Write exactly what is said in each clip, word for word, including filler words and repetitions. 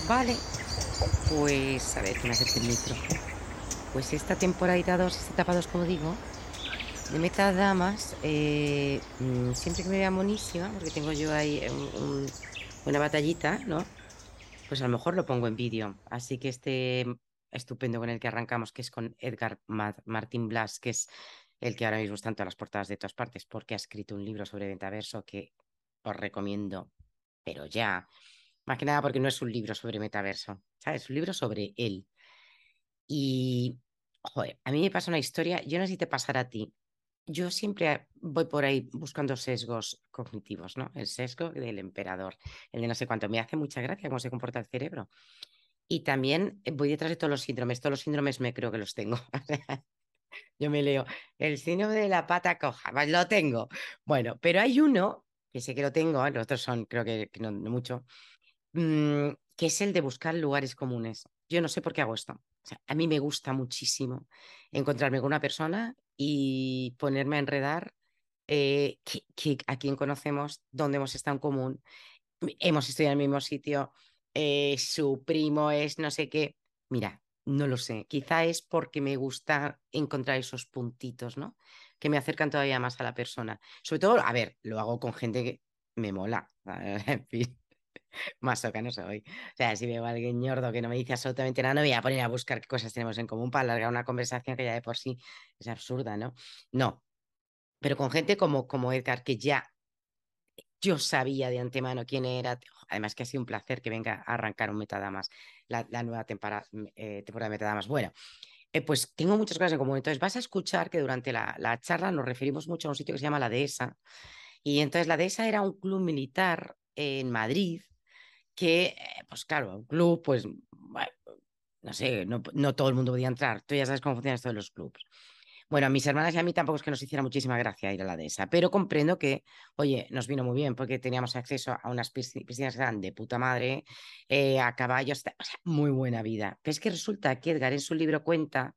Vale, pues a ver que me acerque el micro. Pues esta temporadita dos, esta etapa dos, como digo, de metadamas, eh, mm, siempre que me vea monísima, porque tengo yo ahí eh, un- un- una batallita, ¿no? Pues a lo mejor lo pongo en vídeo. Así que este estupendo con el que arrancamos, que es con Edgar Ma- Martín Blas, que es el que ahora mismo está en todas las portadas de todas partes, porque ha escrito un libro sobre metaverso que os recomiendo, pero ya. Más que nada porque no es un libro sobre metaverso, ¿sabes? Es un libro sobre él. Y, joder, a mí me pasa una historia, yo no sé si te pasará a ti. Yo siempre voy por ahí buscando sesgos cognitivos, ¿no? El sesgo del emperador, el de no sé cuánto. Me hace mucha gracia cómo se comporta el cerebro. Y también eh, voy detrás de todos los síndromes. Todos los síndromes me creo que los tengo. Yo me leo el síndrome de la pata coja, pues lo tengo. Bueno, pero hay uno que sé que lo tengo, ¿eh? Los otros son, creo que, que no, no mucho, mm, que es el de buscar lugares comunes. Yo no sé por qué hago esto. O sea, a mí me gusta muchísimo encontrarme con una persona y ponerme a enredar eh, que- que- a quién conocemos, dónde hemos estado en común, hemos estudiado en el mismo sitio, eh, su primo es no sé qué. Mira, no lo sé. Quizá es porque me gusta encontrar esos puntitos, ¿no? Que me acercan todavía más a la persona. Sobre todo, a ver, lo hago con gente que me mola. En fin. Masoca no soy. O sea, si veo a alguien ñordo que no me dice absolutamente nada, no me voy a poner a buscar qué cosas tenemos en común para alargar una conversación que ya de por sí es absurda, ¿no? No, pero con gente como, como Edgar, que ya yo sabía de antemano quién era. Además que ha sido un placer que venga a arrancar un Metadamas, la, la nueva temporada, eh, temporada de Metadamas. Bueno, eh, pues tengo muchas cosas en común. Entonces vas a escuchar que durante la, la charla nos referimos mucho a un sitio que se llama La Dehesa. Y entonces La Dehesa era un club militar en Madrid que, eh, pues claro, un club, pues, bueno, no sé, no, no todo el mundo podía entrar. Tú ya sabes cómo funciona esto de los clubs. Bueno, a mis hermanas y a mí tampoco es que nos hiciera muchísima gracia ir a la dehesa, pero comprendo que, oye, nos vino muy bien porque teníamos acceso a unas pisci- piscinas que eran de puta madre, eh, a caballos, o sea, muy buena vida. Pero es que resulta que Edgar en su libro cuenta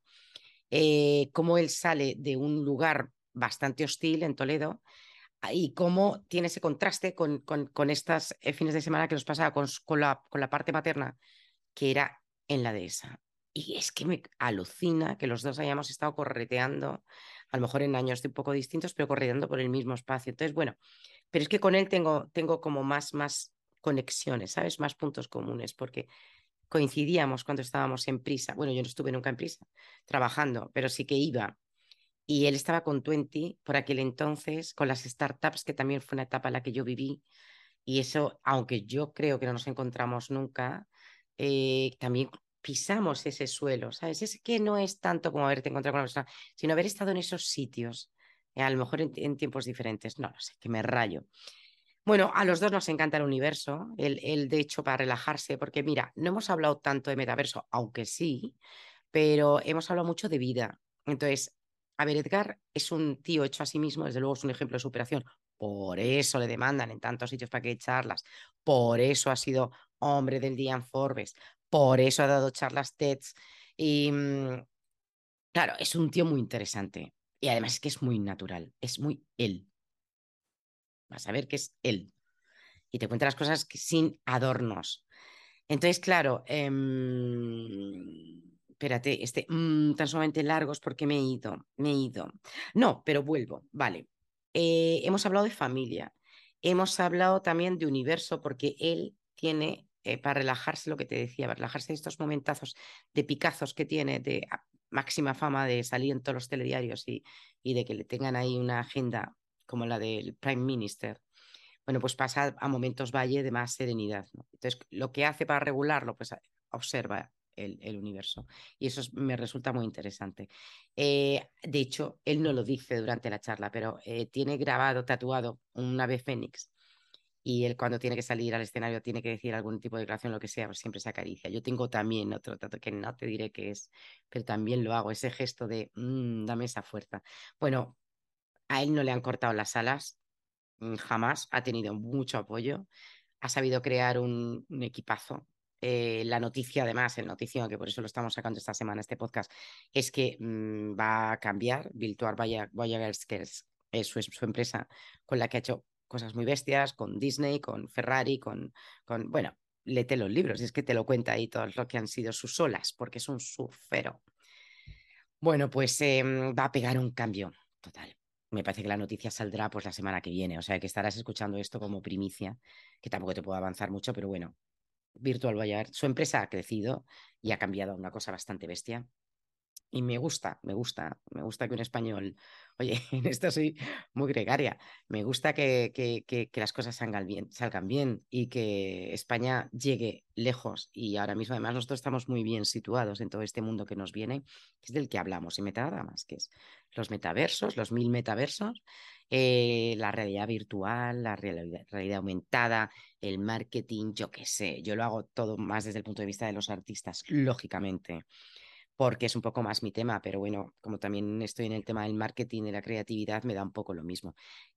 eh, cómo él sale de un lugar bastante hostil en Toledo y cómo tiene ese contraste con, con, con estas eh, fines de semana que nos pasaba con, con la, con la parte materna que era en la dehesa. Y es que me alucina que los dos hayamos estado correteando, a lo mejor en años de un poco distintos, pero correteando por el mismo espacio. Entonces, bueno, pero es que con él tengo, tengo como más, más conexiones, ¿sabes? Más puntos comunes, porque coincidíamos cuando estábamos en Prisa. Bueno, yo no estuve nunca en Prisa trabajando, pero sí que iba. Y él estaba con veinte por aquel entonces, con las startups, que también fue una etapa en la que yo viví. Y eso, aunque yo creo que no nos encontramos nunca, eh, también pisamos ese suelo, ¿sabes? Es que no es tanto como haberte encontrado con una persona, sino haber estado en esos sitios, eh, a lo mejor en, en tiempos diferentes. No lo sé, que me rayo. Bueno, a los dos nos encanta el universo, el, el de hecho para relajarse, porque mira, no hemos hablado tanto de metaverso, aunque sí, pero hemos hablado mucho de vida. Entonces, a ver, Edgar es un tío hecho a sí mismo, desde luego es un ejemplo de superación. Por eso le demandan en tantos sitios para que dé charlas. Por eso ha sido hombre del día en Forbes. Por eso ha dado charlas TEDx. Y mm, claro, es un tío muy interesante. Y además es que es muy natural, es muy él. Vas a ver que es él. Y te cuenta las cosas que- sin adornos. Entonces, claro, eh, espérate, este mm, tan sumamente largos porque me he ido, me he ido. No, pero vuelvo, vale. Eh, hemos hablado de familia, hemos hablado también de universo porque él tiene, eh, para relajarse, lo que te decía, para relajarse de estos momentazos de picazos que tiene, de ah, máxima fama de salir en todos los telediarios y, y de que le tengan ahí una agenda como la del Prime Minister. Bueno, pues pasa a momentos valle de más serenidad, ¿no? Entonces, lo que hace para regularlo, pues observa el, el universo. Y eso es- me resulta muy interesante. Eh, de hecho, él no lo dice durante la charla, pero eh, tiene grabado, tatuado un ave fénix. Y él cuando tiene que salir al escenario tiene que decir algún tipo de declaración, lo que sea, pues siempre se acaricia. Yo tengo también otro tatu que no te diré qué es, pero también lo hago, ese gesto de "Mm, dame esa fuerza". Bueno, a él no le han cortado las alas, mm, jamás, ha tenido mucho apoyo, ha sabido crear un, un equipazo. Eh, la noticia, además, el notición, que por eso lo estamos sacando esta semana, este podcast, es que mm, va a cambiar. Virtual Voyager, que es, es su, su empresa con la que ha hecho cosas muy bestias, con Disney, con Ferrari, con, con bueno, léete los libros, y es que te lo cuenta ahí todo lo que han sido sus olas, porque es un surfero. Bueno, pues eh, va a pegar un cambio total. Me parece que la noticia saldrá pues la semana que viene, o sea que estarás escuchando esto como primicia, que tampoco te puedo avanzar mucho, pero bueno, Virtual Voyage, su empresa ha crecido y ha cambiado a una cosa bastante bestia. Y me gusta, me gusta, me gusta que un español, oye, en esto soy muy gregaria, me gusta que, que, que, que las cosas salgan bien, salgan bien y que España llegue lejos. Y ahora mismo, además, nosotros estamos muy bien situados en todo este mundo que nos viene, que es del que hablamos, y metadamas, que es los metaversos, los mil metaversos, eh, la realidad virtual, la realidad, realidad aumentada, el marketing, yo qué sé, yo lo hago todo más desde el punto de vista de los artistas, lógicamente porque es un poco más mi tema, pero bueno, como también estoy en el tema del marketing y la creatividad, me da un poco lo mismo.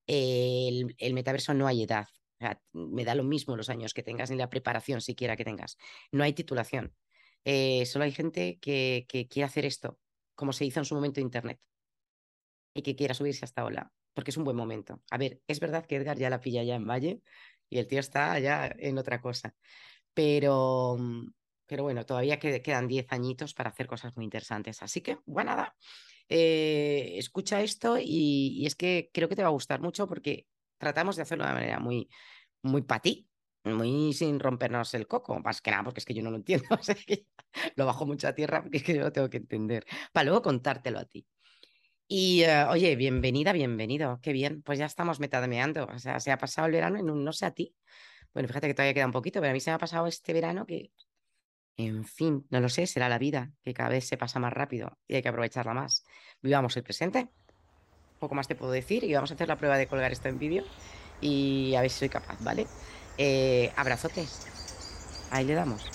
El, el metaverso no hay edad, o sea, me da lo mismo los años que tengas ni la preparación siquiera que tengas. No hay titulación. Eh, solo hay gente que, que quiere hacer esto, como se hizo en su momento Internet, y que quiera subirse a esta ola, porque es un buen momento. A ver, es verdad que Edgar ya la pilla ya en Valle y el tío está ya en otra cosa, pero, pero bueno, todavía quedan diez añitos para hacer cosas muy interesantes. Así que, bueno, nada, eh, escucha esto y, y, es que creo que te va a gustar mucho porque tratamos de hacerlo de una manera muy, muy para ti, muy sin rompernos el coco, más que nada porque es que yo no lo entiendo, o sea, que lo bajo mucho a tierra porque es que yo lo tengo que entender, para luego contártelo a ti. Y uh, oye, bienvenida, bienvenido, qué bien, pues ya estamos metademeando, o sea, se ha pasado el verano en un no sé a ti. Bueno, fíjate que todavía queda un poquito, pero a mí se me ha pasado este verano que, en fin, no lo sé, será la vida, que cada vez se pasa más rápido y hay que aprovecharla más. Vivamos el presente, poco más te puedo decir y vamos a hacer la prueba de colgar esto en vídeo y a ver si soy capaz, ¿vale? Eh, abrazotes, ahí le damos.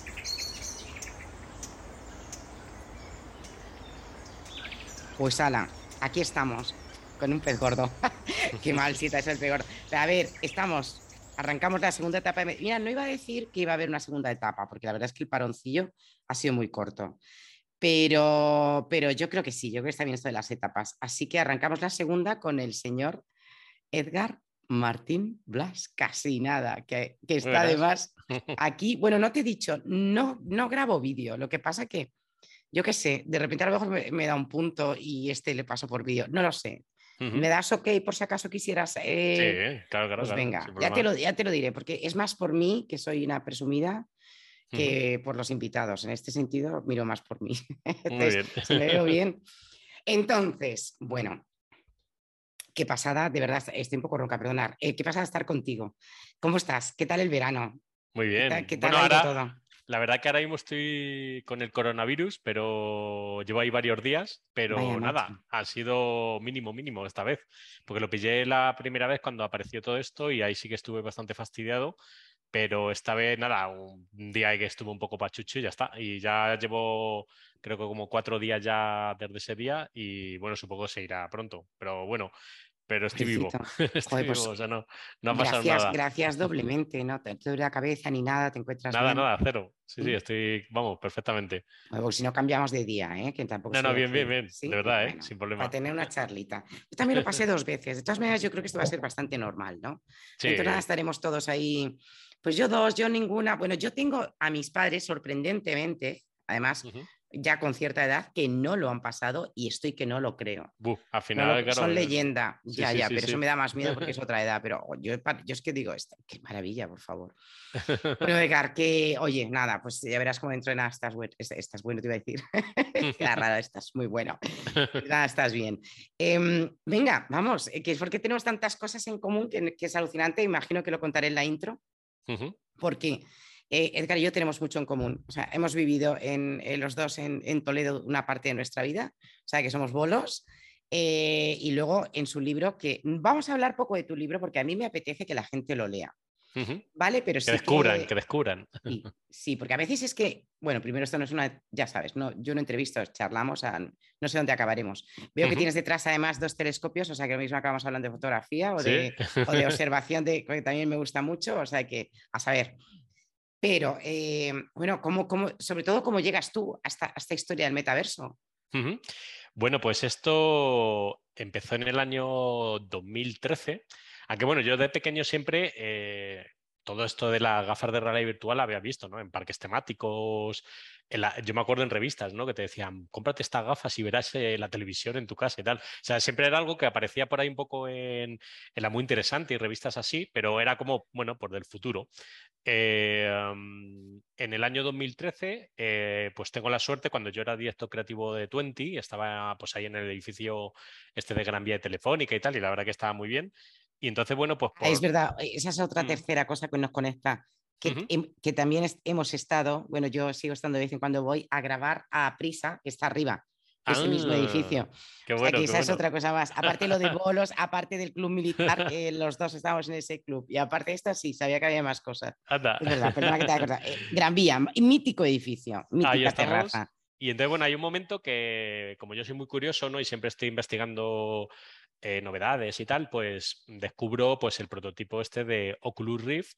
Pues ala, aquí estamos, con un pez gordo. Qué mal cita es el pez gordo. Pero a ver, estamos, arrancamos la segunda etapa. De... Mira, no iba a decir que iba a haber una segunda etapa, porque la verdad es que el paroncillo ha sido muy corto. Pero, pero yo creo que sí, yo creo que está bien esto de las etapas. Así que arrancamos la segunda con el señor Edgar Martín Blas, casi nada, que, que está Buenas. además aquí. Bueno, no te he dicho, no, no grabo vídeo, lo que pasa que yo qué sé, de repente a lo mejor me, me da un punto y este le paso por vídeo, no lo sé. Ujú. ¿Me das ok por si acaso quisieras? Sí, Eh, claro, claro, pues claro, venga, sin ya te, problema. lo, ya te lo diré, porque es más por mí, que soy una presumida, Ujú. que por los invitados. En este sentido, miro más por mí. Muy Entonces, bien. si me veo bien. Entonces, bueno, qué pasada, de verdad, estoy un poco ronca, perdonar. Eh, qué pasada estar contigo. ¿Cómo estás? ¿Qué tal el verano? Muy ¿Qué tal, bien. qué tal Bueno, ha ido ahora, todo? la verdad que ahora mismo estoy con el coronavirus, pero llevo ahí varios días, Vaya pero noche. nada, ha sido mínimo, mínimo esta vez, porque lo pillé la primera vez cuando apareció todo esto y ahí sí que estuve bastante fastidiado, pero esta vez nada, un día ahí que estuve un poco pachucho y ya está. Y ya llevo, creo que como cuatro días ya desde ese día y bueno, supongo que se irá pronto, pero bueno. Pero estoy vivo, Pobrecito. estoy Joder, vivo, pues o sea, no, no ha pasado gracias, nada. gracias doblemente, ¿no? Te te duele la cabeza ni nada, te encuentras Nada, bien. nada, cero. Sí, sí, ¿Mm? estoy, vamos, perfectamente. Luego, si no cambiamos de día, ¿eh? Que tampoco No, se no, vea bien, bien, que. bien, de Sí, verdad, ¿eh? bueno, Sin para problema. tener una charlita. Yo también lo pasé dos veces. De todas maneras, yo creo que esto va a ser bastante normal, ¿no? Dentro de nada Sí. estaremos todos ahí. Pues yo dos, yo ninguna. Bueno, yo tengo a mis padres, sorprendentemente, además, Ujú. ya con cierta edad, que no lo han pasado y estoy que no lo creo. Buh, al No lo, final, claro. son eh, leyenda, Sí, ya, sí, ya, sí, pero eso sí. me da más miedo porque es otra edad, pero yo, yo es que digo, esto, qué maravilla, por favor. Bueno, Edgar, que, oye, nada, pues ya verás cómo dentro de nada estás bueno, estás bueno, te iba a decir. Queda raro, estás muy bueno. Nada, estás bien. Eh, venga, vamos, que es porque tenemos tantas cosas en común que, que, es alucinante, imagino que lo contaré en la intro, Ujú. porque eh, Edgar y yo tenemos mucho en común. O sea, hemos vivido en, en los dos en, en, Toledo una parte de nuestra vida, o sea, que somos bolos. Eh, y luego en su libro, que vamos a hablar poco de tu libro porque a mí me apetece que la gente lo lea, Ujú. ¿vale? Pero Que sí descubran, que que descubran. sí, sí, porque a veces es que, bueno, primero esto no es una, ya sabes, no, yo no entrevisto, charlamos, a, no sé dónde acabaremos. Veo que Ujú. tienes detrás además dos telescopios, o sea que lo mismo acabamos hablando de fotografía o Sí. de, o de observación, de, que también me gusta mucho, o sea que, a saber. Pero, eh, bueno, ¿cómo, cómo, sobre todo, ¿cómo llegas tú a esta, a esta historia del metaverso? Ujú. Bueno, pues esto empezó en el año dos mil trece, aunque bueno, yo de pequeño siempre, eh, todo esto de las gafas de realidad virtual había visto, ¿no? En parques temáticos, en la- yo me acuerdo en revistas, ¿no? Que te decían, cómprate estas gafas y verás eh, la televisión en tu casa y tal. O sea, siempre era algo que aparecía por ahí un poco en, en la muy interesante y revistas así, pero era como, bueno, por del futuro. Eh, um, en el año dos mil trece, eh, pues tengo la suerte, cuando yo era director creativo de Twenty, estaba pues ahí en el edificio este de Gran Vía de Telefónica y tal, y la verdad que estaba muy bien. Y entonces, bueno, pues Ah, es por... verdad, esa es otra Mm, tercera cosa que nos conecta, que, ujú. em- que también es- hemos estado, bueno, yo sigo estando de vez en cuando voy a grabar a Prisa, que está arriba de ese mismo Ah, edificio. qué O sea bueno, que qué esa es bueno. otra cosa más. Aparte lo de bolos, aparte del club militar, que los dos estábamos en ese club. Y aparte de esto, sí, sabía que había más cosas. Anda. Es verdad, perdona que te haya acordado. Eh, Gran Vía, mítico edificio, Ahí mítica estamos. terraza. Y entonces, bueno, hay un momento que, como yo soy muy curioso, ¿no? Y siempre estoy investigando eh, novedades y tal, pues descubro pues el prototipo este de Oculus Rift.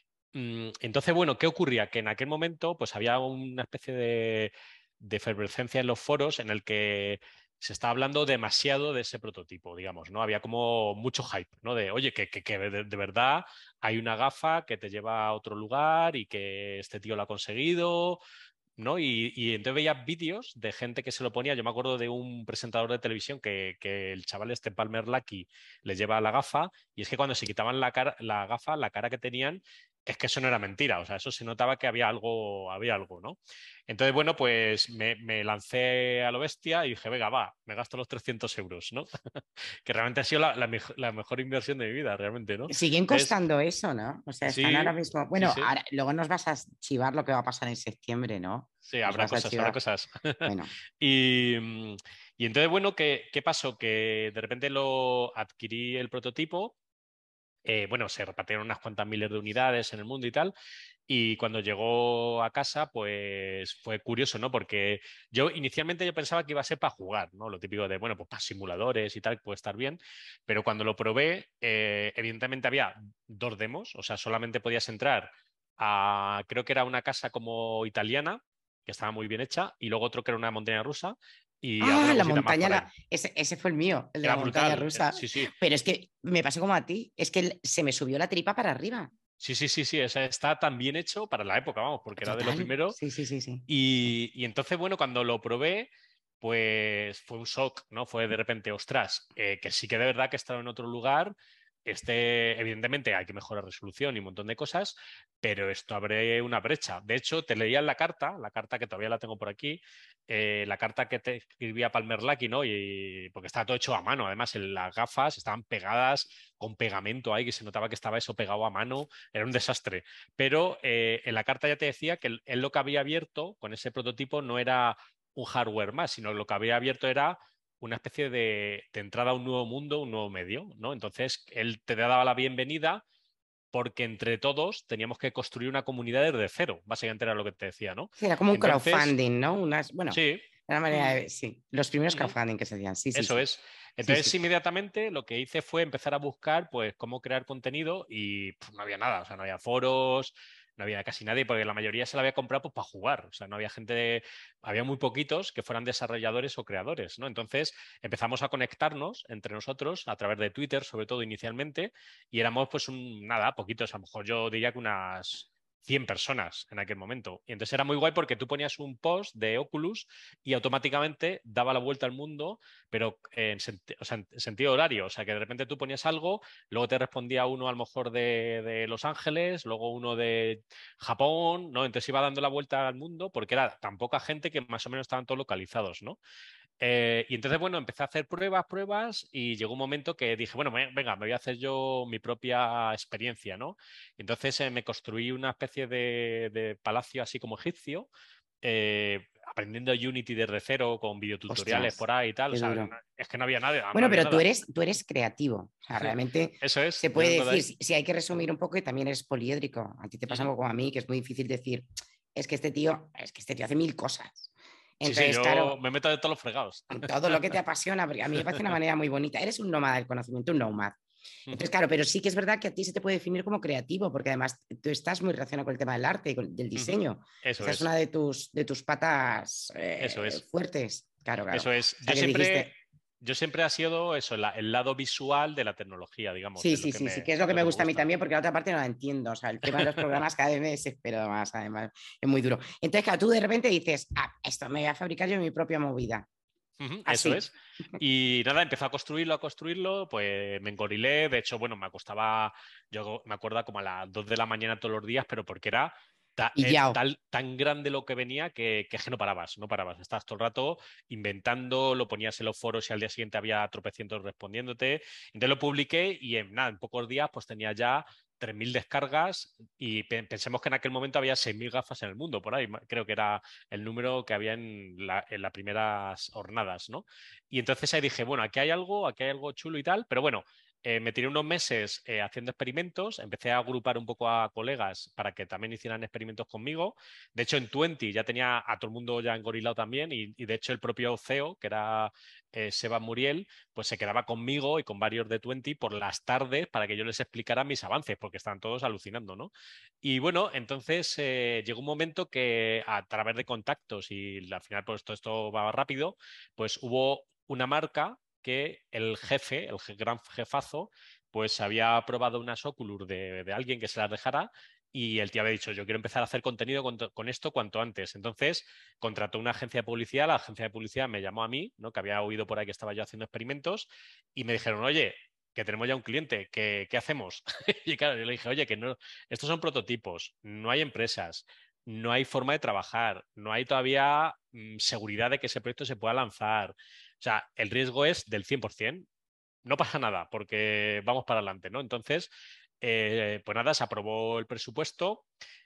Mm, Entonces, bueno, ¿qué ocurría? Que en aquel momento pues había una especie de, de efervescencia en los foros en el que se estaba hablando demasiado de ese prototipo, digamos, ¿no? Había como mucho hype, ¿no? De, oye, que, que, que de, de verdad hay una gafa que te lleva a otro lugar y que este tío lo ha conseguido, ¿no? Y, y entonces veía vídeos de gente que se lo ponía. Yo me acuerdo de un presentador de televisión que, que el chaval este Palmer Lucky le lleva la gafa y es que cuando se quitaban la, cara, la gafa, la cara que tenían, es que eso no era mentira, o sea, eso se notaba que había algo, había algo, ¿no? Entonces, bueno, pues me, me lancé a lo bestia y dije, venga, va, me gasto los trescientos euros, ¿no? Que realmente ha sido la, la, mej- la mejor inversión de mi vida, realmente, ¿no? Siguen Entonces, costando eso, ¿no? O sea, están ahora sí, mismo. sí, Bueno, sí, ahora, luego nos vas a chivar lo que va a pasar en septiembre, ¿no? sí, Nos habrá vas a cosas, habrá chivar. cosas. Bueno, Y, mm, y entonces, bueno, ¿qué, qué pasó? Que de repente lo adquirí el prototipo. Eh, bueno, se repartieron unas cuantas miles de unidades en el mundo y tal. Y cuando llegó a casa, pues fue curioso, ¿no? Porque yo inicialmente yo pensaba que iba a ser para jugar, ¿no? Lo típico de, bueno, pues para simuladores y tal, puede estar bien. Pero cuando lo probé, eh, evidentemente había dos demos, o sea, solamente podías entrar a, creo que era una casa como italiana, que estaba muy bien hecha, y luego otro que era una montaña rusa y ah, alguna la cosita más montaña, por la... ahí. ese, ese fue el mío, el de la Era montaña brutal, era- rusa. sí, sí. Pero es que me pasó como a ti, es que el- se me subió la tripa para arriba. Sí, sí, sí, sí, esa está tan bien hecho para la época, vamos, porque era de lo Total. primero. Sí, sí, sí, sí. Y, y entonces, bueno, cuando lo probé, pues fue un shock, ¿no? Fue de repente, ostras, eh, que sí que de verdad que estaba en otro lugar. Este, evidentemente hay que mejorar resolución y un montón de cosas, pero esto abre una brecha. De hecho, te leía en la carta, la carta que todavía la tengo por aquí, eh, la carta que te escribía Palmer Lucky, ¿no? Y porque estaba todo hecho a mano. Además, en las gafas estaban pegadas con pegamento ahí, que se notaba que estaba eso pegado a mano. Era un desastre. Pero eh, en la carta ya te decía que él, él lo que había abierto con ese prototipo no era un hardware más, sino lo que había abierto era una especie de, de entrada a un nuevo mundo, un nuevo medio, ¿no? Entonces, él te daba la bienvenida porque entre todos teníamos que construir una comunidad desde cero, básicamente era lo que te decía, ¿no? Sí, era como un Entonces, crowdfunding, ¿no? Unas, bueno, sí, una manera mm, de, sí, los primeros ujú, crowdfunding que se hacían. Sí, sí, eso sí. es. Sí, Entonces, sí. inmediatamente lo que hice fue empezar a buscar, pues, cómo crear contenido y pf, no había nada, o sea, no había foros, no había casi nadie, porque la mayoría se la había comprado pues, para jugar, o sea, no había gente, de- había muy poquitos que fueran desarrolladores o creadores, ¿no? Entonces, empezamos a conectarnos entre nosotros a través de Twitter, sobre todo inicialmente, y éramos, pues, un, nada, poquitos, a lo mejor yo diría que unas cien personas en aquel momento. Y entonces era muy guay porque tú ponías un post de Oculus y automáticamente daba la vuelta al mundo pero en, senti o sea, en, sentido horario. O sea, que de repente tú ponías algo, luego te respondía uno a lo mejor de, de Los Ángeles, luego uno de Japón, ¿no? Entonces iba dando la vuelta al mundo porque era tan poca gente que más o menos estaban todos localizados, ¿no? Eh, y entonces, bueno, empecé a hacer pruebas, pruebas y llegó un momento que dije, bueno, me- venga, me voy a hacer yo mi propia experiencia, ¿no? Entonces eh, me construí una especie de, de palacio así como egipcio, eh, aprendiendo Unity desde cero con videotutoriales Ostras, por ahí y tal. O qué sea, no- duro. es que no había nada, no Bueno, había pero tú nada. eres, tú eres creativo. O sea, realmente Eso es, se yo puede vengo de decir, ahí. si, si hay que resumir un poco, y también eres poliédrico. A ti te pasa Ujú. un poco como a mí, que es muy difícil decir, es que este tío, es que este tío hace mil cosas. Sí, sí, Entonces, yo claro, me meto de todos los fregados. todo lo que te apasiona, porque a mí me parece una manera muy bonita. Eres un nómada del conocimiento, un nomad. Entonces, Ujú. claro, pero sí que es verdad que a ti se te puede definir como creativo, porque además tú estás muy relacionado con el tema del arte y con- del Ujú. diseño. Eso Esa es una es, de tus, de tus patas eso eh, es, fuertes. Claro, claro. eso es. O sea, Yo que siempre dijiste. yo siempre ha sido eso, la, el lado visual de la tecnología, digamos, Sí, es lo sí, que sí, sí, me, que es lo que lo me que me gusta a mí gusta. también, porque la otra parte no la entiendo. O sea, el tema de los programas cada vez me desespero más, además, es muy duro. Entonces, claro, tú de repente dices, ah, esto me voy a fabricar yo mi propia movida. Ujú, eso Así. es. Y nada, empezó a construirlo, a construirlo, pues me engorilé. De hecho, bueno, me acostaba, yo me acuerdo como a las dos de la mañana todos los días, pero porque era ta- Y eh, ya. tal, tan grande lo que venía que, que es que no parabas, no parabas. Estabas todo el rato inventando, lo ponías en los foros y al día siguiente había tropecientos respondiéndote. Entonces lo publiqué y en nada, en pocos días pues tenía ya tres mil descargas y pe- pensemos que en aquel momento había seis mil gafas en el mundo, por ahí, ma- creo que era el número que había en, la, en las primeras jornadas, ¿no? Y entonces ahí dije, bueno, aquí hay algo, aquí hay algo chulo y tal, pero bueno, eh, me tiré unos meses eh, haciendo experimentos, empecé a agrupar un poco a colegas para que también hicieran experimentos conmigo. De hecho, en veinte ya tenía a todo el mundo ya engorilado también y, y de hecho el propio C E O, que era eh, Seba Muriel, pues se quedaba conmigo y con varios de veinte por las tardes para que yo les explicara mis avances, porque estaban todos alucinando, ¿no? Y bueno, entonces eh, llegó un momento que a través de contactos y al final pues todo esto va rápido, pues hubo una marca que el jefe, el je- gran jefazo, pues había probado unas Oculus de, de alguien que se las dejara y el tío había dicho, yo quiero empezar a hacer contenido con, con esto cuanto antes. Entonces contrató una agencia de publicidad, la agencia de publicidad me llamó a mí, ¿no? Que había oído por ahí que estaba yo haciendo experimentos y me dijeron, oye, que tenemos ya un cliente, ¿qué, qué hacemos? Y claro, yo le dije, oye, que no, estos son prototipos, no hay empresas, no hay forma de trabajar, no hay todavía mm, seguridad de que ese proyecto se pueda lanzar. O sea, el riesgo es del cien por ciento. No pasa nada porque vamos para adelante, ¿no? Entonces, eh, pues nada, se aprobó el presupuesto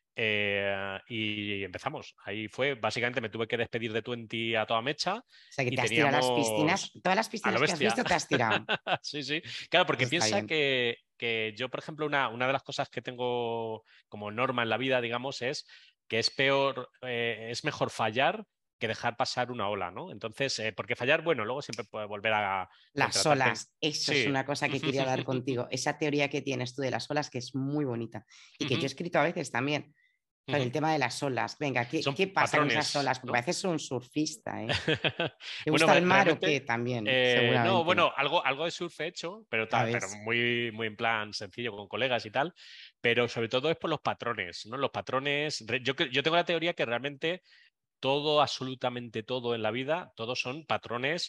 eh, y empezamos. Ahí fue, básicamente me tuve que despedir de veinte a toda mecha O sea, que y te has tirado a las piscinas, teníamos todas las a lo piscinas que has bestia. visto te has tirado. Sí, sí. Claro, porque Eso está piensa bien. que, que yo, por ejemplo, una, una de las cosas que tengo como norma en la vida, digamos, es que es peor, eh, es mejor fallar que dejar pasar una ola, ¿no? Entonces, eh, porque fallar, bueno, luego siempre puede volver a Las contratarte. olas, eso es Sí. una cosa que quería hablar contigo. Esa teoría que tienes tú de las olas, que es muy bonita y que yo he escrito a veces también sobre el tema de las olas. Venga, ¿qué, Son qué pasa con esas patrones, olas? Porque ¿no? pareces un surfista, ¿eh? ¿Te Bueno, gusta me- el mar o qué? realmente, También, eh, no, seguramente. bueno, algo, algo de surf he hecho, pero, Ya ta- pero ves. muy, muy en plan sencillo con colegas y tal, pero sobre todo es por los patrones, ¿no? Los patrones, re- yo, cre- yo tengo la teoría que realmente todo, absolutamente todo en la vida, todos son patrones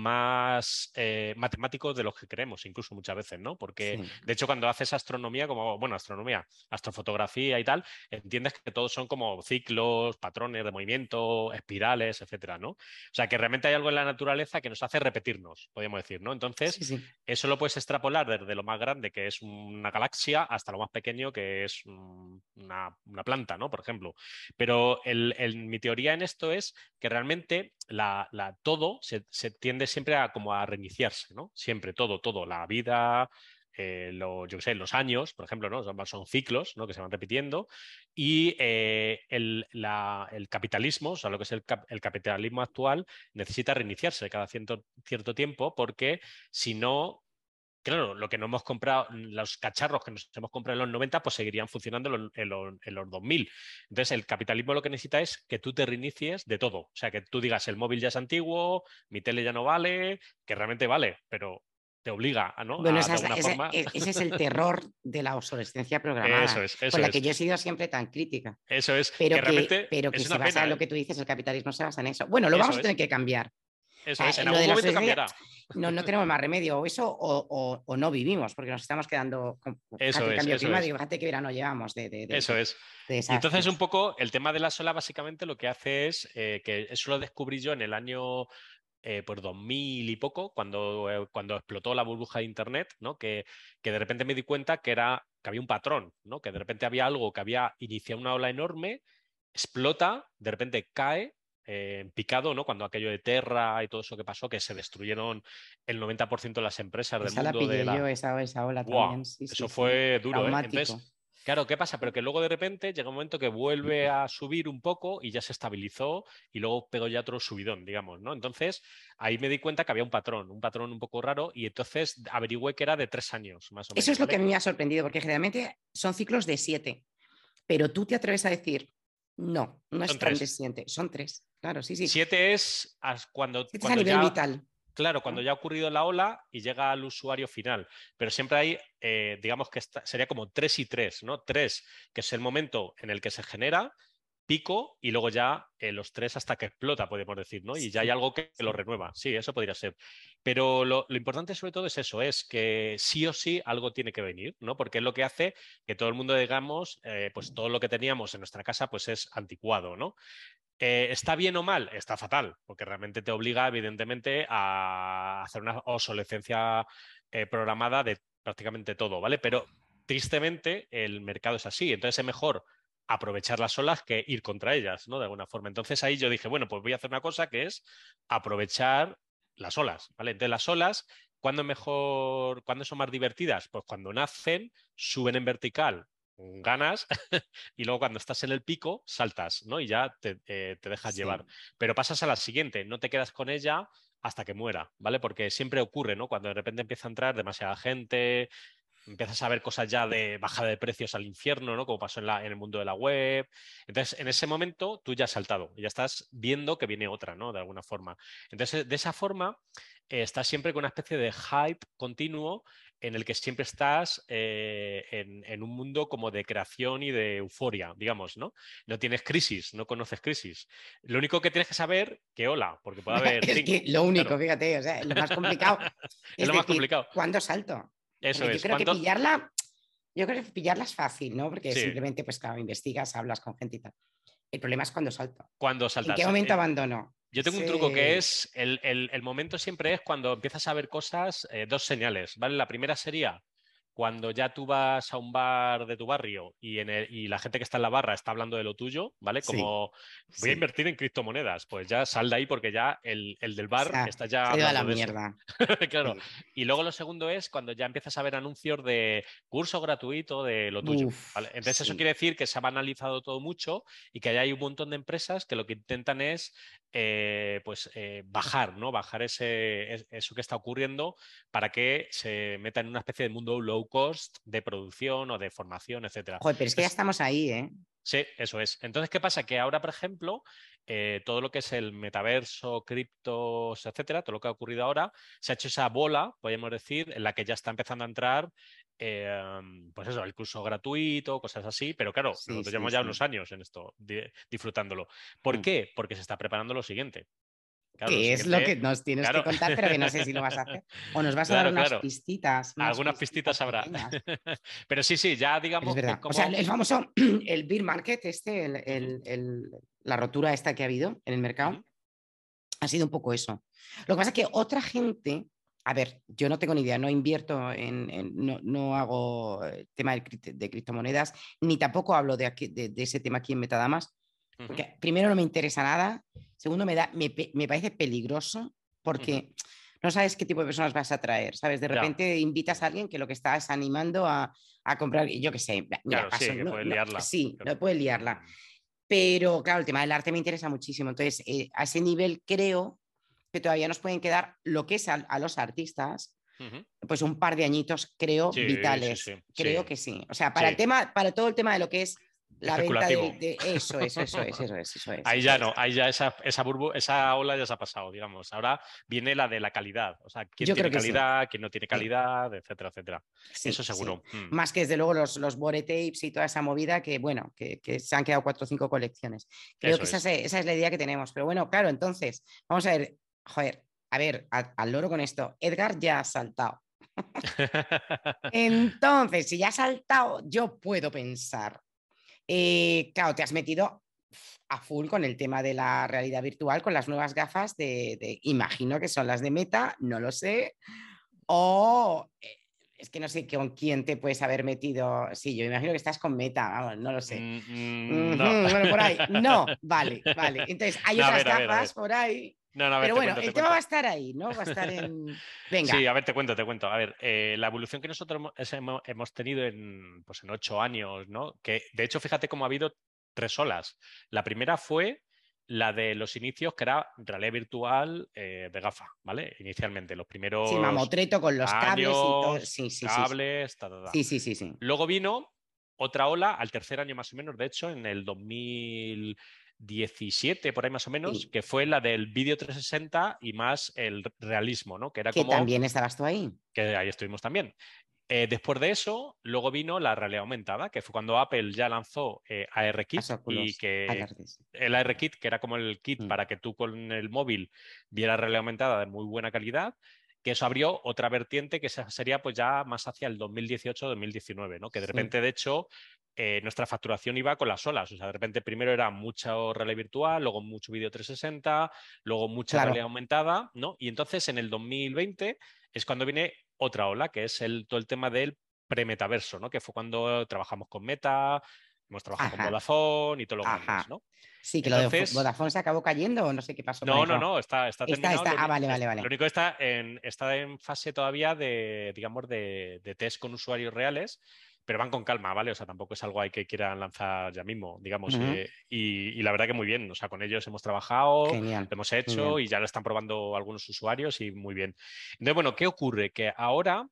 más eh, matemáticos de los que creemos, incluso muchas veces, ¿no? Porque, Sí. de hecho, cuando haces astronomía, como, bueno, astronomía, astrofotografía y tal, entiendes que todos son como ciclos, patrones de movimiento, espirales, etcétera, ¿no? O sea, que realmente hay algo en la naturaleza que nos hace repetirnos, podríamos decir, ¿no? Entonces, Sí, sí. eso lo puedes extrapolar desde lo más grande, que es una galaxia, hasta lo más pequeño, que es mm, una, una planta, ¿no? Por ejemplo. Pero el, el, mi teoría en esto es que realmente la, la, todo se, se, tiende siempre a como a reiniciarse, ¿no? Siempre, todo, todo, la vida, eh, lo, yo qué sé, los años, por ejemplo, ¿no? Son, son ciclos, ¿no? Que se van repitiendo y eh, el, la, el, capitalismo, o sea, lo que es el, cap, el capitalismo actual, necesita reiniciarse cada cierto, cierto tiempo porque si no, claro, lo que no hemos comprado, los cacharros que nos hemos comprado en los noventa, pues seguirían funcionando en los, en los, en los dos mil. Entonces, el capitalismo lo que necesita es que tú te reinicies de todo. O sea, que tú digas, el móvil ya es antiguo, mi tele ya no vale, que realmente vale, pero te obliga a, ¿no? Bueno, A, esa de es la- alguna ese, forma. e- ese es el terror de la obsolescencia Eso programada, es, con eso la que es, yo he sido siempre tan crítica, eso es, que pero que, realmente pero que es se una basa en pena, lo ¿eh? que tú dices, el capitalismo se basa en eso. Bueno, lo vamos Eso a tener es, que cambiar. O eso sea, es, en lo algún de la momento obsolescencia cambiará. no, no tenemos más remedio, o eso o, o, o no vivimos, porque nos estamos quedando, con- fíjate Eso el es, cambio eso es. climático, fíjate qué verano llevamos de, de, de, Eso de, es. de Y entonces un desastres. poco el tema de la sola básicamente lo que hace es eh, que eso lo descubrí yo en el año eh, pues dos mil y poco, cuando, eh, cuando explotó la burbuja de Internet, ¿no? Que, que de repente me di cuenta que, era, que había un patrón, ¿no? Que de repente había algo que había iniciado una ola enorme, explota, de repente cae eh, en picado, ¿no? Cuando aquello de Terra y todo eso que pasó, que se destruyeron el noventa por ciento de las empresas del Esa la mundo de pillé yo, la... esa, esa ola ¡Wow! también, sí, sí, Eso sí. fue duro, ¿eh? Traumático. Entonces, claro, ¿qué pasa? Pero que luego de repente llega un momento que vuelve a subir un poco y ya se estabilizó y luego pegó ya otro subidón, digamos, ¿no? Entonces, ahí me di cuenta que había un patrón, un patrón un poco raro y entonces averigüé que era de tres años, más o Eso menos, es lo que a ¿vale? mí me ha sorprendido, porque generalmente son ciclos de siete, pero tú te atreves a decir, no, no es Son tan tres. de siete, son tres. Claro, sí, sí. Siete es as- cuando, Siete es a cuando nivel ya vital. Claro, cuando ya ha ocurrido la ola y llega al usuario final, pero siempre hay, eh, digamos que está, sería como tres y tres, ¿no? Tres, que es el momento en el que se genera, pico y luego ya eh, los tres hasta que explota, podemos decir, ¿no? Y ya hay Sí, algo que lo sí. renueva. Sí, eso podría ser. Pero lo, lo importante sobre todo es eso, es que sí o sí algo tiene que venir, ¿no? Porque es lo que hace que todo el mundo, digamos, eh, pues todo lo que teníamos en nuestra casa pues es anticuado, ¿no? Eh, ¿Está bien o mal? Está fatal, porque realmente te obliga, evidentemente, a hacer una obsolescencia eh, programada de prácticamente todo, ¿vale? Pero tristemente el mercado es así, entonces es mejor aprovechar las olas que ir contra ellas, ¿no? De alguna forma. Entonces ahí yo dije, bueno, pues voy a hacer una cosa que es aprovechar las olas, ¿vale? Entonces las olas, ¿cuándo mejor, cuándo son más divertidas? Pues cuando nacen, suben en vertical, ganas, y luego cuando estás en el pico, saltas, ¿no? Y ya te, eh, te dejas llevar. Sí. Pero pasas a la siguiente, no te quedas con ella hasta que muera, ¿vale? Porque siempre ocurre, ¿no? Cuando de repente empieza a entrar demasiada gente, empiezas a ver cosas ya de bajada de precios al infierno, ¿no? Como pasó en, la, en el mundo de la web. Entonces, en ese momento tú ya has saltado, ya estás viendo que viene otra, ¿no? De alguna forma. Entonces, de esa forma, eh, estás siempre con una especie de hype continuo en el que siempre estás eh, en, en, un mundo como de creación y de euforia, digamos, ¿no? No tienes crisis, no conoces crisis. Lo único que tienes que saber, que hola, porque puede haber Es que cinco, lo único, claro. fíjate, o sea, lo más complicado Es es lo más decir, complicado. ¿cuándo salto? Eso Porque yo es. creo que ¿Cuándo? pillarla, yo creo que pillarla es fácil, ¿no? Porque Sí, simplemente, pues claro, investigas, hablas con gente y tal. El problema es cuando salto. cuando ¿En qué saltas. momento Eh, abandono? Yo tengo un truco que Ese... es, el, el- el momento siempre es cuando empiezas a ver cosas, eh, dos señales, ¿vale? La primera sería cuando ya tú vas a un bar de tu barrio y, en el- y la gente que está en la barra está hablando de lo tuyo, ¿vale? Sí, Como voy a sí. invertir en criptomonedas, pues ya sal de ahí porque ya el, el del O bar sea, está ya se ha ido a la hablando de eso. mierda. Claro. Sí. Y luego lo segundo es cuando ya empiezas a ver anuncios de curso gratuito de lo tuyo, ¿vale? Uf, Entonces eso sí. quiere decir que se ha banalizado todo mucho y que hay un montón de empresas que lo que intentan es eh, pues eh, bajar, ¿no? Bajar ese, es- eso que está ocurriendo para que se meta en una especie de mundo low cost de producción o de formación, etcétera. Joder, pero es que ya Entonces, estamos ahí, ¿eh? sí, eso es. Entonces, ¿qué pasa? Que ahora, por ejemplo, eh, todo lo que es el metaverso, criptos, etcétera, todo lo que ha ocurrido ahora, se ha hecho esa bola, podríamos decir, en la que ya está empezando a entrar, eh, pues eso, el curso gratuito, cosas así, pero claro, Sí, nosotros sí, llevamos ya sí. unos años en esto, di- disfrutándolo. ¿Por Mm. qué? Porque se está preparando lo siguiente. Claro, lo ¿Qué es lo siguiente, que nos tienes que claro, contar, pero que no sé si lo vas a hacer? O nos vas a dar claro, unas claro. pistitas, unas Algunas pistitas pistitas habrá. pequeñas. Pero sí, sí, ya Pero es digamos que es verdad. O sea, como... el famoso, el bear market, este, el, Ujú, el, el, la rotura esta que ha habido en el ujú, mercado, ha sido un poco eso. Lo que pasa es que otra gente, a ver, yo no tengo ni idea, no invierto en, en no, no, hago tema de, de, criptomonedas, ni tampoco hablo de, aquí, de, de, ese tema aquí en Metadamas, ujú, porque primero no me interesa nada, segundo me, da, me, me parece peligroso ujú. porque no sabes qué tipo de personas vas a traer, ¿sabes? De Ya. repente invitas a Mm. alguien que lo que está es animando a, a comprar, yo qué sé, mira, Claro, paso, sí, que no, puedes no, liarla. sí, Claro. no puedes liarla. Mm, Pero claro, el tema del arte me interesa muchísimo. Entonces, eh, a ese nivel creo que todavía nos pueden quedar lo que es a, a los artistas, ujú. pues un par de añitos, creo, Sí, sí, sí, vitales. Creo sí, que sí. O sea, para el sí. tema, para todo el tema de lo que es la venta Especulativo. de, de eso, eso, eso es, eso es, eso es, Ahí eso ya es. no, ahí ya esa, esa, burbu- esa ola ya se ha pasado, digamos. Ahora viene la de la calidad. O sea, quién Yo tiene creo que sí. calidad, quién no tiene Sí, calidad, etcétera, etcétera. Eso sí, sí. seguro. Mm, Más que desde luego los, los bore tapes y toda esa movida que, bueno, que, que se han quedado cuatro o cinco colecciones. Creo que eso esa es, es. esa es la idea que tenemos. Pero bueno, claro, entonces, vamos a ver, joder, a ver, a- al loro con esto. Edgar ya ha saltado. Entonces, si ya has saltado, yo puedo pensar. Eh, claro, te has metido a full con el tema de la realidad virtual, con las nuevas gafas de, de imagino que son las de Meta, no lo sé. O eh, es que no sé con quién te puedes haber metido. Sí, yo imagino que estás con Meta, vamos, no lo sé. Mm, mm, no. Ujú, bueno, por ahí. No, vale, vale. Entonces, hay No, a otras ver, a ver, a gafas ver. por ahí. No, no, a ver, Pero te bueno, cuento, te el tema va a cuento. estar ahí, ¿no? Va a estar en... Sí, Venga, a ver, te cuento, te cuento. A ver, eh, la evolución que nosotros hemos, es- hemo- hemos tenido en, pues en ocho años, ¿no? Que de hecho, fíjate cómo ha habido tres olas. La primera fue la de los inicios, que era realidad virtual eh, de gafa, ¿vale? Inicialmente, los sí, primeros mamotreto con los cables y todo. años, Sí, sí, sí. cables, ta, ta, ta. Sí, sí, sí, sí. Luego vino otra ola al tercer año más o menos, de hecho, en el dos mil. diecisiete, por ahí más o menos, Sí. que fue la del vídeo trescientos sesenta y más el realismo, ¿no? Que era Que como, también estabas tú ahí. que ahí estuvimos también. Eh, después de eso, luego vino la realidad aumentada, que fue cuando Apple ya lanzó eh, Los ARKit y óculos que alardes. el ARKit, que era como el kit Mm. para que tú con el móvil vieras realidad aumentada de muy buena calidad, que eso abrió otra vertiente que sería pues ya más hacia el dos mil dieciocho dos mil diecinueve, ¿no? Que de Sí, repente, de hecho, eh, nuestra facturación iba con las olas. O sea, de repente primero era mucho realidad virtual, luego mucho vídeo trescientos sesenta, luego mucha realidad claro. aumentada, ¿no? Y entonces en el dos mil veinte es cuando viene otra ola, que es el, todo el tema del pre-metaverso, ¿no? Que fue cuando trabajamos con Meta, hemos trabajado con Ajá, Vodafone y todos los grandes, ajá. ¿no? Sí, que lo de Entonces, Vodafone se acabó cayendo o no sé qué pasó con no, no, eso. no, está, está Está, terminado. está. Lo, Ah, uni- vale, es- vale, lo vale. único está en, está en fase todavía de, digamos, de, de test con usuarios reales, pero van con calma, ¿vale? O sea, tampoco es algo ahí que quieran lanzar ya mismo, digamos. Ujú. eh, y, y la verdad que muy bien. O sea, con ellos hemos trabajado, Genial, lo hemos hecho genial. y ya lo están probando algunos usuarios y muy bien. Entonces, bueno, ¿qué ocurre? Que ahora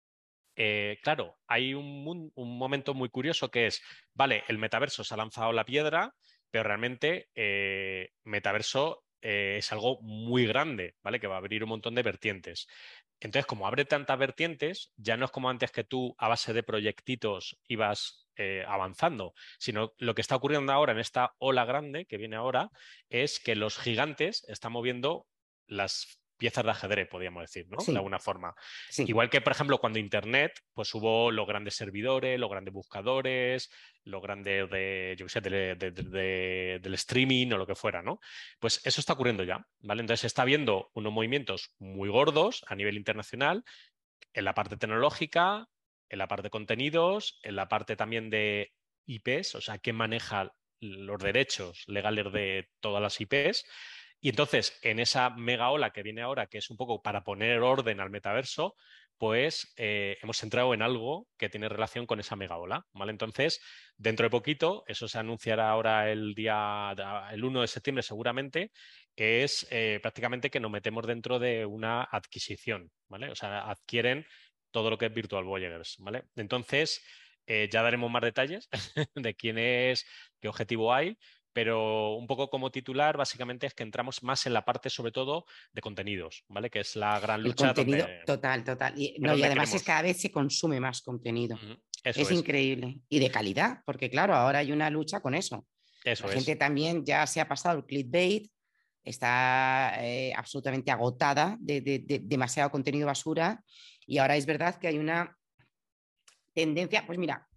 eh, claro, hay un, mun- un momento muy curioso que es, vale, el metaverso se ha lanzado la piedra, pero realmente eh, metaverso eh, es algo muy grande, ¿vale? Que va a abrir un montón de vertientes. Entonces, como abre tantas vertientes, ya no es como antes que tú a base de proyectitos ibas eh, avanzando, sino lo que está ocurriendo ahora en esta ola grande que viene ahora es que los gigantes están moviendo las piezas de ajedrez, podríamos decir, ¿no? De Sí, alguna forma. sí. Igual que, por ejemplo, cuando Internet, pues hubo los grandes servidores, los grandes buscadores, los grandes de, yo qué sé, de- de- de- de- del streaming o lo que fuera, ¿no? Pues eso está ocurriendo ya, ¿vale? Entonces se está viendo unos movimientos muy gordos a nivel internacional en la parte tecnológica, en la parte de contenidos, en la parte también de I Ps, o sea, quién maneja los derechos legales de todas las I Ps. Y entonces, en esa mega ola que viene ahora, que es un poco para poner orden al metaverso, pues eh, hemos entrado en algo que tiene relación con esa mega ola, ¿vale? Entonces, dentro de poquito, eso se anunciará ahora el día, el uno de septiembre seguramente, es eh, prácticamente que nos metemos dentro de una adquisición, ¿vale? O sea, adquieren todo lo que es Virtual Voyagers, ¿vale? Entonces, eh, ya daremos más detalles de quién es, qué objetivo hay, pero un poco como titular, básicamente es que entramos más en la parte, sobre todo, de contenidos, ¿vale? Que es la gran El lucha contenido donde, total, total. Y, es no, y donde además es queremos. cada vez se consume más contenido. Ujú. Eso Es es, increíble. Y de calidad, porque claro, ahora hay una lucha con eso. La eso gente es. también ya se ha pasado el clickbait, está eh, absolutamente agotada de, de, de demasiado contenido basura. Y ahora es verdad que hay una tendencia, pues mira,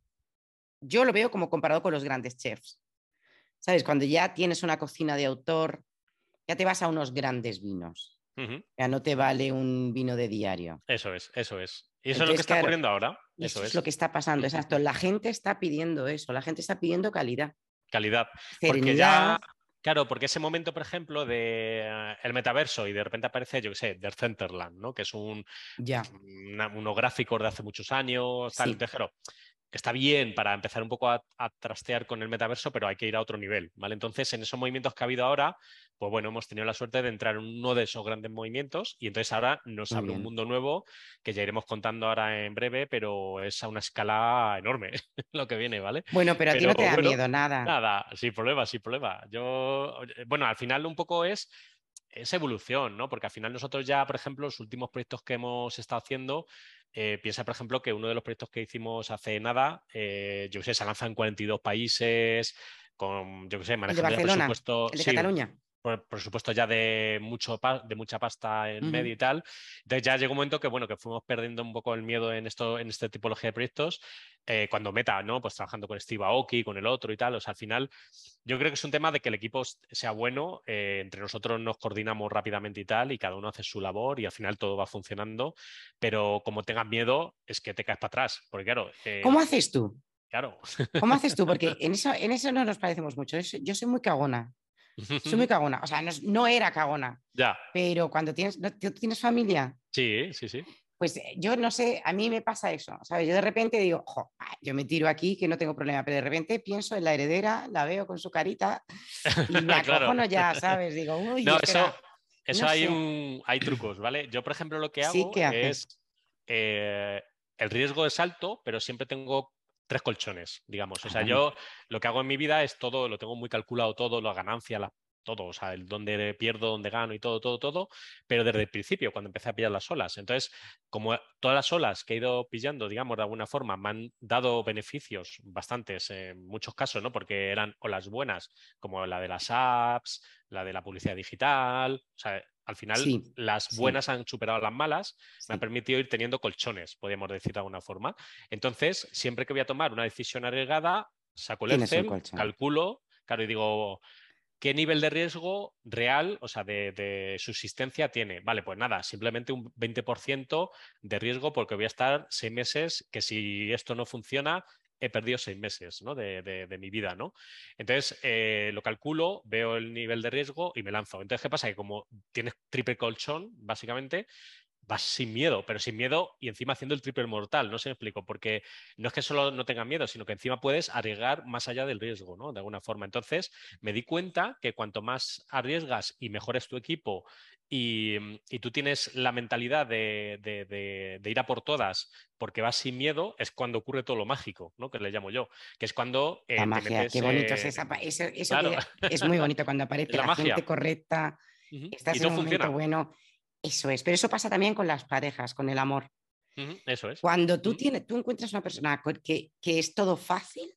yo lo veo como comparado con los grandes chefs. ¿Sabes? Cuando ya tienes una cocina de autor, ya te vas a unos grandes vinos. Ujú. Ya no te vale un vino de diario. Eso es, eso es. Y eso es lo que Entonces, está claro, ocurriendo ahora, y eso eso es lo es. que está pasando, exacto. La gente está pidiendo eso, la gente está pidiendo calidad, Calidad. Porque serenidad, ya, claro, porque ese momento, por ejemplo, de eh, el metaverso y de repente aparece, yo qué sé, Der Centerland, ¿no? Que es un, ya, una- unos gráficos de hace muchos años, tal. sí. Entonces, claro, está bien para empezar un poco a, a trastear con el metaverso, pero hay que ir a otro nivel, ¿vale? Entonces, en esos movimientos que ha habido ahora, pues bueno, hemos tenido la suerte de entrar en uno de esos grandes movimientos y entonces ahora nos Muy abre un bien. mundo nuevo que ya iremos contando ahora en breve, pero es a una escala enorme lo que viene, ¿vale? Bueno, pero a ti Pero no te da bueno, miedo nada. nada, sin problema, sin problema. Yo, bueno, al final un poco es esa evolución, ¿no? Porque al final nosotros ya, por ejemplo, los últimos proyectos que hemos estado haciendo, eh, piensa, por ejemplo, que uno de los proyectos que hicimos hace nada, eh, yo qué sé, se lanza en cuarenta y dos países, con, yo qué sé, El de manejando ya Barcelona, presupuesto, el de sí, Cataluña. por, por supuesto ya de, mucho, pa- de mucha pasta en Ujú. medio y tal. Entonces ya llegó un momento que, bueno, que fuimos perdiendo un poco el miedo en esto, en esta tipología de proyectos, eh, cuando Meta, ¿no? Pues trabajando con Steve Aoki, con el otro y tal, o sea, al final yo creo que es un tema de que el equipo sea bueno, eh, entre nosotros nos coordinamos rápidamente y tal, y cada uno hace su labor y al final todo va funcionando, pero como tengas miedo es que te caes para atrás, porque claro, eh, ¿Cómo haces tú? claro. ¿Cómo haces tú? Porque en eso, en eso no nos parecemos mucho. Yo soy muy cagona. Soy muy cagona. O sea, no, no era cagona. Ya, Pero cuando tienes, ¿no- ¿tú tienes familia? sí, sí, sí. Pues eh, yo no sé, a mí me pasa eso, ¿sabes? Yo de repente digo, "Jo, ah, yo me tiro aquí que no tengo problema", pero de repente pienso en la heredera, la veo con su carita y me Claro. acojono ya, ¿sabes? Digo, uy, No, eso, espera, eso no hay sé, un, hay trucos, ¿vale? Yo, por ejemplo, lo que sí hago que haces. es eh, el riesgo es alto, pero siempre tengo tres colchones, digamos. O Ah, sea, vale. yo lo que hago en mi vida es todo, lo tengo muy calculado todo, la ganancia, la, todo, o sea, el dónde pierdo, dónde gano y todo, todo, todo, pero desde el principio, cuando empecé a pillar las olas. Entonces, como todas las olas que he ido pillando, digamos, de alguna forma, me han dado beneficios bastantes en muchos casos, ¿no? Porque eran olas buenas, como la de las apps, la de la publicidad digital, o sea, al final Sí, las sí, buenas han superado a las malas, me ha sí. permitido ir teniendo colchones, podríamos decir de alguna forma. Entonces, siempre que voy a tomar una decisión arriesgada, saco el Tienes un Excel, colchón. calculo, claro, y digo, ¿qué nivel de riesgo real, o sea, de, de subsistencia tiene? Vale, pues nada, simplemente un veinte por ciento de riesgo porque voy a estar seis meses que si esto no funciona, he perdido seis meses, ¿no? de, de, de, mi vida, ¿no? Entonces, eh, lo calculo, veo el nivel de riesgo y me lanzo. Entonces, ¿qué pasa? Que como tienes triple colchón, básicamente, vas sin miedo, pero sin miedo y encima haciendo el triple mortal, no sé si me explico, porque no es que solo no tengas miedo, sino que encima puedes arriesgar más allá del riesgo, ¿no? De alguna forma. Entonces, me di cuenta que cuanto más arriesgas y mejor es tu equipo y, y tú tienes la mentalidad de, de, de, de, ir a por todas porque vas sin miedo, es cuando ocurre todo lo mágico, ¿no? Que le llamo yo, que es cuando La eh, te magia, qué metes... bonito es Eh, esa, pa- eso, eso claro, que es muy bonito cuando es aparece la la magia. gente correcta, Uh-huh. estás Y en todo un momento funciona. bueno, eso es, pero eso pasa también con las parejas, con el amor. Uh-huh. Eso es. Cuando tú, Uh-huh. tienes, tú encuentras una persona que, que es todo fácil,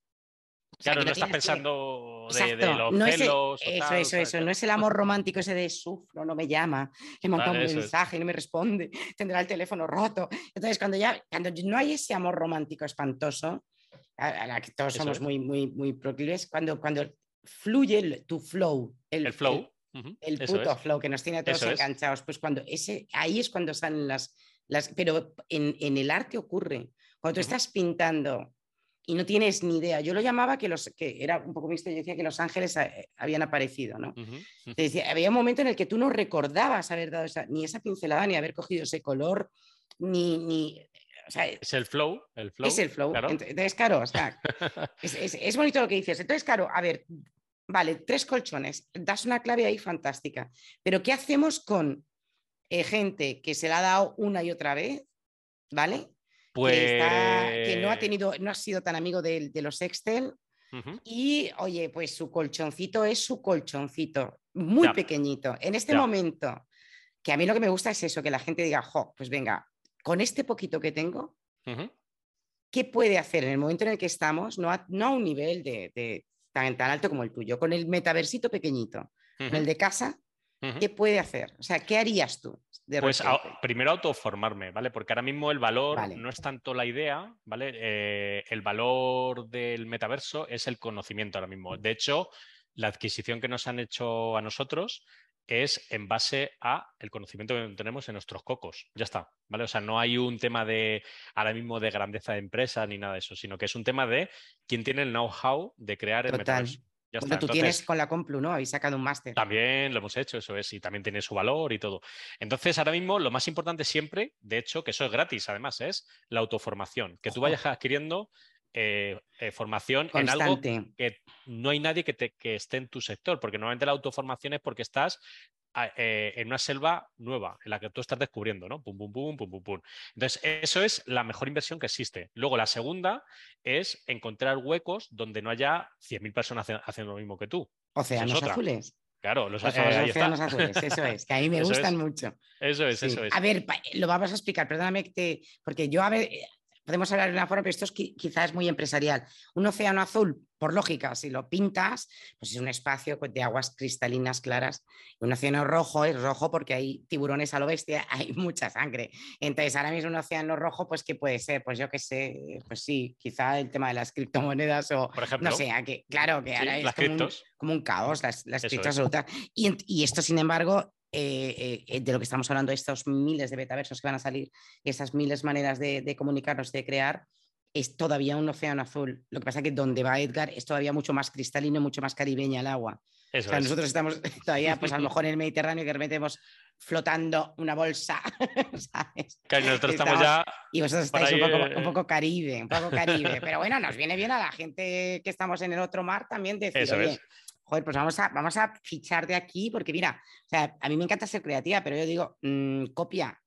o sea, Claro, que no no estás tienes que... pensando de, de Exacto, los no es e- celos o eso, tal, eso, ¿sabes? eso, no Claro. es el amor romántico ese de sufro, no me llama, le manda Ah, un eso es. mensaje y no me responde, tendrá el teléfono roto. Entonces, cuando ya, cuando no hay ese amor romántico espantoso, a, a la que todos Eso somos es. muy, muy, muy proclives, cuando, cuando fluye el- tu flow, El el, el, flow. Uh-huh. el Eso puto es. flow que nos tiene a todos Eso es. enganchados, pues cuando ese, ahí es cuando salen las, las pero en, en el arte ocurre, cuando tú Uh-huh. estás pintando y no tienes ni idea, yo lo llamaba que los, que era un poco visto, yo decía que los ángeles a, habían aparecido, ¿no? Uh-huh. Te Uh-huh. decía, había un momento en el que tú no recordabas haber dado esa, ni esa pincelada, ni haber cogido ese color, ni, ni o sea, Es el flow. El es flow, el flow. claro. Entonces, claro, o sea, es, es, es bonito lo que dices. Entonces, claro, a ver, vale, tres colchones, das una clave ahí fantástica, pero ¿qué hacemos con eh, gente que se la ha dado una y otra vez, ¿vale? Que, está, que no ha Pues. tenido, no ha sido tan amigo de, de los Excel Uh-huh. y, oye, pues su colchoncito es su colchoncito, muy Ya, pequeñito. En este ya. momento, que a mí lo que me gusta es eso, que la gente diga, jo, pues venga, con este poquito que tengo, Uh-huh. ¿qué puede hacer en el momento en el que estamos? No a, no a un nivel de, de tan, tan alto como el tuyo, con el metaversito pequeñito, con el Uh-huh. de casa, Uh-huh. ¿qué puede hacer? O sea, ¿qué harías tú de Pues a- repente? primero autoformarme, ¿vale? Porque ahora mismo el valor Vale, no es tanto la idea, ¿vale? Eh, el valor del metaverso es el conocimiento ahora mismo. De hecho, la adquisición que nos han hecho a nosotros es en base a el conocimiento que tenemos en nuestros cocos. Ya está, ¿vale? O sea, no hay un tema de ahora mismo de grandeza de empresa ni nada de eso, sino que es un tema de quién tiene el know-how de crear el total. metaverso. Ya está. Bueno, tú tienes Entonces, con la Complu, ¿no? Habéis sacado un máster. también lo hemos hecho, eso es, y también tiene su valor y todo. Entonces, ahora mismo lo más importante siempre, de hecho, que eso es gratis además, es la autoformación, que tú Ojo, vayas adquiriendo eh, eh, formación en algo constante. que no hay nadie que, te, que esté en tu sector, porque normalmente la autoformación es porque estás a, eh, en una selva nueva, en la que tú estás descubriendo, ¿no? Pum, pum, pum, pum, pum, pum. Entonces, eso es la mejor inversión que existe. Luego, la segunda es encontrar huecos donde no haya cien mil personas haciendo lo mismo que tú. Esa es Océanos otra. azules. Claro, los, Los eh, famosos ahí está. océanos azules, eso es, que a mí me Eso gustan es, mucho. eso es, eso Sí. es. A ver, lo vamos a explicar, perdóname que te. Porque yo, a ver, podemos hablar de una forma, pero esto es quizás muy empresarial. Un océano azul, por lógica, si lo pintas, pues es un espacio de aguas cristalinas claras. Un océano rojo es rojo porque hay tiburones a lo bestia, hay mucha sangre. Entonces, ahora mismo un océano rojo, pues, ¿qué puede ser? Pues yo qué sé, pues sí, quizá el tema de las criptomonedas o Por no ejemplo, sé, que, claro que ahora sí, es las como un, criptos. como un caos, las, las Eso criptos es. absolutas. Y, y esto, sin embargo, eh, eh, de lo que estamos hablando, estos miles de metaversos que van a salir, esas miles de maneras de, de comunicarnos, de crear, es todavía un océano azul. Lo que pasa es que donde va Edgar es todavía mucho más cristalino, mucho más caribeña el agua. O Eso sea, es. nosotros estamos todavía, pues a lo mejor en el Mediterráneo, que de repente vemos flotando una bolsa, ¿sabes? Que nosotros estamos Estamos, ya y vosotros por estáis ahí. un poco, un eh, poco caribe, un poco caribe. Pero bueno, nos viene bien a la gente que estamos en el otro mar también decir, Eso es. oye, joder, pues vamos a, vamos a fichar de aquí, porque mira, o sea, a mí me encanta ser creativa, pero yo digo, mmm, copia,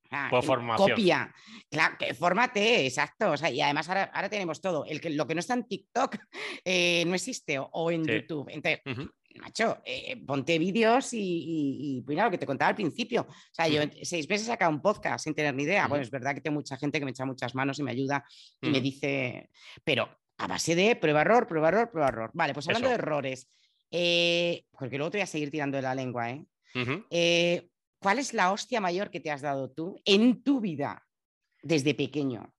Ah, Por em, formación. copia, claro, que fórmate, exacto. O sea, y además ahora, ahora tenemos todo. El que, lo que no está en TikTok eh, no existe o, o en Sí. YouTube. Entonces, Ujú, macho, eh, ponte vídeos y, y, y, mira lo que te contaba al principio. O sea, yo ujú, en seis meses he sacado un podcast sin tener ni idea. Bueno, ujú, es verdad que tengo mucha gente que me echa muchas manos y me ayuda y me ujú. dice, pero a base de prueba error, prueba error, prueba error. Vale, pues hablando de Eso. errores, eh, porque luego te voy a seguir tirando de la lengua, ¿eh? Ujú. Eh, ¿Cuál es la hostia mayor que te has dado tú en tu vida desde pequeño?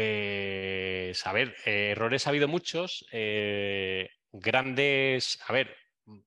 Pues, a ver, eh, errores ha habido muchos, eh, grandes, a ver, mm,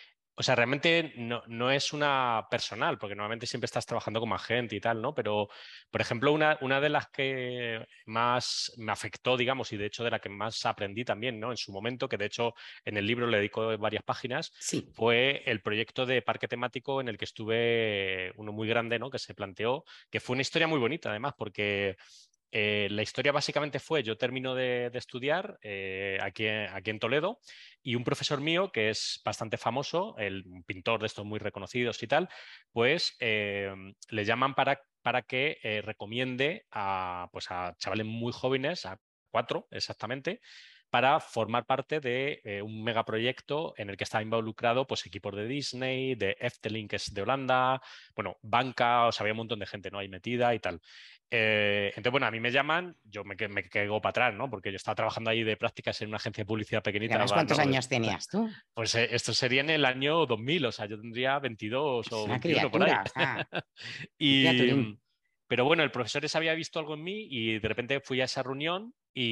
o sea, realmente no, no es una personal, porque normalmente siempre estás trabajando con más gente y tal, ¿no? Pero, por ejemplo, una, una de las que más me afectó, digamos, y de hecho de la que más aprendí también, ¿no? En su momento, que de hecho en el libro le dedico varias páginas, Sí, fue el proyecto de parque temático en el que estuve, uno muy grande, ¿no? Que se planteó, que fue una historia muy bonita, además, porque eh, la historia básicamente fue, yo termino de, de estudiar eh, aquí, aquí en Toledo y un profesor mío que es bastante famoso, el, un pintor de estos muy reconocidos y tal, pues eh, le llaman para, para que eh, recomiende a, pues a chavales muy jóvenes, a cuatro exactamente, para formar parte de eh, un megaproyecto en el que está involucrado pues, equipos de Disney, de Efteling, que es de Holanda, bueno, banca, o sea, había un montón de gente, ¿no? Ahí metida y tal. Eh, entonces, bueno, a mí me llaman, yo me, me caigo para atrás, ¿no? Porque yo estaba trabajando ahí de prácticas en una agencia de publicidad pero pequeñita, además, va, ¿cuántos no, años tenías tú? pues eh, esto sería en el año dos mil, o sea, yo tendría veintidós Es o una veintiuno por ahí. criatura, o sea, un Y, criaturín. pero bueno, el profesor ese había visto algo en mí y de repente fui a esa reunión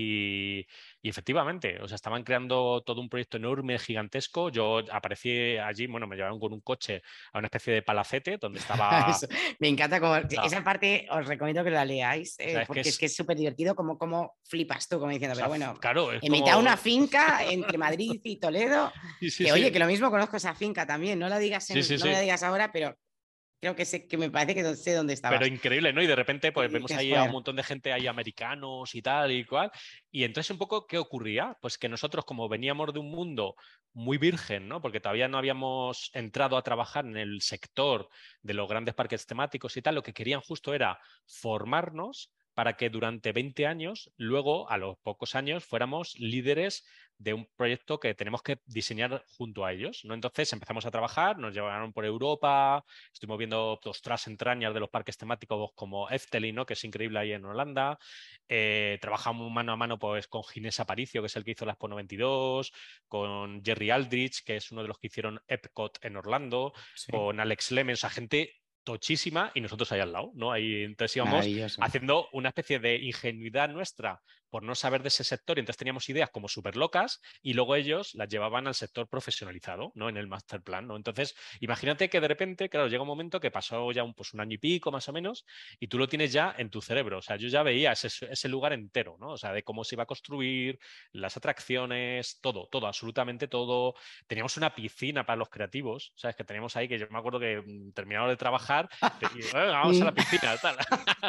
y, y efectivamente, o sea, estaban creando todo un proyecto enorme, gigantesco. Yo aparecí allí, bueno, me llevaron con un coche a una especie de palacete donde estaba... Eso, me encanta como No, esa parte, os recomiendo que la leáis, o sea, eh, es que porque es es... que es súper divertido como, como flipas tú, como O diciendo, sea, pero f- bueno, claro, es en mitad de como... una finca entre Madrid y Toledo, Sí, sí, que oye, sí. que lo mismo conozco esa finca también, no la digas Sí, en, sí, no me la sí. digas ahora, pero creo que sé que me parece que sé dónde Pero estabas. increíble, ¿no? Y de repente, Y pues vemos dices, ahí a un joder, montón de gente ahí americanos y tal y cual. Y entonces, un poco, ¿qué ocurría? Pues que nosotros, como veníamos de un mundo muy virgen, ¿no? Porque todavía no habíamos entrado a trabajar en el sector de los grandes parques temáticos y tal, lo que querían justo era formarnos para que durante veinte años, luego, a los pocos años, fuéramos líderes de un proyecto que tenemos que diseñar junto a ellos, ¿no? Entonces empezamos a trabajar, nos llevaron por Europa, estuvimos viendo dos tras entrañas de los parques temáticos como Efteling, ¿no? Que es increíble ahí en Holanda. Eh, trabajamos mano a mano pues, con Ginés Aparicio, que es el que hizo la Expo noventa y dos, con Jerry Aldrich, que es uno de los que hicieron Epcot en Orlando, sí, con Alex Lemons, o sea, gente tochísima y nosotros ahí al lado, ¿no? Ahí entonces íbamos maravilloso. haciendo una especie de ingenuidad nuestra por no saber de ese sector y entonces teníamos ideas como súper locas y luego ellos las llevaban al sector profesionalizado, ¿no? En el master plan, ¿no? Entonces, imagínate que de repente, claro, llega un momento que pasó ya un, pues un año y pico más o menos y tú lo tienes ya en tu cerebro, o sea, yo ya veía ese, ese lugar entero, ¿no? O sea, de cómo se iba a construir, las atracciones, todo, todo, absolutamente todo. Teníamos una piscina para los creativos, ¿sabes? Que teníamos ahí, que yo me acuerdo que mm, terminado de trabajar, te, y, "Venga, vamos a la piscina, tal.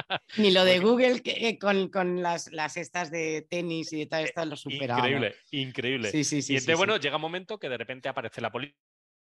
Ni lo de Porque Google que, eh, con, con las, las, estas de tenis y de tal, eh, estas lo superábamos. increíble, increíble. Sí, sí, Y sí, sí, entonces, sí. bueno, llega un momento que de repente aparece la política,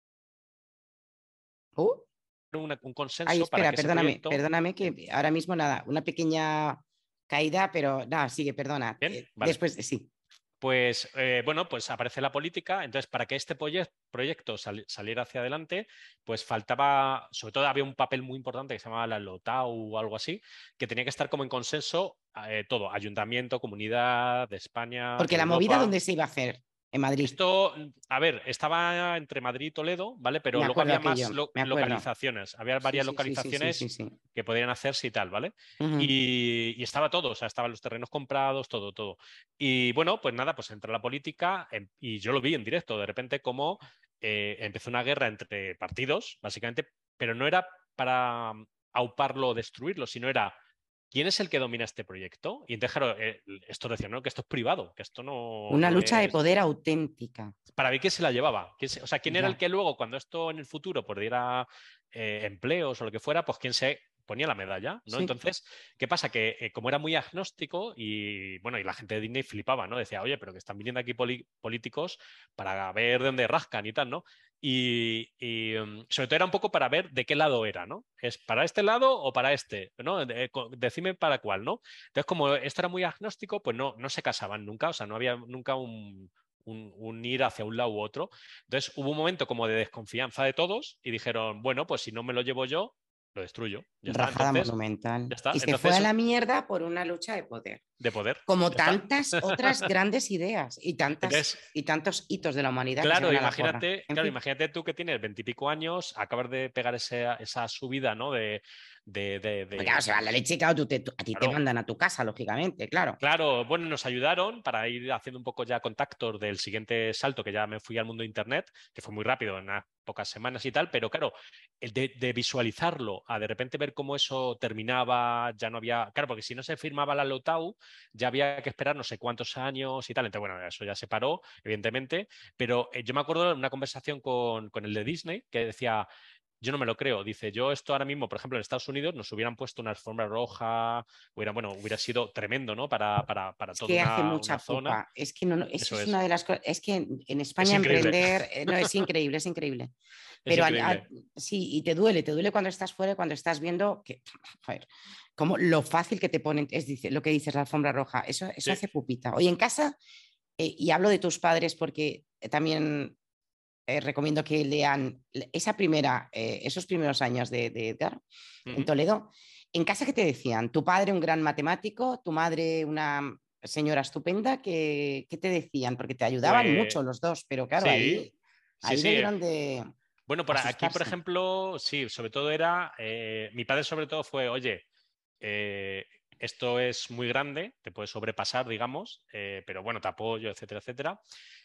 Uh, un Ay, consenso para espera, que ese perdóname, proyecto... perdóname Sí. que ahora mismo nada, una pequeña caída, pero nada, sigue, perdona. Bien, Eh, vale. después, sí. Pues eh, bueno, pues aparece la política. Entonces, para que este proye- proyecto sali- saliera hacia adelante, pues faltaba, sobre todo había un papel muy importante que se llamaba la LOTAU o algo así, que tenía que estar como en consenso eh, todo, ayuntamiento, comunidad de España, Porque la movida, Europa. ¿dónde se iba a hacer? En Madrid. Esto, a ver, estaba entre Madrid y Toledo, ¿vale? Pero Me luego acuerdo había aquello, más lo- me acuerdo. localizaciones, había Sí, varias sí, sí, sí, sí, sí, localizaciones sí. que podían hacerse y tal, ¿vale? Ujú. Y, y estaba todo, o sea, estaban los terrenos comprados, todo, todo. Y bueno, pues nada, pues entra la política em- y yo lo vi en directo, de repente como eh, empezó una guerra entre partidos, básicamente, pero no era para mm, auparlo o destruirlo, sino era ¿quién es el que domina este proyecto? Y entonces, claro, eh, esto decía, no, que esto es privado, que esto no, Una no lucha de es poder auténtica. para ver quién se la llevaba. ¿Quién se- o sea, quién era el Ya. que luego, cuando esto en el futuro perdiera eh, empleos o lo que fuera, pues quién se ponía la medalla, ¿no? Sí. Entonces, ¿qué pasa? Que eh, como era muy agnóstico y, bueno, y la gente de Disney flipaba, ¿no? Decía, oye, pero que están viniendo aquí políticos para ver de dónde rascan y tal, ¿no? Y, y um, sobre todo era un poco para ver de qué lado era, ¿no? ¿Es para este lado o para este? ¿No? De, decime para cuál, ¿no? Entonces, como esto era muy agnóstico, pues no, no se casaban nunca, o sea, no había nunca un, un, un ir hacia un lado u otro. Entonces, hubo un momento como de desconfianza de todos y dijeron, bueno, pues si no me lo llevo yo, lo destruyo. Ya está. Rajada Entonces, monumental. ya está. Y se fue a Entonces, la mierda por una lucha de poder. de poder. Como Ya está. tantas otras grandes ideas y, tantas, Entonces, y tantos hitos de la humanidad que se claro, van a la porra. imagínate, En claro, fin. imagínate tú que tienes veintipico años, acabas de pegar ese, esa subida, ¿no? De, de, de, Pues de, claro, se va la leche, claro, tú te, tú, a ti te claro, mandan a tu casa, lógicamente, claro. claro, bueno, nos ayudaron para ir haciendo un poco ya contactos del siguiente salto, que ya me fui al mundo de Internet, que fue muy rápido, en unas pocas semanas y tal, pero claro, el de, de visualizarlo, a de repente ver cómo eso terminaba, ya no había, claro, porque si no se firmaba la LOTAU, ya había que esperar no sé cuántos años y tal, entonces bueno, eso ya se paró, evidentemente, pero eh, yo me acuerdo de una conversación con, con el de Disney que decía, yo no me lo creo. Dice, yo esto ahora mismo, por ejemplo, en Estados Unidos nos hubieran puesto una alfombra roja, hubiera, bueno, hubiera sido tremendo, ¿no? Para, para, para Es toda que hace una, una mucha zona. pupa. Es que no, no, eso Eso es es. una de las cosas. Es que en, en Es España increíble. emprender, eh, no, es increíble, es increíble. Es Pero a, a, increíble. sí, y te duele, te duele cuando estás fuera, cuando estás viendo que, joder, como lo fácil que te ponen, es dice, lo que dices, la alfombra roja, eso, eso Sí. hace pupita. Oye, en casa, eh, y hablo de tus padres porque también eh, recomiendo que lean esa primera, eh, esos primeros años de, de Edgar en Uh-huh. Toledo. En casa, ¿qué te decían? Tu padre un gran matemático, tu madre una señora estupenda, ¿qué, qué te decían? Porque te ayudaban Pues mucho los dos, pero claro, sí, ahí, sí, ahí sí. eh. debieron de Bueno, por aquí, por asustarse. ejemplo, sí, sobre todo era, eh, mi padre sobre todo fue, oye, eh, esto es muy grande, te puede sobrepasar, digamos, eh, pero bueno, te apoyo, etcétera, etcétera.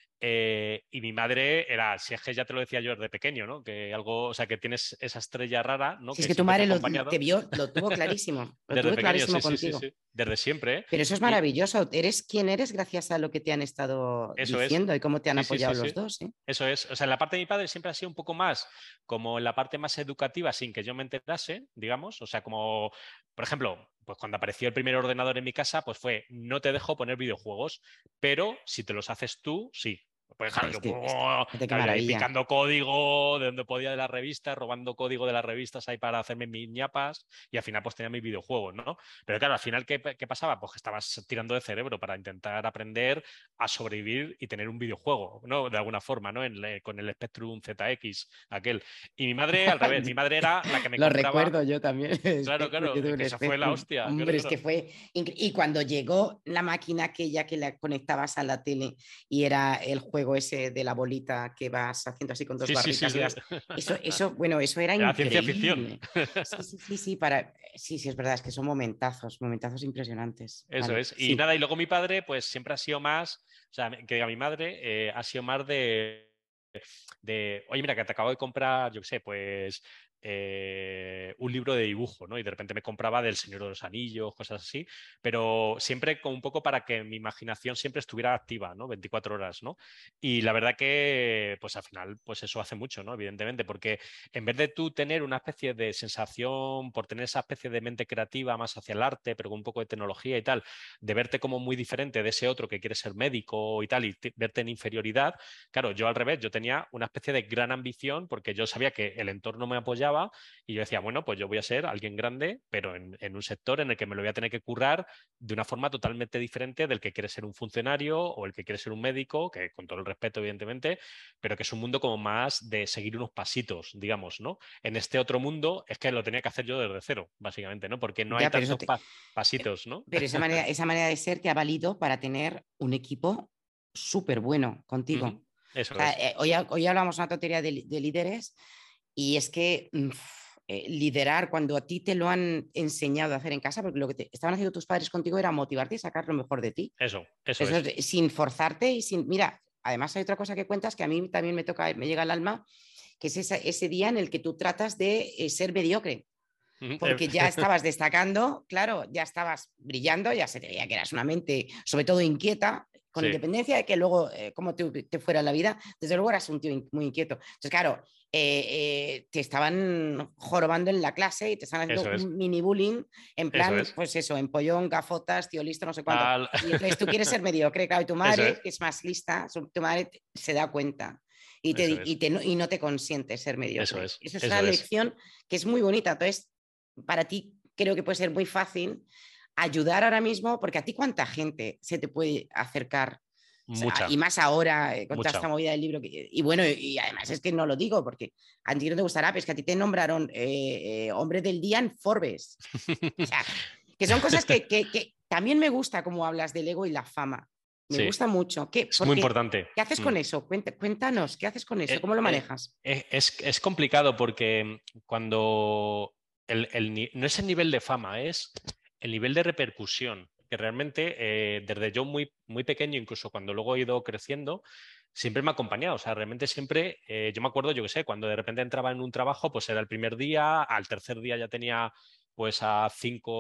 Eh, y mi madre era, si es que ya te lo decía yo desde pequeño, ¿no? Que algo, o sea, que tienes esa estrella rara, ¿no? Si es Que que tu siempre te ha madre lo, acompañado te vio, lo tuvo clarísimo, lo desde tuve pequeño, clarísimo sí, sí, sí, contigo. sí, desde siempre. ¿eh? Pero eso es Y maravilloso. Eres quien eres gracias a lo que te han estado eso es, diciendo y cómo te han sí, sí, apoyado sí, los sí. dos. ¿Eh? Eso es, o sea, en la parte de mi padre siempre ha sido un poco más como en la parte más educativa sin que yo me enterase, digamos, o sea, como, por ejemplo, pues cuando apareció el primer ordenador en mi casa, pues fue, no te dejo poner videojuegos, pero si te los haces tú, sí. Pues claro, Es yo, que, es que, oh, fíjate qué claro, yo ahí maravilla. picando código de donde podía de las revistas, robando código de las revistas ahí para hacerme mis ñapas y al final pues tenía mis videojuegos, ¿no? Pero claro, al final, ¿qué, qué pasaba? Pues que estabas tirando de cerebro para intentar aprender a sobrevivir y tener un videojuego, ¿no? De alguna forma, ¿no? En, con el Spectrum Z X, aquel. Y mi madre, al revés, mi madre era la que me Lo compraba. recuerdo yo también, el Claro, Spectrum, yo claro, tuve que un esa fue la Spectrum. hostia, claro, Hombre, es que claro. fue increíble. Y cuando llegó la máquina aquella que la conectabas a la tele y era el juego ese de la bolita que vas haciendo así con dos Sí, sí, sí, barritas y sí. vas... Eso, eso, bueno, eso era Era ciencia ficción. increíble. Sí, sí, sí, sí, para... sí, sí, es verdad, es que son momentazos, momentazos impresionantes. Eso Vale, es. Y sí. nada, y luego mi padre, pues siempre ha sido más, o sea, que diga mi madre, eh, ha sido más de, de, oye, mira, que te acabo de comprar, yo qué sé, pues eh, un libro de dibujo, ¿no? Y de repente me compraba del Señor de los Anillos, cosas así, pero siempre con un poco para que mi imaginación siempre estuviera activa, ¿no? veinticuatro horas, ¿no? Y la verdad que, pues al final, pues eso hace mucho, ¿no? Evidentemente, porque en vez de tú tener una especie de sensación, por tener esa especie de mente creativa más hacia el arte, pero con un poco de tecnología y tal, de verte como muy diferente de ese otro que quiere ser médico y tal, y verte en inferioridad, claro, yo al revés, yo tenía una especie de gran ambición porque yo sabía que el entorno me apoyaba y yo decía, bueno, pues yo voy a ser alguien grande, pero en, en un sector en el que me lo voy a tener que currar de una forma totalmente diferente del que quiere ser un funcionario o el que quiere ser un médico, que con todo el respeto, evidentemente, pero que es un mundo como más de seguir unos pasitos, digamos, ¿no? En este otro mundo es que lo tenía que hacer yo desde cero, básicamente, ¿no? Porque no hay Ya, pero eso tantos te... pa pasitos, ¿no? Pero esa manera, esa manera de ser te ha valido para tener un equipo súper bueno Uh -huh. contigo. O Eso sea, es. eh, hoy, hoy hablamos una tontería de, de líderes y es que mm, eh, liderar cuando a ti te lo han enseñado a hacer en casa, porque lo que te estaban haciendo tus padres contigo era motivarte y sacar lo mejor de ti. Eso, eso Eso es. es, sin forzarte y sin... Mira, además hay otra cosa que cuentas que a mí también me toca, me llega al alma, que es esa, ese día en el que tú tratas de eh, ser mediocre porque ya estabas destacando, claro, ya estabas brillando, ya se te veía que eras una mente, sobre todo inquieta, con Sí. independencia de que luego, eh, cómo te, te fuera la vida, desde luego eras un tío in- muy inquieto. Entonces, claro, eh, eh, te estaban jorobando en la clase y te estaban haciendo Eso es, un mini bullying, en eso plan, es. pues eso, empollón, gafotas, tío listo, no sé cuánto. Tal. Y entonces tú quieres ser mediocre, claro, y tu Eso madre, es, que es más lista, su- tu madre te- se da cuenta y, te, eso di- y, es, te, no- y no te consiente ser eso mediocre. es, Eso es una eso es. lección que es muy bonita. Entonces, para ti creo que puede ser muy fácil ayudar ahora mismo, porque a ti cuánta gente se te puede acercar. O sea, Mucha, y más ahora eh, con toda esta mucha. movida del libro. Que, y bueno, y además es que no lo digo porque a ti no te gustará, pero es que a ti te nombraron eh, eh, hombre del día en Forbes. O sea, que son cosas que, que, que, también me gusta cómo hablas del ego y la fama. Me Sí, gusta mucho. ¿Qué? es muy Porque, importante. ¿qué haces Mm. con eso? Cuéntanos, ¿qué haces con eso? Eh, ¿Cómo lo eh, manejas? eh, es, es complicado porque cuando el, el ni- no es el nivel de fama, es el nivel de repercusión, que realmente eh, desde yo muy, muy pequeño, incluso cuando luego he ido creciendo, siempre me ha acompañado. O sea, realmente siempre, eh, yo me acuerdo, yo qué sé, cuando de repente entraba en un trabajo, pues era el primer día, al tercer día ya tenía pues a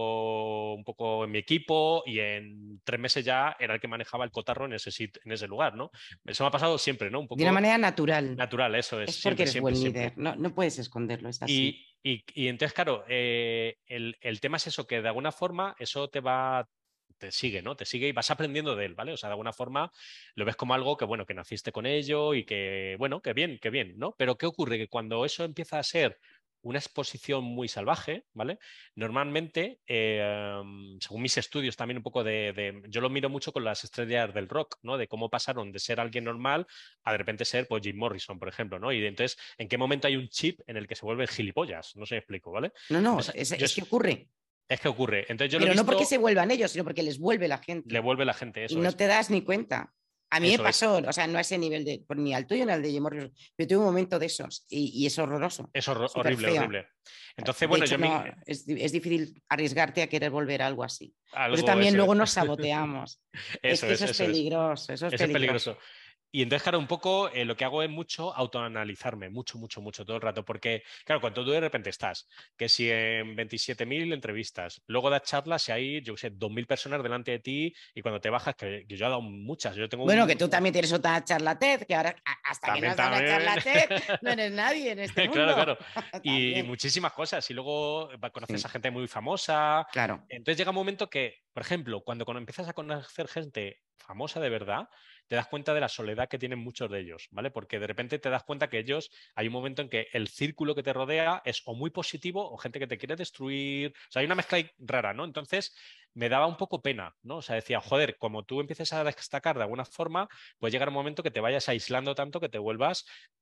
cinco un poco en mi equipo y en tres meses ya era el que manejaba el cotarro en ese, sit- en ese lugar, ¿no? Eso me ha pasado siempre, ¿no? Un De una poco manera natural. natural, eso es, Es porque siempre, eres siempre, buen siempre. líder. No, no puedes esconderlo, es así. Y, y- y entonces, claro, eh, el, el tema es eso, que de alguna forma eso te va, te sigue, ¿no? Te sigue y vas aprendiendo de él, ¿vale? O sea, de alguna forma lo ves como algo que, bueno, que naciste con ello y que, bueno, que bien, que bien, ¿no? Pero ¿qué ocurre? Que cuando eso empieza a ser una exposición muy salvaje, ¿vale? Normalmente, eh, según mis estudios también un poco de, de, yo lo miro mucho con las estrellas del rock, ¿no? De cómo pasaron de ser alguien normal a de repente ser, pues, Jim Morrison, por ejemplo, ¿no? Y entonces, ¿en qué momento hay un chip en el que se vuelven gilipollas? No sé si me explico, ¿vale? No, no, Entonces, es, yo es que es, ocurre. es que ocurre. Entonces, yo lo he Pero no porque visto, se vuelvan ellos, sino porque les vuelve la le gente. vuelve la gente, Y eso no es, te das ni cuenta. A mí me eso es. pasó, o sea, no a ese nivel de, pues, ni al tuyo ni al de Jim Morrison. Yo tuve un momento de esos y, y es horroroso, Es hor- súper horrible, feo. horrible. Entonces, De bueno, hecho, yo mi, no, es, es, difícil arriesgarte a querer volver a algo así. Por eso algo, también eso luego es. nos saboteamos. Es Eso que es, eso es eso es. peligroso, eso es Eso es peligroso. peligroso. Y entonces, claro, un poco eh, lo que hago es mucho autoanalizarme, mucho, mucho, mucho, todo el rato, porque, claro, cuando tú de repente estás, que si en veintisiete mil entrevistas, luego das charlas y hay, yo qué sé, dos mil personas delante de ti y cuando te bajas, que, que yo he dado muchas, yo tengo Bueno, que un... tú también tienes otra charla TED, que ahora hasta que no También, has dado una también. charla TED, no eres nadie en este Claro, mundo. claro. Y También. muchísimas cosas. Y luego va- conoces a Sí, gente muy famosa. claro. Entonces llega un momento que, por ejemplo, cuando, cuando empiezas a conocer gente famosa de verdad, te das cuenta de la soledad que tienen muchos de ellos, ¿vale? Porque de repente te das cuenta que ellos, hay un momento en que el círculo que te rodea es o muy positivo o gente que te quiere destruir. O sea, hay una mezcla ahí rara, ¿no? Entonces me daba un poco pena, ¿no? O sea, decía, joder, como tú empieces a destacar de alguna forma, puede llegar un momento que te vayas aislando tanto que te vuelvas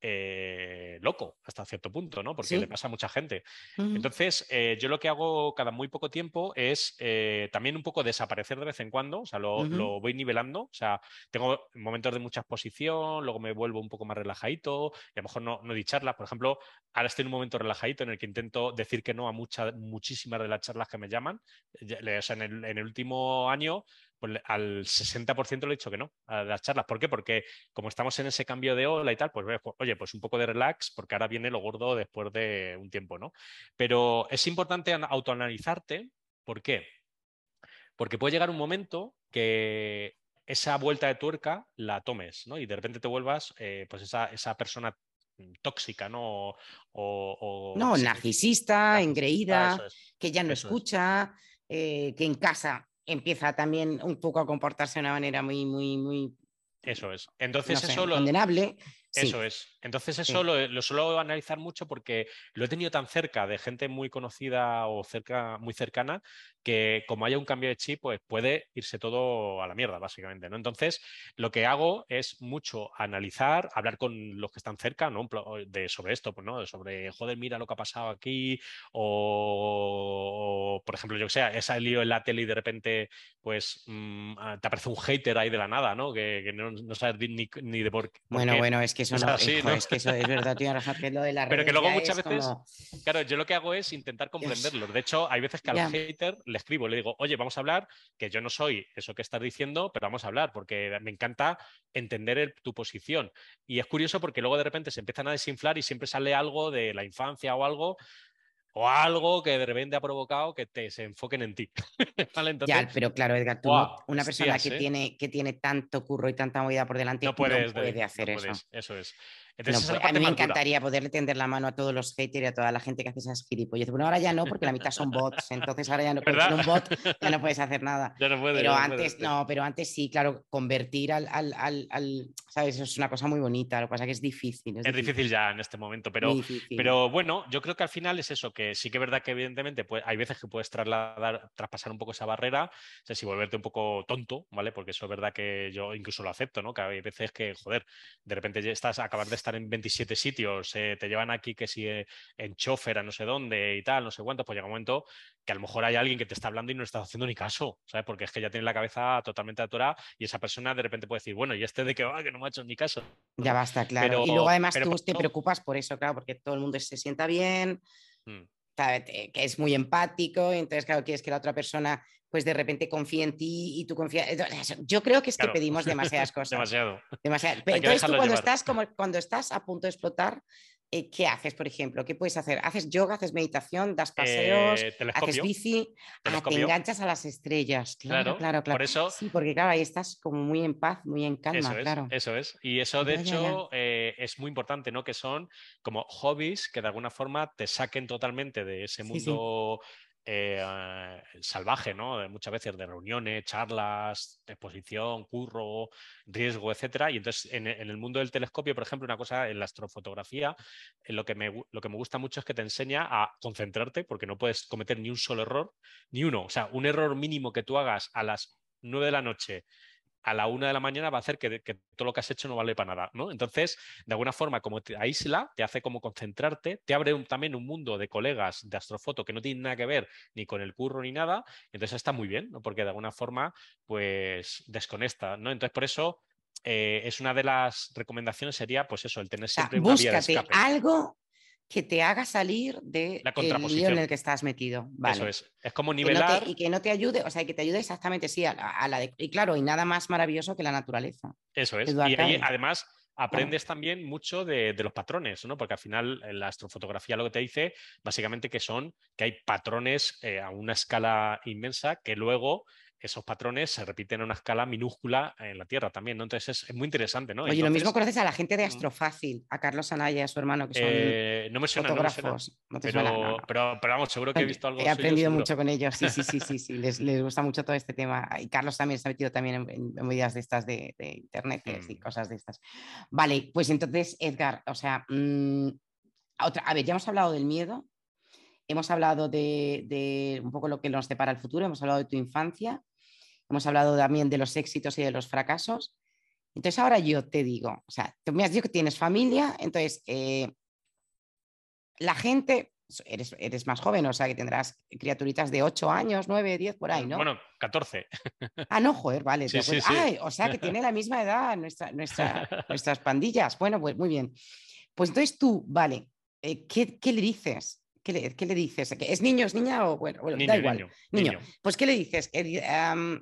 eh, loco hasta cierto punto, ¿no? Porque le Sí. pasa a mucha gente. Mm, Entonces, eh, yo lo que hago cada muy poco tiempo es eh, también un poco desaparecer de vez en cuando, o sea, lo, ujú. lo voy nivelando, o sea, tengo momentos de mucha exposición, luego me vuelvo un poco más relajadito, y a lo mejor no, no di charlas, por ejemplo, ahora estoy en un momento relajadito en el que intento decir que no a muchas, muchísimas de las charlas que me llaman, o sea, en el, en el último año pues al sesenta por ciento le he dicho que no a las charlas. ¿Por qué? Porque como estamos en ese cambio de ola y tal, pues oye, pues un poco de relax, porque ahora viene lo gordo después de un tiempo, ¿no? Pero es importante autoanalizarte. ¿Por qué? Porque puede llegar un momento que esa vuelta de tuerca la tomes, ¿no? Y de repente te vuelvas, eh, pues esa, esa persona tóxica, ¿no? O, o, o No, que se cree narcisista, narcisista, eso engreída, es, que ya no eso es, escucha, eh, que en casa empieza también un poco a comportarse de una manera muy, muy, muy, eso es. no Entonces eso sé, lo, condenable. Sí, Eso es. Entonces eso sí. lo, lo suelo analizar mucho porque lo he tenido tan cerca de gente muy conocida o cerca, muy cercana que como haya un cambio de chip, pues puede irse todo a la mierda, básicamente, ¿no? Entonces, lo que hago es mucho analizar, hablar con los que están cerca, ¿no? De, sobre esto, pues, ¿no? Sobre, joder, mira lo que ha pasado aquí, o, o, por ejemplo, yo que sé, he salido en la tele y de repente, pues, mmm, te aparece un hater ahí de la nada, ¿no? Que, que no, no sabes ni, ni de por, por Bueno, qué bueno, es que eso es no, así, hijo, ¿no? es que eso es verdad, tienes razón, que lo de las Pero que redes luego ya muchas es veces, como, claro, yo lo que hago es intentar Dios, comprenderlos. De hecho, hay veces que al ya. hater le escribo, le digo, oye, vamos a hablar, que yo no soy eso que estás diciendo, pero vamos a hablar, porque me encanta entender el- tu posición. Y es curioso porque luego de repente se empiezan a desinflar y siempre sale algo de la infancia o algo o algo que de repente ha provocado que te se enfoquen en ti. ¿Vale? Entonces, Ya, pero claro, Edgar, tú no, ¡guau! una persona Hostias, que ¿eh? tiene, que tiene tanto curro y tanta movida por delante No no puedes, puede de- no hacer eso. puedes, eso es. Entonces, No esa es puede. la A mí parte me más dura. encantaría poderle tender la mano a todos los haters y a toda la gente que hace esas gilipollas. Bueno, ahora ya no, porque la mitad son bots, entonces ahora ya no, con ser ¿Verdad? un bot ya no puedes hacer nada. Ya no puede, Pero ya no antes, puede. no, pero antes sí, claro, convertir al, al, al, al- ¿sabes? Eso es una cosa muy bonita, lo que pasa es que es difícil, es Es difícil difícil, ya en este momento, muy pero, difícil. pero bueno, yo creo que al final es eso, que sí que es verdad que evidentemente pues, hay veces que puedes trasladar, traspasar un poco esa barrera, o sea, si volverte un poco tonto, ¿vale? Porque eso es verdad que yo incluso lo acepto, ¿no? Que hay veces que, joder, de repente ya estás, acabas de estar en veintisiete sitios, eh, te llevan aquí que si eh, en chofer a no sé dónde y tal, no sé cuánto, pues llega un momento que a lo mejor hay alguien que te está hablando y no estás haciendo ni caso, ¿sabes? Porque es que ya tienes la cabeza totalmente atorada y esa persona de repente puede decir, bueno, ¿y este de qué va? Que no me ha hecho ni caso, Ya ¿no? basta, claro. Pero, Y luego además pero tú por te eso... preocupas por eso, claro, porque todo el mundo se sienta bien, Mm. ¿sabe? Te- que es muy empático, y entonces, claro, quieres que la otra persona, pues de repente confíe en ti y tú confías. Entonces, yo creo que es que Claro, pedimos demasiadas cosas. demasiado. Demasiadas. Hay que Entonces, tú dejarlo cuando llevar. estás, como, cuando estás a punto de explotar, eh, ¿qué haces, por ejemplo? ¿Qué puedes hacer? ¿Haces yoga, haces meditación, das paseos, Eh, haces telescopio, bici? Ah, te telescopio, enganchas a las estrellas. Claro, claro. claro, claro. Por eso, Sí, porque claro, ahí estás como muy en paz, muy en eso calma, es, claro. eso es. Y eso, de Ya, ya, ya. hecho, eh, es muy importante, ¿no? Que son como hobbies que de alguna forma te saquen totalmente de ese Sí, sí. mundo eh, eh, salvaje, ¿no? De muchas veces de reuniones, charlas, exposición, curro, riesgo, etcétera. Y entonces, en, en el mundo del telescopio, por ejemplo, una cosa en la astrofotografía, eh, lo que me, gu- lo que me gusta mucho es que te enseña a concentrarte, porque no puedes cometer ni un solo error, ni uno. O sea, un error mínimo que tú hagas a las nueve de la noche a la una de la mañana va a hacer que, que, todo lo que has hecho no vale para nada, ¿no? Entonces, de alguna forma, como te aísla, te hace como concentrarte, te abre un, también un mundo de colegas de astrofoto que no tienen nada que ver ni con el curro ni nada, entonces está muy bien, ¿no? Porque de alguna forma, pues, desconecta, ¿no? Entonces, por eso, eh, es una de las recomendaciones sería, pues eso, el tener O sea, siempre una vía de búscate escape, algo que te haga salir del la lío en contraposición, el que estás metido, eso vale. es, es como Que no te, nivelar. y que no te ayude, o sea, que te ayude exactamente, sí, a, a la de, y claro, y nada más maravilloso que la naturaleza. Eso Que es. duda Y ahí cabe. además Claro. aprendes también mucho de, de, los patrones, ¿no? Porque al final la astrofotografía lo que te dice básicamente que son que hay patrones eh, a una escala inmensa que luego esos patrones se repiten a una escala minúscula en la Tierra también, ¿no? Entonces es, es muy interesante, ¿no? Oye, lo mismo Entonces, conoces a la gente de mm, Astrofácil, a Carlos Anaya y a su hermano, que son eh, no me suena, no me suena. fotógrafos. ¿No te suena? No, Pero, no. pero, pero vamos, seguro que he visto algo He suyo, aprendido seguro. mucho con ellos, sí, sí, sí, sí, sí, les, les gusta mucho todo este tema. Y Carlos también se ha metido también en, en, en medidas de estas de, de internet y Mm, cosas de estas. Vale, pues entonces, Edgar, o sea, mmm, otra, a ver, ya hemos hablado del miedo, hemos hablado de, de, un poco lo que nos depara el futuro, hemos hablado de tu infancia, hemos hablado también de los éxitos y de los fracasos. Entonces ahora yo te digo, o sea, tú me has dicho que tienes familia, entonces eh, la gente, eres, eres más joven, o sea, que tendrás criaturitas de ocho años, nueve diez por ahí, ¿no? bueno, catorce. Ah, no, joder, vale, de Sí, sí, acuerdo. sí. Ah, o sea, que tiene la misma edad nuestra, nuestra, nuestras pandillas. Bueno, pues muy bien. Pues entonces tú, vale, eh, ¿qué, ¿qué, le dices? ¿Qué le, ¿Qué le, dices? ¿Es niño, es niña o bueno, bueno da Niño, igual, niño, niño? niño. Pues ¿qué le dices? Um,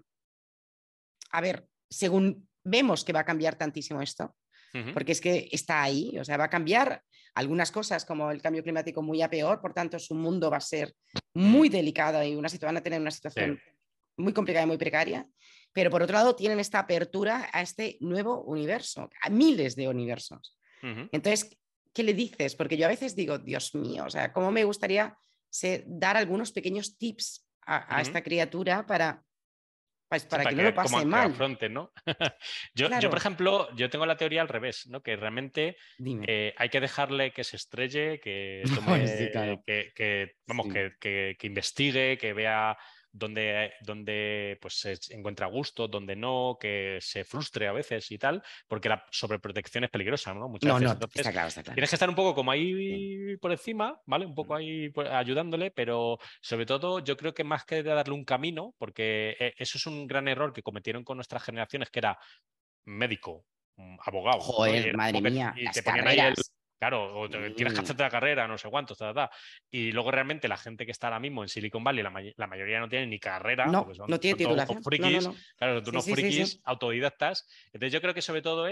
a ver, según vemos que va a cambiar tantísimo esto, Uh -huh. porque es que está ahí, o sea, va a cambiar algunas cosas como el cambio climático muy a peor, por tanto su mundo va a ser Uh -huh. muy delicado y una, van a tener una Sí. situación muy complicada y muy precaria, pero por otro lado tienen esta apertura a este nuevo universo, a miles de universos. Uh -huh. Entonces, ¿qué le dices? Porque yo a veces digo, Dios mío, o sea, ¿cómo me gustaría ser, dar algunos pequeños tips a, Uh a -huh. esta criatura para, pues, Sí, para para que no lo que, como, pase que mal? afronte, ¿no? yo, yo, por Claro, ejemplo, yo tengo la teoría al revés, ¿no? Que realmente dime. eh, hay que dejarle que se estrelle, que Sí, tome, claro. que, que vamos, Sí. que, que, que investigue, que vea dónde, dónde pues, se encuentra a gusto, dónde no, que se frustre a veces y tal, porque la sobreprotección es peligrosa, ¿no? Muchas No, veces. no, Entonces, está claro, está claro. tienes que estar un poco como Sí. ahí por encima, ¿vale? Un poco ahí pues, ayudándole, pero sobre todo yo creo que más que de darle un camino, porque eh, eso es un gran error que cometieron con nuestras generaciones, que era médico, mm, abogado, ¿no? Y, Joder, era madre como que, mía, y las te ponían ahí el, carreras. claro, o te- tienes que Sí. hacerte la carrera, no sé cuántos, ta, ta, ta. Y luego realmente la gente que está ahora mismo en Silicon Valley, la, may- la mayoría no tiene ni carrera, porque No, son, no tiene son todos unos titulación. No, no, frikis, no. claro, son Sí, unos sí, sí, frikis sí. autodidactas. Entonces yo creo que sobre todo es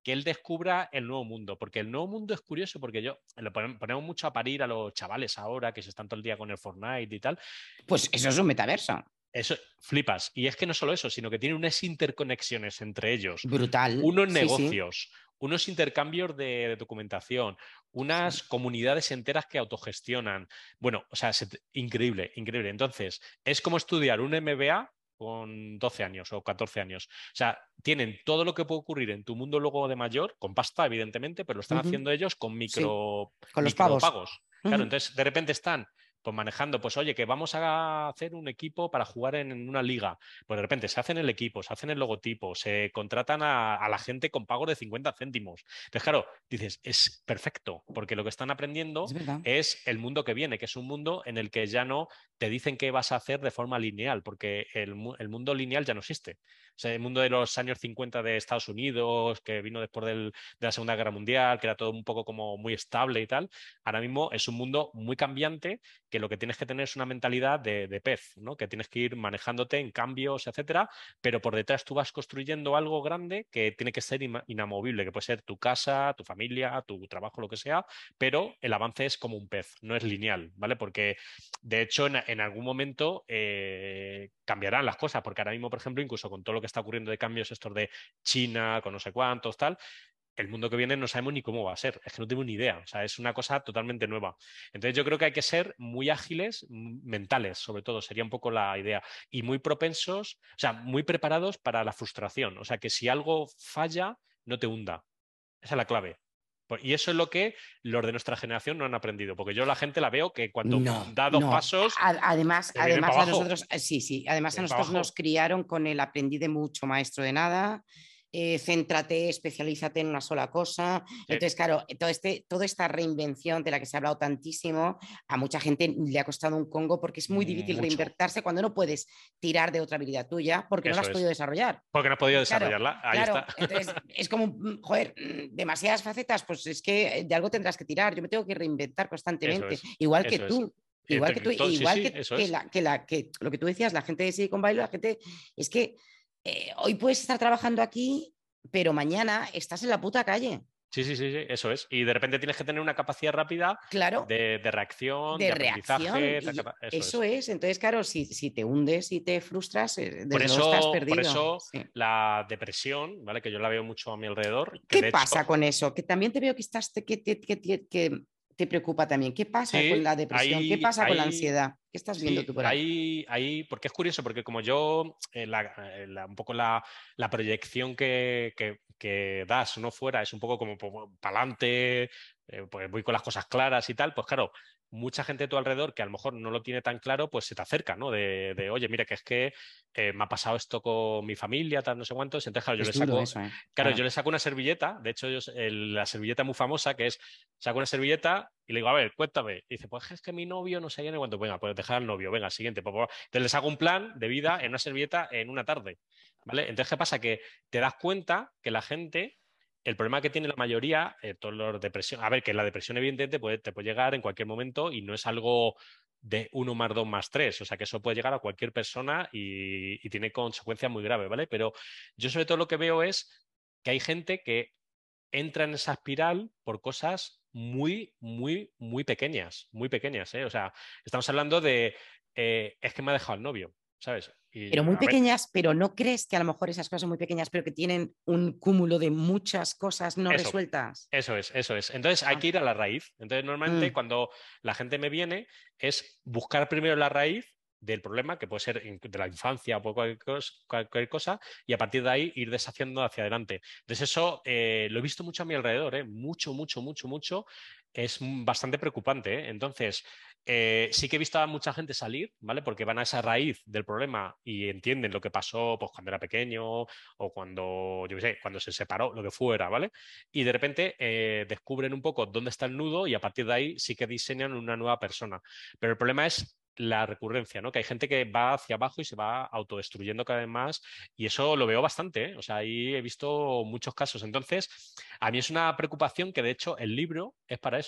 que él descubra el nuevo mundo, porque el nuevo mundo es curioso, porque yo lo ponemos mucho a parir a los chavales ahora que se están todo el día con el Fortnite y tal. Pues eso es un metaverso. Eso flipas. Y es que no solo eso, sino que tiene unas interconexiones entre ellos, Brutal, unos sí, sí. negocios, unos intercambios de documentación, unas comunidades enteras que autogestionan. Bueno, o sea, se, increíble, increíble. Entonces, es como estudiar un M B A con doce años o catorce años. O sea, tienen todo lo que puede ocurrir en tu mundo luego de mayor, con pasta, evidentemente, pero lo están Ujú. haciendo ellos con Sí, micro, con los pavos. micropagos. Claro, Ujú. entonces de repente están pues manejando, pues oye, que vamos a hacer un equipo para jugar en, en una liga. Pues de repente se hacen el equipo, se hacen el logotipo, se contratan a, a la gente con pagos de cincuenta céntimos. Entonces, claro, dices, es perfecto, porque lo que están aprendiendo Es verdad. es el mundo que viene, que es un mundo en el que ya no te dicen qué vas a hacer de forma lineal, porque el, el mundo lineal ya no existe. O sea, el mundo de los años cincuenta de Estados Unidos, que vino después del, de la Segunda Guerra Mundial, que era todo un poco como muy estable y tal, ahora mismo es un mundo muy cambiante, que lo que tienes que tener es una mentalidad de, de pez, ¿no? Que tienes que ir manejándote en cambios, etcétera, pero por detrás tú vas construyendo algo grande que tiene que ser inamovible, que puede ser tu casa, tu familia, tu trabajo, lo que sea, pero el avance es como un pez, no es lineal, ¿vale? Porque de hecho en, en algún momento eh, cambiarán las cosas, porque ahora mismo, por ejemplo, incluso con todo lo que está ocurriendo de cambios estos de China, con no sé cuántos, tal, el mundo que viene no sabemos ni cómo va a ser, es que no tenemos ni idea, o sea, es una cosa totalmente nueva. Entonces yo creo que hay que ser muy ágiles, mentales, sobre todo, sería un poco la idea, y muy propensos, o sea, muy preparados para la frustración, o sea, que si algo falla, no te hunda. Esa es la clave. Y eso es lo que los de nuestra generación no han aprendido, porque yo la gente la veo que cuando No, da dos no. pasos, A- además, te vienen además para a abajo, nosotros, eh, sí, sí, además a vienen para nosotros nos abajo. criaron con el aprendí de mucho, maestro de nada, eh, céntrate, especialízate en una sola cosa. Sí, Entonces, claro, todo este, toda esta reinvención de la que se ha hablado tantísimo, a mucha gente le ha costado un congo porque es muy difícil mucho. reinvertirse cuando no puedes tirar de otra habilidad tuya porque no la Eso has podido es. desarrollar. Porque no has podido Claro, desarrollarla. Ahí está. claro. Entonces, es como, mm, joder, mm, demasiadas facetas, pues es que de algo tendrás que tirar. Yo me tengo que reinventar Eso constantemente, es. igual que Eso es. tú. Eh, Igual que tú, Sí, igual sí, que, eso que, es. la, que, la, que lo que tú decías, la gente de Silicon Valley, la gente, es que eh, hoy puedes estar trabajando aquí, pero mañana estás en la puta calle. Sí, sí, sí, sí, eso es. Y de repente tienes que tener una capacidad rápida Claro, de, de reacción, de de reacción. aprendizaje. Y Taca, eso eso es. es. Entonces, claro, si, si te hundes y te frustras, eh, Por desde luego estás eso, por perdido. eso Sí. la depresión, ¿vale? Que yo la veo mucho a mi alrededor, que ¿Qué de hecho, pasa con eso? Que también te veo que estás, que, que, que, que te preocupa también. ¿Qué pasa con sí, la depresión? ¿Qué hay, pasa con la hay, ansiedad? ¿Qué estás viendo sí, tú por ahí? hay, hay, porque es curioso, porque como yo, eh, la- eh, la- un poco la, la proyección que, que, que das, ¿no? Fuera, es un poco como para adelante, pues voy con las cosas claras y tal, pues claro, mucha gente a tu alrededor que a lo mejor no lo tiene tan claro, pues se te acerca, ¿no? De, de oye, mira, que es que eh, me ha pasado esto con mi familia, tal, no sé cuántos, entonces claro, yo Es le duro saco, eso, ¿eh? claro, yo Claro. le saco una servilleta, de hecho, yo, el- la servilleta muy famosa, que es, saco una servilleta y le digo, a ver, cuéntame. Y dice, pues es que mi novio no sé ni cuánto. Venga, pues dejar al novio, venga, siguiente. Por favor. Entonces les hago un plan de vida en una servilleta en una tarde. ¿Vale? Entonces, ¿qué pasa? Que te das cuenta que la gente, el problema que tiene la mayoría, eh, todos los depresión, a ver, que la depresión evidentemente puede, te puede llegar en cualquier momento y no es algo de uno más dos más tres, o sea que eso puede llegar a cualquier persona y, y tiene consecuencias muy graves, ¿vale? Pero yo sobre todo lo que veo es que hay gente que entra en esa espiral por cosas muy, muy, muy pequeñas, muy pequeñas, ¿eh? O sea, estamos hablando de, eh, es que me ha dejado el novio, ¿sabes? Pero Y muy a ver, pequeñas, pero ¿no crees que a lo mejor esas cosas son muy pequeñas, pero que tienen un cúmulo de muchas cosas no eso, resueltas? eso es, eso es. Entonces hay Ah, que ir a la raíz. Entonces normalmente mm, cuando la gente me viene es buscar primero la raíz del problema, que puede ser de la infancia o cualquier cosa, cualquier cosa, y a partir de ahí ir deshaciendo hacia adelante. Entonces eso eh, lo he visto mucho a mi alrededor, ¿eh? Mucho, mucho, mucho, mucho. Es bastante preocupante, ¿eh? Entonces, eh, sí que he visto a mucha gente salir, ¿vale? Porque van a esa raíz del problema y entienden lo que pasó pues, cuando era pequeño o cuando, yo qué sé, cuando se separó, lo que fuera, ¿vale? Y de repente eh, descubren un poco dónde está el nudo y a partir de ahí sí que diseñan una nueva persona. Pero el problema es la recurrencia, ¿no? Que hay gente que va hacia abajo y se va autodestruyendo cada vez más y eso lo veo bastante, ¿eh? O sea, ahí he visto muchos casos. Entonces, a mí es una preocupación que de hecho el libro es para eso.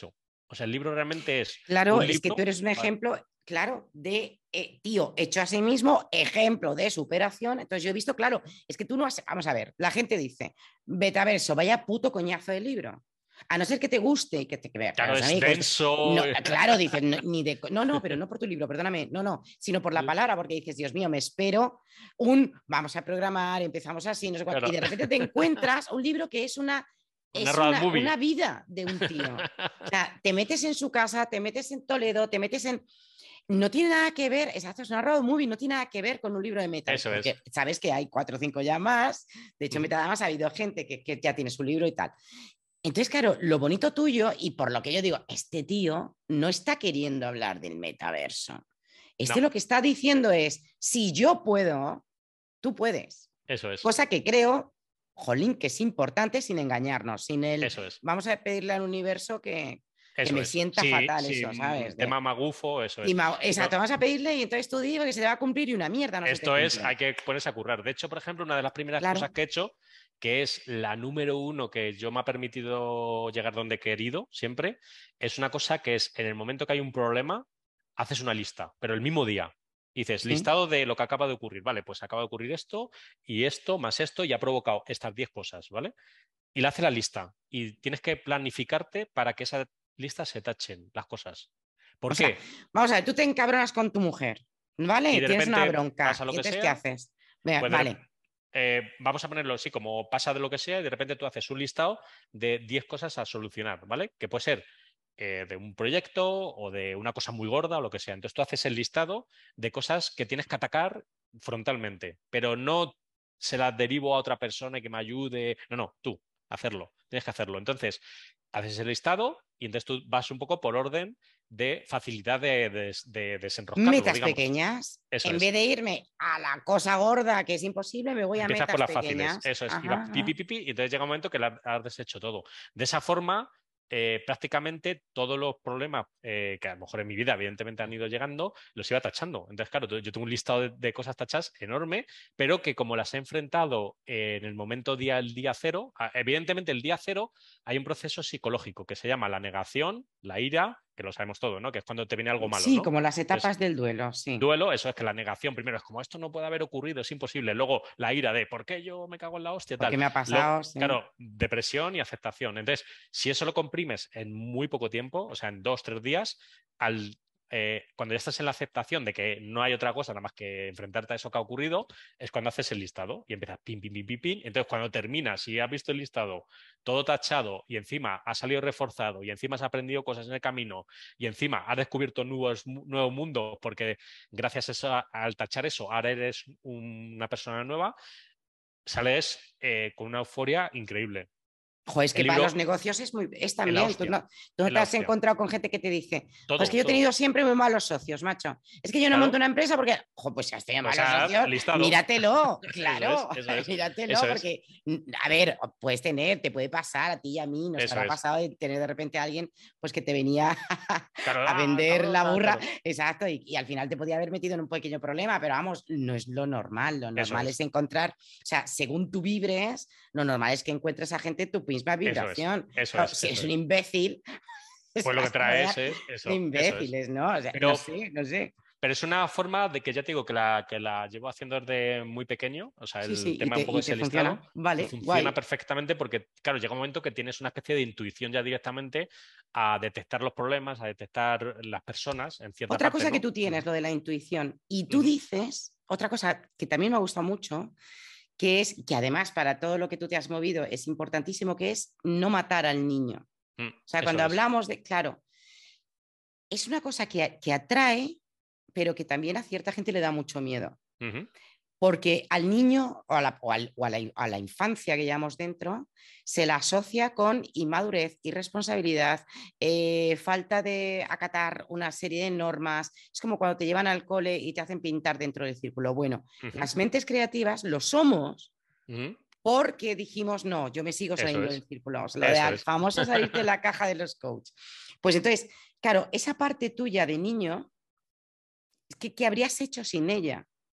O sea, el libro realmente es Claro, un es que libro... tú eres un Vale. ejemplo, claro, de eh, tío hecho a sí mismo, ejemplo de superación. Entonces yo he visto, claro, es que tú no has... Vamos a ver, la gente dice, Betaverso, vaya puto coñazo de libro. A no ser que te guste y que te que Claro, veas a es mí, que guste. denso. No, claro, dices, no, ni de, no, no, pero no por tu libro, perdóname, no, no, sino por la palabra, porque dices, Dios mío, me espero un, vamos a programar, empezamos así, no sé cuánto, y Claro. de repente te encuentras un libro que es una, Una es road una, movie. una vida de un tío. O sea, te metes en su casa, te metes en Toledo, te metes en... No tiene nada que ver, exacto, es una road movie, no tiene nada que ver con un libro de Metaverso, Eso es. porque sabes que hay cuatro o cinco ya más. De hecho, Ujú. Metadamas ha habido gente que, que ya tiene su libro y tal. Entonces, claro, lo bonito tuyo, y por lo que yo digo, este tío no está queriendo hablar del metaverso. No, Este lo que está diciendo es, si yo puedo, tú puedes. eso es. Cosa que creo, jolín, que es importante sin engañarnos, sin el, Eso es. vamos a pedirle al universo que, que Eso me es. sienta Sí, fatal sí, eso, mm, ¿sabes? De, tema magufo, eso es. No, exacto, vamos a pedirle y entonces tú dices que se te va a cumplir y una mierda no se te esto es, cumple. hay que ponerse a currar. De hecho, por ejemplo, una de las primeras cosas Claro. que he hecho, que es la número uno que yo me ha permitido llegar donde he querido siempre, es una cosa que es, en el momento que hay un problema, haces una lista, pero el mismo día. Dices, Sí. listado de lo que acaba de ocurrir. Vale, pues acaba de ocurrir esto y esto, más esto, y ha provocado estas diez cosas, ¿vale? Y le haces la lista. Y tienes que planificarte para que esa lista se tachen las cosas. O ¿Por sea, qué? vamos a ver, tú te encabronas con tu mujer, Y ¿vale? de Tienes una repente bronca. pasa lo ¿Y que entonces qué sea, haces? Venga, pues de rep- vale. eh, vamos a ponerlo así, como pasa de lo que sea, y de repente tú haces un listado de diez cosas a solucionar, ¿vale? Que puede ser eh, de un proyecto o de una cosa muy gorda o lo que sea. Entonces tú haces el listado de cosas que tienes que atacar frontalmente, pero no se las derivo a otra persona y que me ayude. No, no, tú, hacerlo. Tienes que hacerlo. Entonces, haces el listado y entonces tú vas un poco por orden de facilidad de, de- de desenroscarlo, Metas digamos. pequeñas. Eso En es. vez de irme a la cosa gorda que es imposible, me voy a Empiezas por metas las fáciles, pequeñas. eso es. Y vas Ajá, pi, pi, ajá. pi, pi, y entonces llega un momento que la has deshecho todo. De esa forma, eh, prácticamente todos los problemas eh, que a lo mejor en mi vida, evidentemente, han ido llegando, los iba tachando. Entonces, claro, yo tengo un listado de, de cosas tachadas enorme, pero que como las he enfrentado eh, en el momento día, el día cero, evidentemente el día cero hay un proceso psicológico que se llama la negación, la ira, que lo sabemos todo, ¿no? Que es cuando te viene algo malo, Sí, ¿no? como las Entonces, etapas del duelo, sí. duelo, eso es que la negación primero es como esto no puede haber ocurrido, es imposible. Luego la ira de ¿por qué yo me cago en la hostia? Porque Tal. me ha Luego, pasado, sí. claro, depresión y aceptación. Entonces, si eso lo comprimes en muy poco tiempo, o sea, en dos, tres días, al, eh, cuando ya estás en la aceptación de que no hay otra cosa nada más que enfrentarte a eso que ha ocurrido, es cuando haces el listado y empiezas pim, pim, pim, pim, pim. Entonces, cuando terminas y has visto el listado todo tachado y encima has salido reforzado y encima has aprendido cosas en el camino y encima has descubierto nuevos, nuevos mundos porque gracias a eso, al tachar eso, ahora eres una persona nueva, sales eh, con una euforia increíble. Joder, es El que para los libro negocios es, muy, es es la también. Tú hostia, no, tú no es te la has hostia. encontrado con gente que te dice, jo, es que Todo, yo he todo. tenido siempre muy malos socios, macho. Es que yo no monto Claro, una empresa porque, jo, pues si has tenido pues malos haz socios, listado. míratelo, Eso es, claro, eso es, míratelo, eso es, porque, a ver, puedes tener, te puede pasar a ti y a mí, nos eso habrá es. pasado de tener de repente a alguien pues que te venía Claro, a ah, vender la cabrona, burra, claro. exacto, y, y al final te podía haber metido en un pequeño problema, pero vamos, no es lo normal, lo Eso normal es es, encontrar, o sea, según tú vibres, lo normal es que encuentres a gente tu misma eso es, vibración. eso Claro, es, si eso eres un es. imbécil, se Pues lo que vas a rodear traes es de eso, eso es. imbéciles, ¿no? O sea, no Pero sé, no sé. Pero es una forma de que ya te digo que la, que la llevo haciendo desde muy pequeño, o sea, Sí, el sí, y tema te, un poco de y te ese listado, funciona. y Vale, funciona guay. perfectamente porque, claro, llega un momento que tienes una especie de intuición ya directamente a detectar los problemas, a detectar las personas en cierta Otra parte, cosa que ¿no? tú tienes, Ujú, lo de la intuición, y tú ujú, dices, otra cosa que también me ha gustado mucho, que es que además para todo lo que tú te has movido es importantísimo, que es no matar al niño. mm, O sea, eso cuando es. hablamos de, claro, es una cosa que, que atrae, pero que también a cierta gente le da mucho miedo. Ujú, Porque al niño o a la, o al, o a la, a la infancia que llevamos dentro se la asocia con inmadurez, irresponsabilidad, eh, falta de acatar una serie de normas. Es como cuando te llevan al cole y te hacen pintar dentro del círculo. Bueno, ujú, las mentes creativas lo somos ujú. porque dijimos, no, yo me sigo Eso saliendo es, del círculo, o sea, lo de eso al es. famoso salirte de la caja de los coaches. Pues entonces, claro, esa parte tuya de niño, ¿qué, qué habrías hecho sin ella?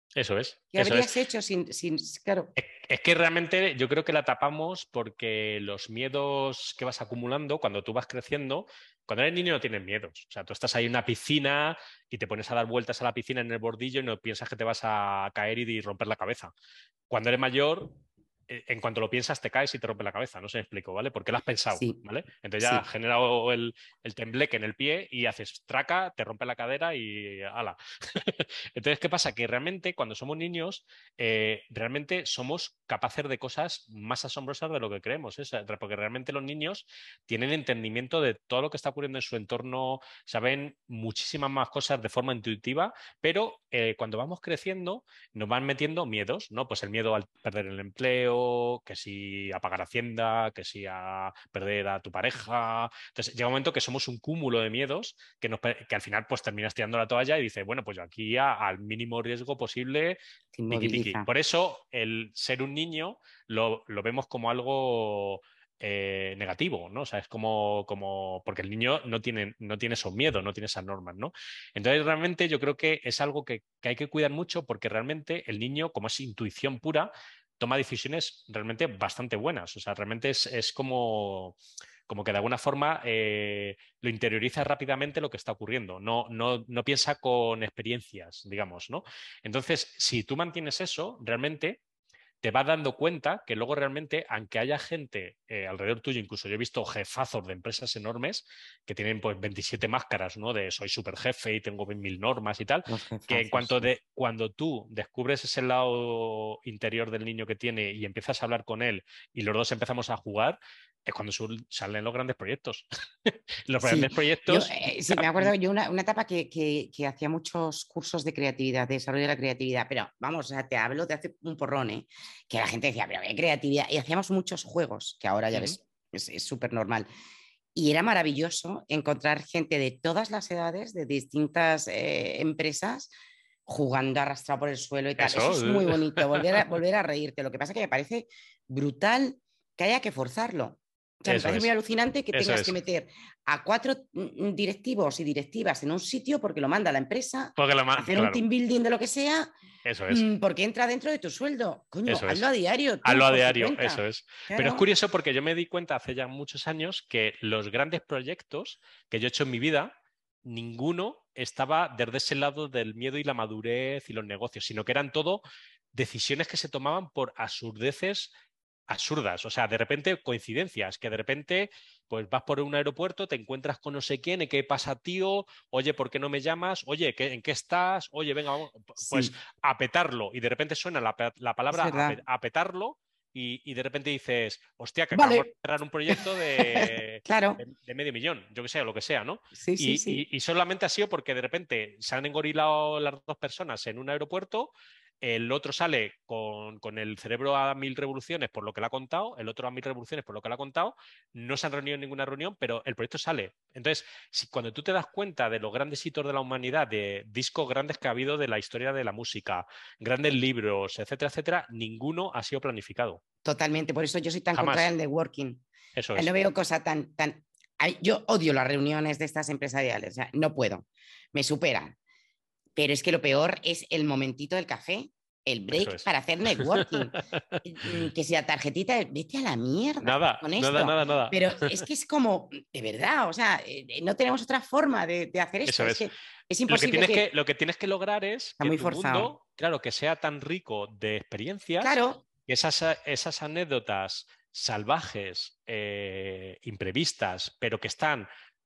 Eso es. ¿Qué Eso habrías es. hecho sin, sin, claro? Es es que realmente yo creo que la tapamos porque los miedos que vas acumulando cuando tú vas creciendo, cuando eres niño no tienes miedos. O sea, tú estás ahí en una piscina y te pones a dar vueltas a la piscina en el bordillo y no piensas que te vas a caer y romper la cabeza. Cuando eres mayor, eh, en cuanto lo piensas, te caes y te rompe la cabeza. No se me explico, ¿vale? Porque lo has pensado, Sí, ¿vale? Entonces ya has sí, generado el, el tembleque en el pie y haces traca, te rompe la cadera y ala. Entonces, ¿qué pasa? Que realmente cuando somos niños, eh, realmente somos capaces de cosas más asombrosas de lo que creemos, ¿eh? O sea, porque realmente los niños tienen entendimiento de todo lo que está ocurriendo en su entorno, saben muchísimas más cosas de forma intuitiva, pero eh, cuando vamos creciendo nos van metiendo miedos, ¿no? Pues el miedo al perder el empleo, que si a pagar Hacienda, que si a perder a tu pareja. Entonces llega un momento que somos un cúmulo de miedos que, nos, que al final pues terminas tirando la toalla y dices, bueno, pues yo aquí a, al mínimo riesgo posible, te piqui piqui. inmoviliza. Por eso el ser un niño lo, lo vemos como algo eh, negativo, ¿no? O sea, es como, como porque el niño no tiene, no tiene esos miedos, no tiene esas normas, ¿no? Entonces, realmente yo creo que es algo que, que hay que cuidar mucho porque realmente el niño, como es intuición pura, toma decisiones realmente bastante buenas. O sea, realmente es, es como, como que de alguna forma eh, lo interioriza rápidamente lo que está ocurriendo. No, no, no piensa con experiencias, digamos, ¿no? Entonces, si tú mantienes eso, realmente te vas dando cuenta que luego realmente, aunque haya gente eh, alrededor tuyo, incluso yo he visto jefazos de empresas enormes que tienen pues veintisiete máscaras, ¿no? De soy super jefe y tengo mil normas y tal, Los que en jefazos, cuanto sí. de cuando tú descubres ese lado interior del niño que tiene y empiezas a hablar con él y los dos empezamos a jugar, es cuando salen los grandes proyectos. Los grandes Sí, yo proyectos. eh, sí, me acuerdo yo una, una etapa que, que, que hacía muchos cursos de creatividad, de desarrollo de la creatividad, pero vamos, o sea, te hablo de hace un porrón, ¿eh? Que la gente decía, pero qué creatividad, y hacíamos muchos juegos, que ahora ya Uh -huh. ves, es súper normal. Y era maravilloso encontrar gente de todas las edades, de distintas eh, empresas, jugando arrastrado por el suelo y tal. Eso Eso. es muy bonito, volver a, volver a reírte. Lo que pasa es que me parece brutal que haya que forzarlo. O sea, me Eso parece muy es. alucinante que Eso tengas que es. meter a cuatro mm, directivos y directivas en un sitio porque lo manda la empresa, Porque la hacer un claro, team building de lo que sea, eso es. mm, porque entra dentro de tu sueldo. Coño, Eso hazlo es. a diario Hazlo tú, a por tu diario, eso cuenta. es. Pero es Claro. curioso porque yo me di cuenta hace ya muchos años que los grandes proyectos que yo he hecho en mi vida, ninguno estaba desde ese lado del miedo y la madurez y los negocios, sino que eran todo decisiones que se tomaban por absurdeces absurdas. O sea, de repente coincidencias, que de repente pues vas por un aeropuerto, te encuentras con no sé quién, ¿y qué pasa, tío? Oye, ¿por qué no me llamas? Oye, ¿qué, ¿en qué estás? Oye, venga, vamos. Pues Sí, a petarlo. Y de repente suena la, la es palabra a, verdad. a petarlo y, y, de repente dices, hostia, que acabamos de Vale, cerrar un proyecto de, claro. de, de medio millón, yo que sé, o lo que sea, ¿no? Sí, sí, Y, sí. y, y solamente ha sido porque de repente se han engorilado las dos personas en un aeropuerto, el otro sale con, con, el cerebro a mil revoluciones por lo que le ha contado, el otro a mil revoluciones por lo que le ha contado, no se han reunido en ninguna reunión, pero el proyecto sale. Entonces, si, cuando tú te das cuenta de los grandes hitos de la humanidad, de discos grandes que ha habido de la historia de la música, grandes libros, etcétera, etcétera, ninguno ha sido planificado. Totalmente. Por eso yo soy tan contra el Jamás. networking. Eso No es. veo cosa tan, tan. Yo odio las reuniones de estas empresariales. O sea, no puedo. Me superan. Pero es que lo peor es el momentito del café, el Eso break es. para hacer networking. Que sea tarjetita, vete a la mierda Nada, con nada, esto. nada, nada. Pero es que es como, de verdad, o sea, no tenemos otra forma de, de hacer esto. Eso Es es. que es Lo que, imposible tienes que, que. lo que tienes que lograr es Está que muy tu forzado. mundo, claro, que sea tan rico de experiencias, Claro, que esas, esas anécdotas salvajes, eh, imprevistas, pero que están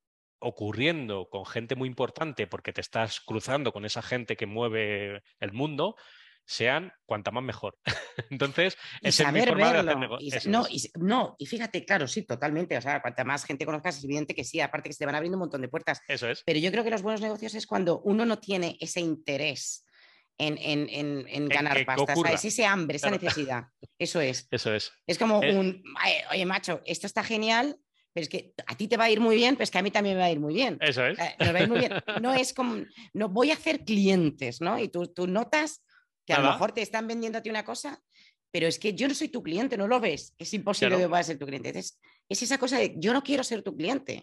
ocurriendo con gente muy importante porque te estás cruzando con esa gente que mueve el mundo, sean cuanta más mejor. Entonces, y esa es mi saber forma de hacer verlo. negocio. Y, Eso no, es. y, no, y fíjate, claro, sí, totalmente. O sea, cuanta más gente conozcas, es evidente que sí, aparte que se te van abriendo un montón de puertas. Eso es. Pero yo creo que los buenos negocios es cuando uno no tiene ese interés en, en, en, en En ganar que, que pasta, ¿sabes? ocurra. Ese hambre, esa Claro. necesidad. Eso es. Eso es. Es como Eh, un, oye, macho, esto está genial, pero es que a ti te va a ir muy bien, pero es que a mí también me va a ir muy bien. eso es. Eh, nos va a ir muy bien. No es como, no voy a hacer clientes, ¿no? Y tú, tú notas que a lo Nada. mejor te están vendiendo a ti una cosa, pero es que yo no soy tu cliente, no lo ves. Es imposible Claro. que pueda ser tu cliente. Entonces, es esa cosa de yo no quiero ser tu cliente.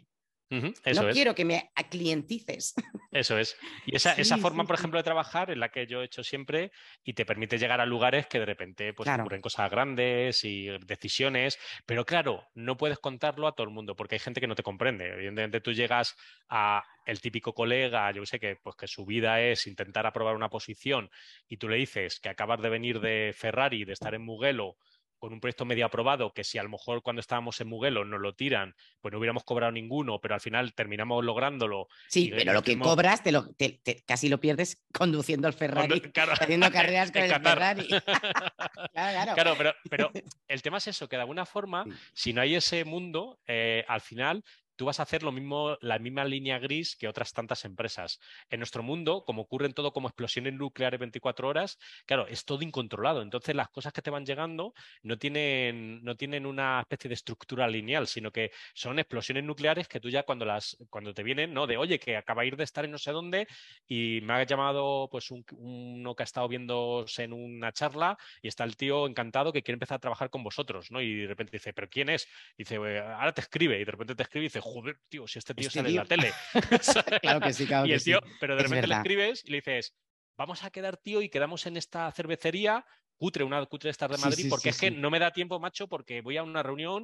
Ujú, No eso es. quiero que me clientices. Eso es. Y esa, esa Sí, forma, sí, por sí. ejemplo, de trabajar es la que yo he hecho siempre y te permite llegar a lugares que de repente pues, Claro. ocurren cosas grandes y decisiones, pero claro, no puedes contarlo a todo el mundo porque hay gente que no te comprende. Evidentemente tú llegas a el típico colega, yo sé que, pues, que su vida es intentar aprobar una posición y tú le dices que acabas de venir de Ferrari, de estar en Mugello con un proyecto medio aprobado, que si a lo mejor cuando estábamos en Mugello nos lo tiran, pues no hubiéramos cobrado ninguno, pero al final terminamos lográndolo Sí, y, pero y lo que estuvimos cobras te lo, te- te- casi lo pierdes conduciendo el Cuando- Ferrari, claro, haciendo carreras con en el Qatar. Ferrari. Claro, claro. Claro, pero, pero el tema es eso, que de alguna forma, Sí, si no hay ese mundo, eh, al final tú vas a hacer lo mismo, la misma línea gris que otras tantas empresas. En nuestro mundo, como ocurren todo como explosiones nucleares veinticuatro horas, claro, es todo incontrolado. Entonces las cosas que te van llegando no tienen, no tienen una especie de estructura lineal, sino que son explosiones nucleares que tú ya cuando las, cuando te vienen, ¿no? De oye, que acabáis de estar en no sé dónde y me ha llamado pues un, uno que ha estado viéndose en una charla y está el tío encantado que quiere empezar a trabajar con vosotros, ¿no? Y de repente dice, ¿pero quién es? Y dice, ahora te escribe, y de repente te escribe y dice, joder, tío, si este tío este sale en tío. la tele. Claro que sí, claro Y que el tío, sí. pero de Es repente le verdad. escribes y le dices, vamos a quedar, tío, y quedamos en esta cervecería cutre, una cutre de estas de Sí, Madrid, sí, porque sí, es que sí. no me da tiempo, macho, porque voy a una reunión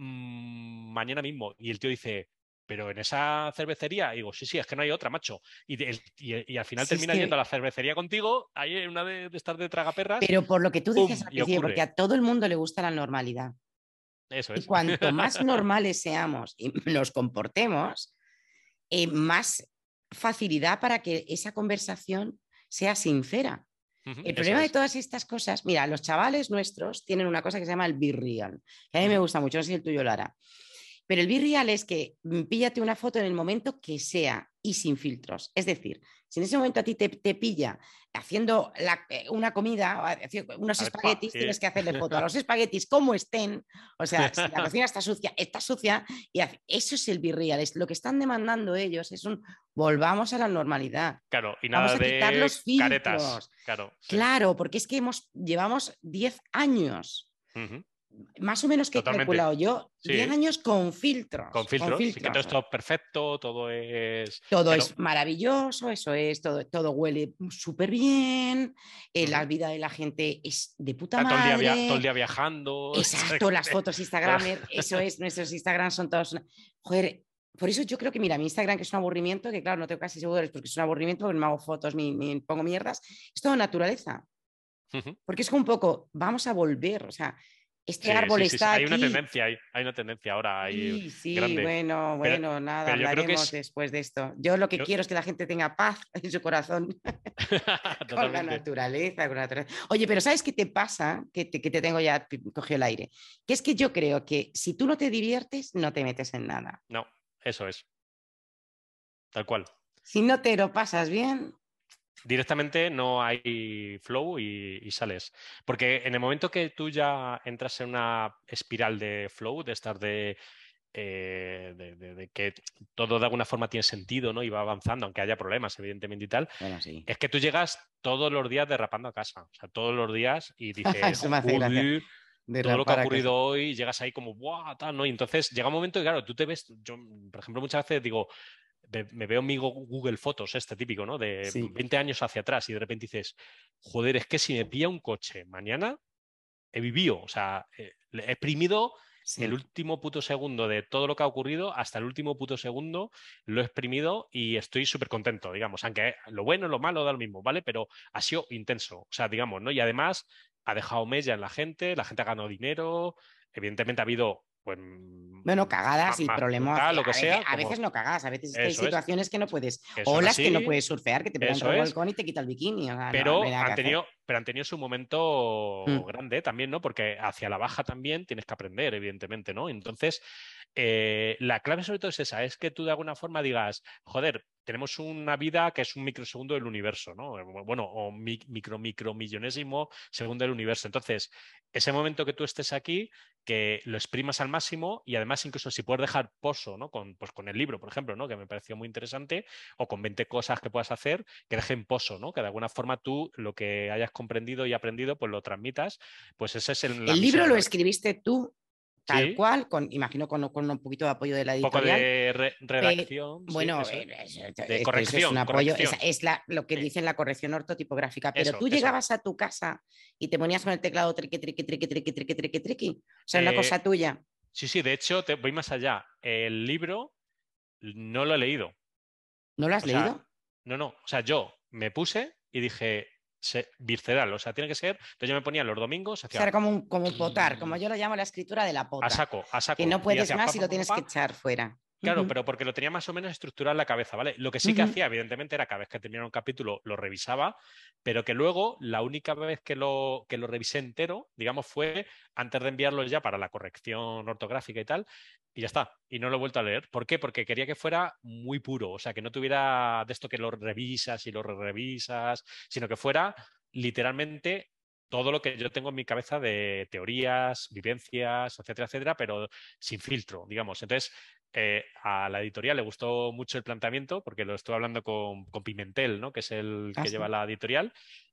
mmm, mañana mismo. Y el tío dice, pero en esa cervecería, y digo, sí, sí, es que no hay otra, macho. Y, de, y, y al final Sí, es termina yendo a que, la cervecería contigo, ahí en una de, de estas de tragaperras, pero por lo que tú decías ¡pum! al Y principio, porque ocurre. a todo el mundo le gusta la normalidad. Eso Y es. cuanto más normales seamos y nos comportemos, eh, más facilidad para que esa conversación sea sincera. Ujú, El eso problema de es. todas estas cosas, mira, los chavales nuestros tienen una cosa que se llama el Be Real, que a mí me Ujú. gusta mucho, no sé si el tuyo lo hará. Pero el Be Real es que mm, píllate una foto en el momento que sea y sin filtros. Es decir, si en ese momento a ti te, te pilla haciendo la, eh, una comida, unos Arepa, espaguetis, y- tienes que hacerle foto a los espaguetis como estén. O sea, si la cocina está sucia, está sucia. Y hace, eso es el Be Real. Es lo que están demandando ellos. Es un volvamos a la normalidad. Claro, y Vamos nada a quitar de los caretas. filtros. Claro, sí. Claro, porque es que hemos, llevamos diez años, Ujú, más o menos que he totalmente. calculado yo, diez Sí, años con con filtros, con filtros. Sí que todo filtros. esto es perfecto, todo es. Todo Claro. es maravilloso, eso es, todo, todo huele súper bien, eh, la Ujú. vida de la gente es de puta Está todo el día, via- todo el madre, día viajando. exacto, las fotos Instagram, eso es, nuestros Instagram son todos, una... joder, por eso yo creo que, mira, mi Instagram que es un aburrimiento, que claro, no tengo casi seguidores porque es un aburrimiento, porque no me hago fotos ni, ni pongo mierdas, es todo naturaleza, Ujú. porque es como un poco, vamos a volver, o sea, este Sí, árbol sí, sí, sí. está Hay una aquí. tendencia, hay, hay una tendencia ahora ahí Sí, sí, grande. bueno, Pero, bueno, nada, pero yo creo que hablaremos es. después de esto. Yo lo que Yo... quiero es que la gente tenga paz en su corazón con la Totalmente. naturaleza, con la naturaleza. Oye, pero ¿sabes qué te pasa? Que te, que te tengo ya pi- cogido el aire. Que es que yo creo que si tú no te diviertes, no te metes en nada. No, eso es. Tal cual. Si no te lo pasas bien, Directamente no hay flow y, y sales. Porque en el momento que tú ya entras en una espiral de flow, de estar de, eh, de, de- de que todo de alguna forma tiene sentido, ¿no? Y va avanzando, aunque haya problemas, evidentemente y tal, bueno, sí. es que tú llegas todos los días derrapando a casa. O sea, todos los días y dices, Eso me hace gracia. joder, todo lo que ha Derrapar a casa. ocurrido hoy, llegas ahí como, ¡buah! Tal, ¿no? Y entonces llega un momento y claro, tú te ves, yo, por ejemplo, muchas veces digo, me, me veo en mi Google Fotos, este típico, ¿no? De Sí, veinte años hacia atrás y de repente dices, joder, es que si me pilla un coche mañana, he vivido, o sea, eh, he exprimido el sí. último puto segundo de todo lo que ha ocurrido, hasta el último puto segundo lo he exprimido y estoy súper contento, digamos, aunque lo bueno, lo malo da lo mismo, ¿vale? Pero ha sido intenso, o sea, digamos, ¿no? Y además ha dejado mella en la gente, la gente ha ganado dinero, evidentemente ha habido, pues, Bueno, más, cagadas y más problemas. tal, lo que A veces, sea, a veces como no cagadas, a veces es que hay eso es, situaciones que no puedes, que son olas que no así, puedes surfear, que te pegan eso es, revolcón y te quita el bikini. O sea, no, no hay pero nada que han hacer. tenido, pero han tenido su momento Mm. grande también, ¿no? Porque hacia la baja también tienes que aprender, evidentemente, ¿no? Entonces, eh, la clave sobre todo es esa, es que tú de alguna forma digas, joder, tenemos una vida que es un microsegundo del universo, ¿no? Bueno, o mi, micro, micro, millonésimo segundo del universo. Entonces, ese momento que tú estés aquí, que lo exprimas al máximo y además incluso si puedes dejar pozo, ¿no? Con, pues con el libro, por ejemplo, ¿no? Que me pareció muy interesante, o con veinte cosas que puedas hacer, que dejen pozo, ¿no? Que de alguna forma tú lo que hayas comprendido y aprendido, pues lo transmitas. Pues esa es el- la El misión libro de lo la vida. escribiste tú tal Sí, cual, con, imagino con, con un poquito de apoyo de la un poco editorial. de re- Pe- redacción, sí, bueno, eso eh, es. es, De es- eso es un corrección, apoyo, es, corrección. es la, lo que Sí, dicen la corrección ortotipográfica, pero eso, tú eso. llegabas a tu casa y te ponías con el teclado triqui, triqui, triqui, triqui, triqui, triqui, triqui. O sea, una Eh, cosa tuya. sí, sí, de hecho, te voy más allá. El libro no lo he leído. ¿No lo has O sea, leído? no, no. O sea, yo me puse y dije, se- visceral, o sea, tiene que ser. Entonces yo me ponía los domingos, O sea, hacía era como un, como un potar, como yo lo llamo la escritura de la a pota, saco, a que no saco, y puedes hacía más pa, y pa, lo pa, pa, tienes que pa. echar fuera. Claro, Ujú, pero porque lo tenía más o menos estructurado en la cabeza, ¿vale? Lo que sí que ujú. hacía, evidentemente, era cada vez que terminaba un capítulo lo revisaba, pero que luego la única vez que lo, que lo revisé entero, digamos, fue antes de enviarlo ya para la corrección ortográfica y tal, y ya está. Y no lo he vuelto a leer. ¿Por qué? Porque quería que fuera muy puro, o sea, que no tuviera de esto que lo revisas y lo revisas, sino que fuera literalmente todo lo que yo tengo en mi cabeza de teorías, vivencias, etcétera, etcétera, pero sin filtro, digamos. Entonces, eh, a la editorial le gustó mucho el planteamiento porque lo estuve hablando con, con Pimentel, ¿no? Que es el Ah, que sí. lleva la editorial,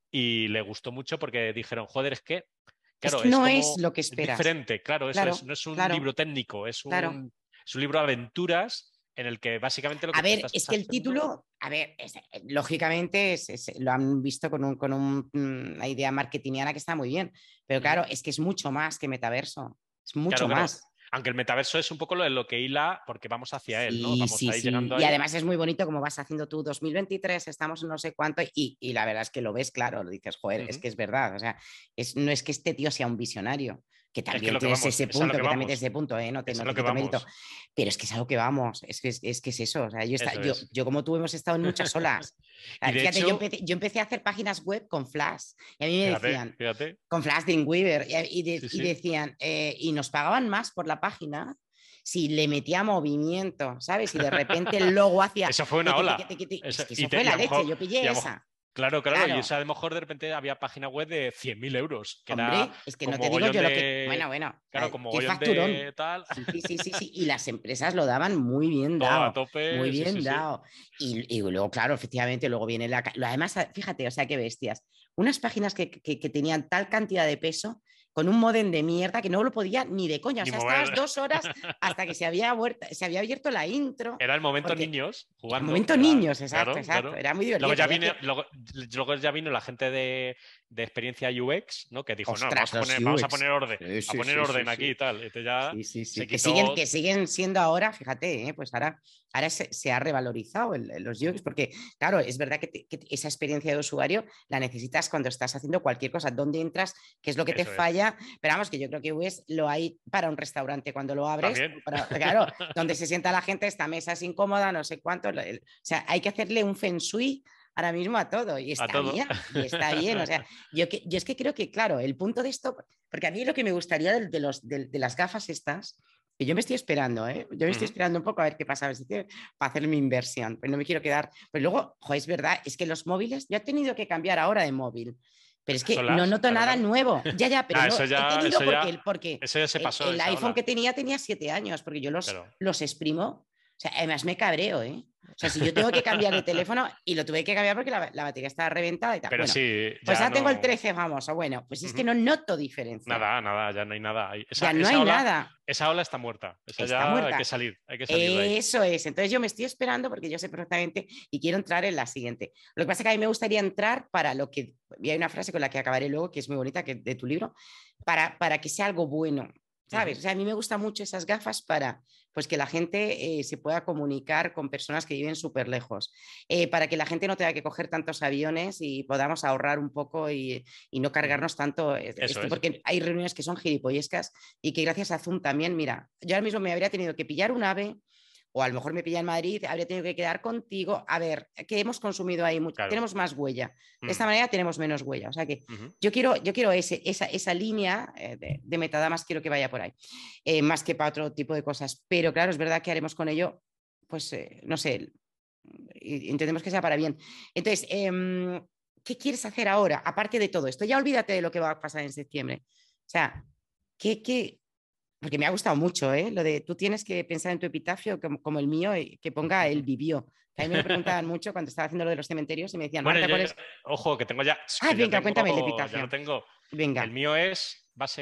y le gustó mucho porque dijeron, joder, es que, Es claro, que es no es como lo que es esperas. diferente, claro, eso es, Claro, no es un claro, libro técnico, es claro. un, es un libro de aventuras en el que básicamente lo A que te ver, estás es que el haciendo. título, a ver, es- lógicamente es- es- lo han visto con, un- con un- una idea marketingiana que está muy bien, pero Ujú. claro, es que es mucho más que metaverso, es Claro, mucho claro. más. Aunque el metaverso es un poco lo, lo que hila porque vamos hacia él, ¿no? Sí, Vamos sí, a ir sí. llegando Y ahí. además es muy bonito como vas haciendo tú dos mil veintitrés, estamos en no sé cuánto, y, y la verdad es que lo ves claro, lo dices, joder, es Ujú. que es verdad. O sea, es, no es que este tío sea un visionario, que Es que también lo que tienes vamos, ese es a lo punto, que que también tienes vamos, ese punto, ¿eh? No te, es a no lo te que quito mérito, vamos. pero es que es a lo que vamos, es que es, es, que es eso. O sea, yo, está, Eso yo, es. yo como tú hemos estado en muchas olas. Y de Fíjate, yo hecho, empecé, yo empecé a hacer páginas web con Flash y a mí me fíjate, decían, fíjate. con Flash Dreamweaver, y, y, de, Sí, y sí. decían, eh, y nos pagaban más por la página si le metía movimiento, ¿sabes? Y de repente el logo hacía, Eso fue una tequi, ola. tequi, tequi, tequi. Eso- Es que y, eso te- fue y a la lo leche, mejor, yo y pillé a lo mejor- esa. claro, claro, y eso Claro, a lo mejor de repente había página web de cien mil euros, que era hombre, es que con no te digo mogollón yo lo que, de, bueno, bueno, claro, con qué mogollón facturón. de tal, Sí, sí, sí, sí, sí. Y las empresas lo daban muy bien todo a dado, muy tope, sí, sí, bien sí. dado. Y, y luego, claro, efectivamente, luego viene la... Además, fíjate, o sea, qué bestias. Unas páginas que, que, que tenían tal cantidad de peso con un modem de mierda que no lo podía ni de coña. O Ni sea, estabas mover. dos horas hasta que se había, huerta, se había abierto la intro, Era el momento porque niños era un jugando, momento era, niños, exacto, claro, exacto. claro. Era muy Luego divertido. ya Podías vine, hacer, luego, luego ya vino la gente de, de experiencia U X, ¿no? Que dijo, no, vamos ostras, a los poner, vamos a U X. poner orden, Sí, a sí, poner sí, sí, orden sí. aquí y tal. Entonces ya Sí, sí, se sí. Que siguen, quitó. que siguen siendo ahora, fíjate, ¿eh? Pues ahora, ahora se, se ha revalorizado el, los U X, porque, claro, es verdad que, te, que, esa experiencia de usuario la necesitas cuando estás haciendo cualquier cosa. ¿Dónde entras? ¿Qué es lo que te Eso es. falla? Pero vamos, que yo creo que U X lo hay para un restaurante cuando lo abres, También. para, claro, donde se sienta la gente, esta mesa es incómoda, no sé cuánto. O sea, hay que hacerle un feng shui ahora mismo a todo y A está todo. bien, y está bien. O sea, yo, que, yo es que creo que, claro, el punto de esto, porque a mí lo que me gustaría de, de, los, de, de las gafas estas, que yo me estoy esperando, ¿eh? Yo me estoy Ujú. esperando un poco a ver qué pasa, a ver si tiene, para hacer mi inversión, pero no me quiero quedar. Pero luego, jo, es verdad, es que los móviles, yo he tenido que cambiar ahora de móvil, pero es que no Solas, noto claro, nada claro. nuevo. Ya, ya, pero Nah, no eso he ya, tenido eso porque, ya, porque eso ya se el, pasó, el esa iPhone ola. que tenía tenía siete años, porque yo los, Claro. los exprimo. O sea, además me cabreo, ¿eh? O sea, si yo tengo que cambiar de teléfono y lo tuve que cambiar porque la, la batería estaba reventada y tal. Pero Bueno, sí, pues ya ahora tengo el no. trece famoso. Bueno, pues es que Ujú. no noto diferencia. Nada, nada, ya no hay nada. Esa, Ya no esa hay ola, nada. esa ola está muerta. Esa Está ya hay que muerta. salir, hay que salir de ahí. Eso es. Entonces yo me estoy esperando porque yo sé perfectamente y quiero entrar en la siguiente. Lo que pasa es que a mí me gustaría entrar para lo que, y hay una frase con la que acabaré luego, que es muy bonita, que de tu libro, para, para que sea algo bueno. ¿Sabes? Ujú. O sea, a mí me gustan mucho esas gafas para pues, que la gente eh, se pueda comunicar con personas que viven súper lejos, eh, para que la gente no tenga que coger tantos aviones y podamos ahorrar un poco y, y no Ujú. cargarnos tanto Eso esto, es. porque hay reuniones que son gilipollescas y que gracias a Zoom también, mira, yo ahora mismo me habría tenido que pillar un ave o a lo mejor me pilla en Madrid, habría tenido que quedar contigo. A ver, que hemos consumido ahí mucho, Claro. tenemos más huella. De esta Mm. manera tenemos menos huella. O sea que Ujú. yo quiero, yo quiero ese, esa, esa línea eh, de, de metadamas, quiero que vaya por ahí, eh, más que para otro tipo de cosas. Pero claro, es verdad que haremos con ello, pues eh, no sé, entendemos que sea para bien. Entonces, eh, ¿qué quieres hacer ahora? Aparte de todo esto, ya olvídate de lo que va a pasar en septiembre. O sea, ¿qué, qué, porque me ha gustado mucho, ¿eh? Lo de tú tienes que pensar en tu epitafio como, como el mío, y que ponga él vivió. Que a mí me lo preguntaban mucho cuando estaba haciendo lo de los cementerios y me decían, Bueno, Marta, yo, ¿cuál es? ojo, que tengo ya, Ah, que ya venga, cuéntame el tengo, ya lo epitafio. tengo. El Venga. mío es, va a ser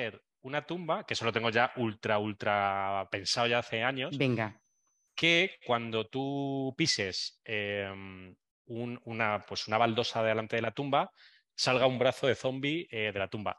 una tumba, que eso lo tengo ya ultra, ultra pensado ya hace años, Venga. que cuando tú pises eh, un- una, pues una baldosa delante de la tumba, salga un brazo de zombie eh, de la tumba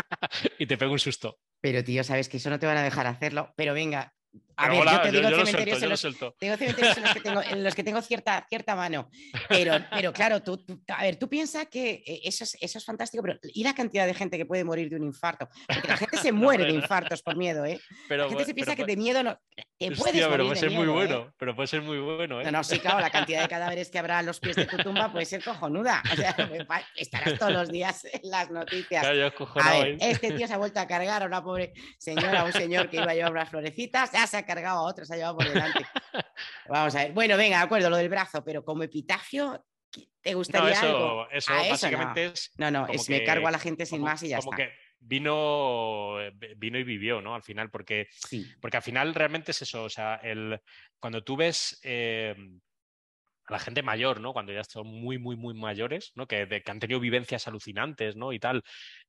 y te pegue un susto. Pero tío, sabes que eso no te van a dejar hacerlo. Pero venga, a Pero ver, yo hola, te yo, digo yo lo suelto, cementerios en yo lo los, suelto. tengo cementerios en los que tengo, en los que tengo cierta, cierta mano. Pero, pero claro, tú, tú- a ver, tú piensas que eh, eso es, eso es fantástico, pero ¿y la cantidad de gente que puede morir de un infarto? Porque la gente se No, muere de hombre, no. infartos por miedo, ¿eh? La gente Pero, se pero, piensa que de miedo no. Te puedes hostia, pero morir puede de ser muy miedo, ¿eh? bueno, pero puede ser muy bueno, No, ¿eh? no, sí, claro, la cantidad de cadáveres que habrá a los pies de tu tumba puede ser cojonuda. O sea, estarás todos los días en las noticias. Claro, yo A acojonado ver, ahí. este tío se ha vuelto a cargar a una pobre señora, a un señor que iba a llevar unas florecitas, ya se ha cargado a otro, se ha llevado por delante. Vamos a ver. Bueno, venga, de acuerdo, lo del brazo, pero como epitafio, ¿te No, gustaría algo? eso, eso A eso no. básicamente es No, no, como es me cargo a que, la gente sin como, más y ya como está. que vino, vino y vivió, ¿no? Al final, porque, Sí, porque al final realmente es eso, o sea, el, cuando tú ves eh, a la gente mayor, ¿no? Cuando ya son muy, muy, muy mayores, ¿no? Que, de, que han tenido vivencias alucinantes, ¿no? Y tal.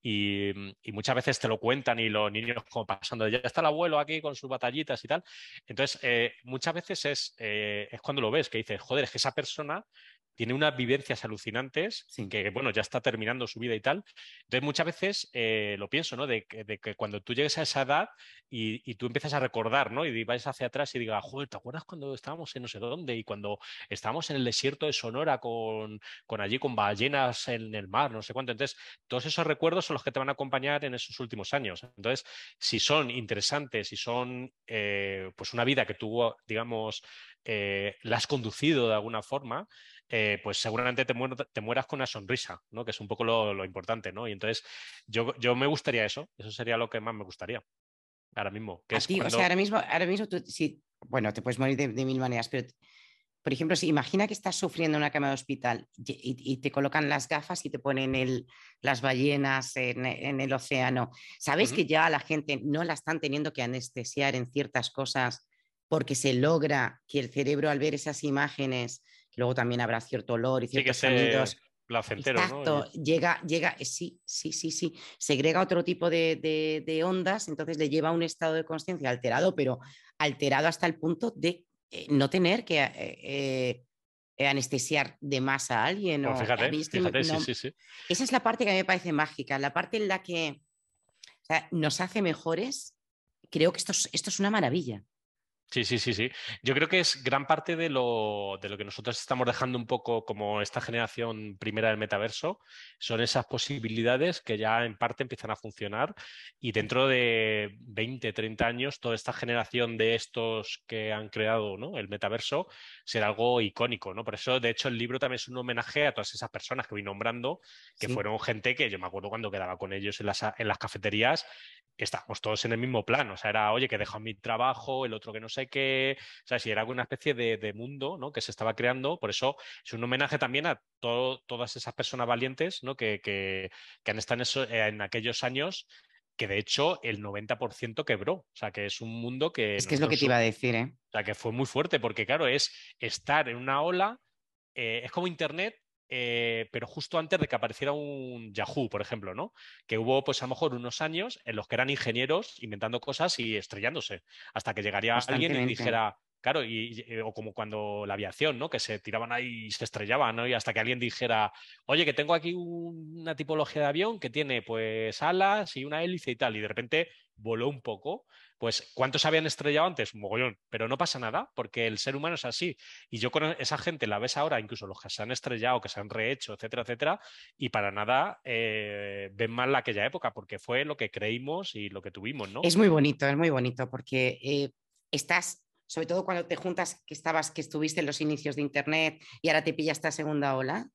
Y, y, muchas veces te lo cuentan y los niños como pasando, ya está el abuelo aquí con sus batallitas y tal. Entonces, eh, muchas veces es, eh, es cuando lo ves, que dices, joder, es que esa persona tiene unas vivencias alucinantes sí. que, bueno, ya está terminando su vida y tal. Entonces, muchas veces eh, lo pienso, ¿no? De, de, que cuando tú llegues a esa edad y, y tú empiezas a recordar, ¿no? Y vas hacia atrás y digas, joder, ¿te acuerdas cuando estábamos en no sé dónde y cuando estábamos en el desierto de Sonora con, con allí con ballenas en el mar, no sé cuánto? Entonces, todos esos recuerdos son los que te van a acompañar en esos últimos años. Entonces, si son interesantes, si son eh, pues una vida que tú, digamos, eh, la has conducido de alguna forma, eh, pues seguramente te, muer te, mueras con una sonrisa, ¿no? Que es un poco lo, lo importante, ¿no? Y entonces yo, yo, me gustaría eso, eso sería lo que más me gustaría ahora mismo, que A es ti, o sea, cuando... ahora mismo, ahora mismo tú, sí, bueno, te puedes morir de, de mil maneras, pero por ejemplo, si imagina que estás sufriendo en una cama de hospital y, y- y te colocan las gafas y te ponen el, las ballenas en, en el océano, ¿sabes Uh -huh. que ya la gente no la están teniendo que anestesiar en ciertas cosas porque se logra que el cerebro al ver esas imágenes, luego también habrá cierto olor y Sí que ciertos esté sonidos? placentero, ¿no? Y... Exacto, llega, llega, sí, sí, sí, sí, segrega otro tipo de, de, de ondas, entonces le lleva a un estado de conciencia alterado, pero alterado hasta el punto de eh, no tener que eh, eh, anestesiar de más a alguien. Pues O, a fíjate, mí es que fíjate, sí, no, sí, sí. esa es la parte que a mí me parece mágica, la parte en la que o sea, nos hace mejores. Creo que esto es, esto es una maravilla. Sí, sí, sí, sí. Yo creo que es gran parte de lo, de lo que nosotros estamos dejando un poco como esta generación primera del metaverso, son esas posibilidades que ya en parte empiezan a funcionar y dentro de veinte, treinta años toda esta generación de estos que han creado, ¿no? El metaverso será algo icónico, ¿no? Por eso, de hecho, el libro también es un homenaje a todas esas personas que voy nombrando, que Sí, fueron gente que yo me acuerdo cuando quedaba con ellos en las, en las cafeterías, estábamos todos en el mismo plan, o sea, era, oye, que dejo mi trabajo, el otro que no sé qué, o sea, si era una especie de, de mundo, ¿no? Que se estaba creando, por eso es un homenaje también a todo, todas esas personas valientes, ¿no? Que, que, que han estado en, eso, en aquellos años que de hecho el noventa por ciento quebró, o sea, que es un mundo que es que es lo que nosotros, te iba a o decir, ¿eh? sea, que fue muy fuerte, porque claro, es estar en una ola, eh, es como Internet, eh, pero justo antes de que apareciera un Yahoo, por ejemplo, ¿no? Que hubo, pues a lo mejor unos años en los que eran ingenieros inventando cosas y estrellándose, hasta que llegaría alguien y Constantemente. dijera, claro, y, y- o como cuando la aviación, ¿no? Que se tiraban ahí y se estrellaban, ¿no? Y hasta que alguien dijera, oye, que tengo aquí un- una tipología de avión que tiene, pues, alas y una hélice y tal, y de repente voló un poco. Pues, ¿cuántos habían estrellado antes? Un mogollón, pero no pasa nada, porque el ser humano es así. Y yo con esa gente la ves ahora, incluso los que se han estrellado, que se han rehecho, etcétera, etcétera, y para nada eh, ven mal aquella época, porque fue lo que creímos y lo que tuvimos, ¿no? Es muy bonito, es muy bonito porque eh, estás, sobre todo cuando te juntas, que estabas, que estuviste en los inicios de Internet y ahora te pilla esta segunda ola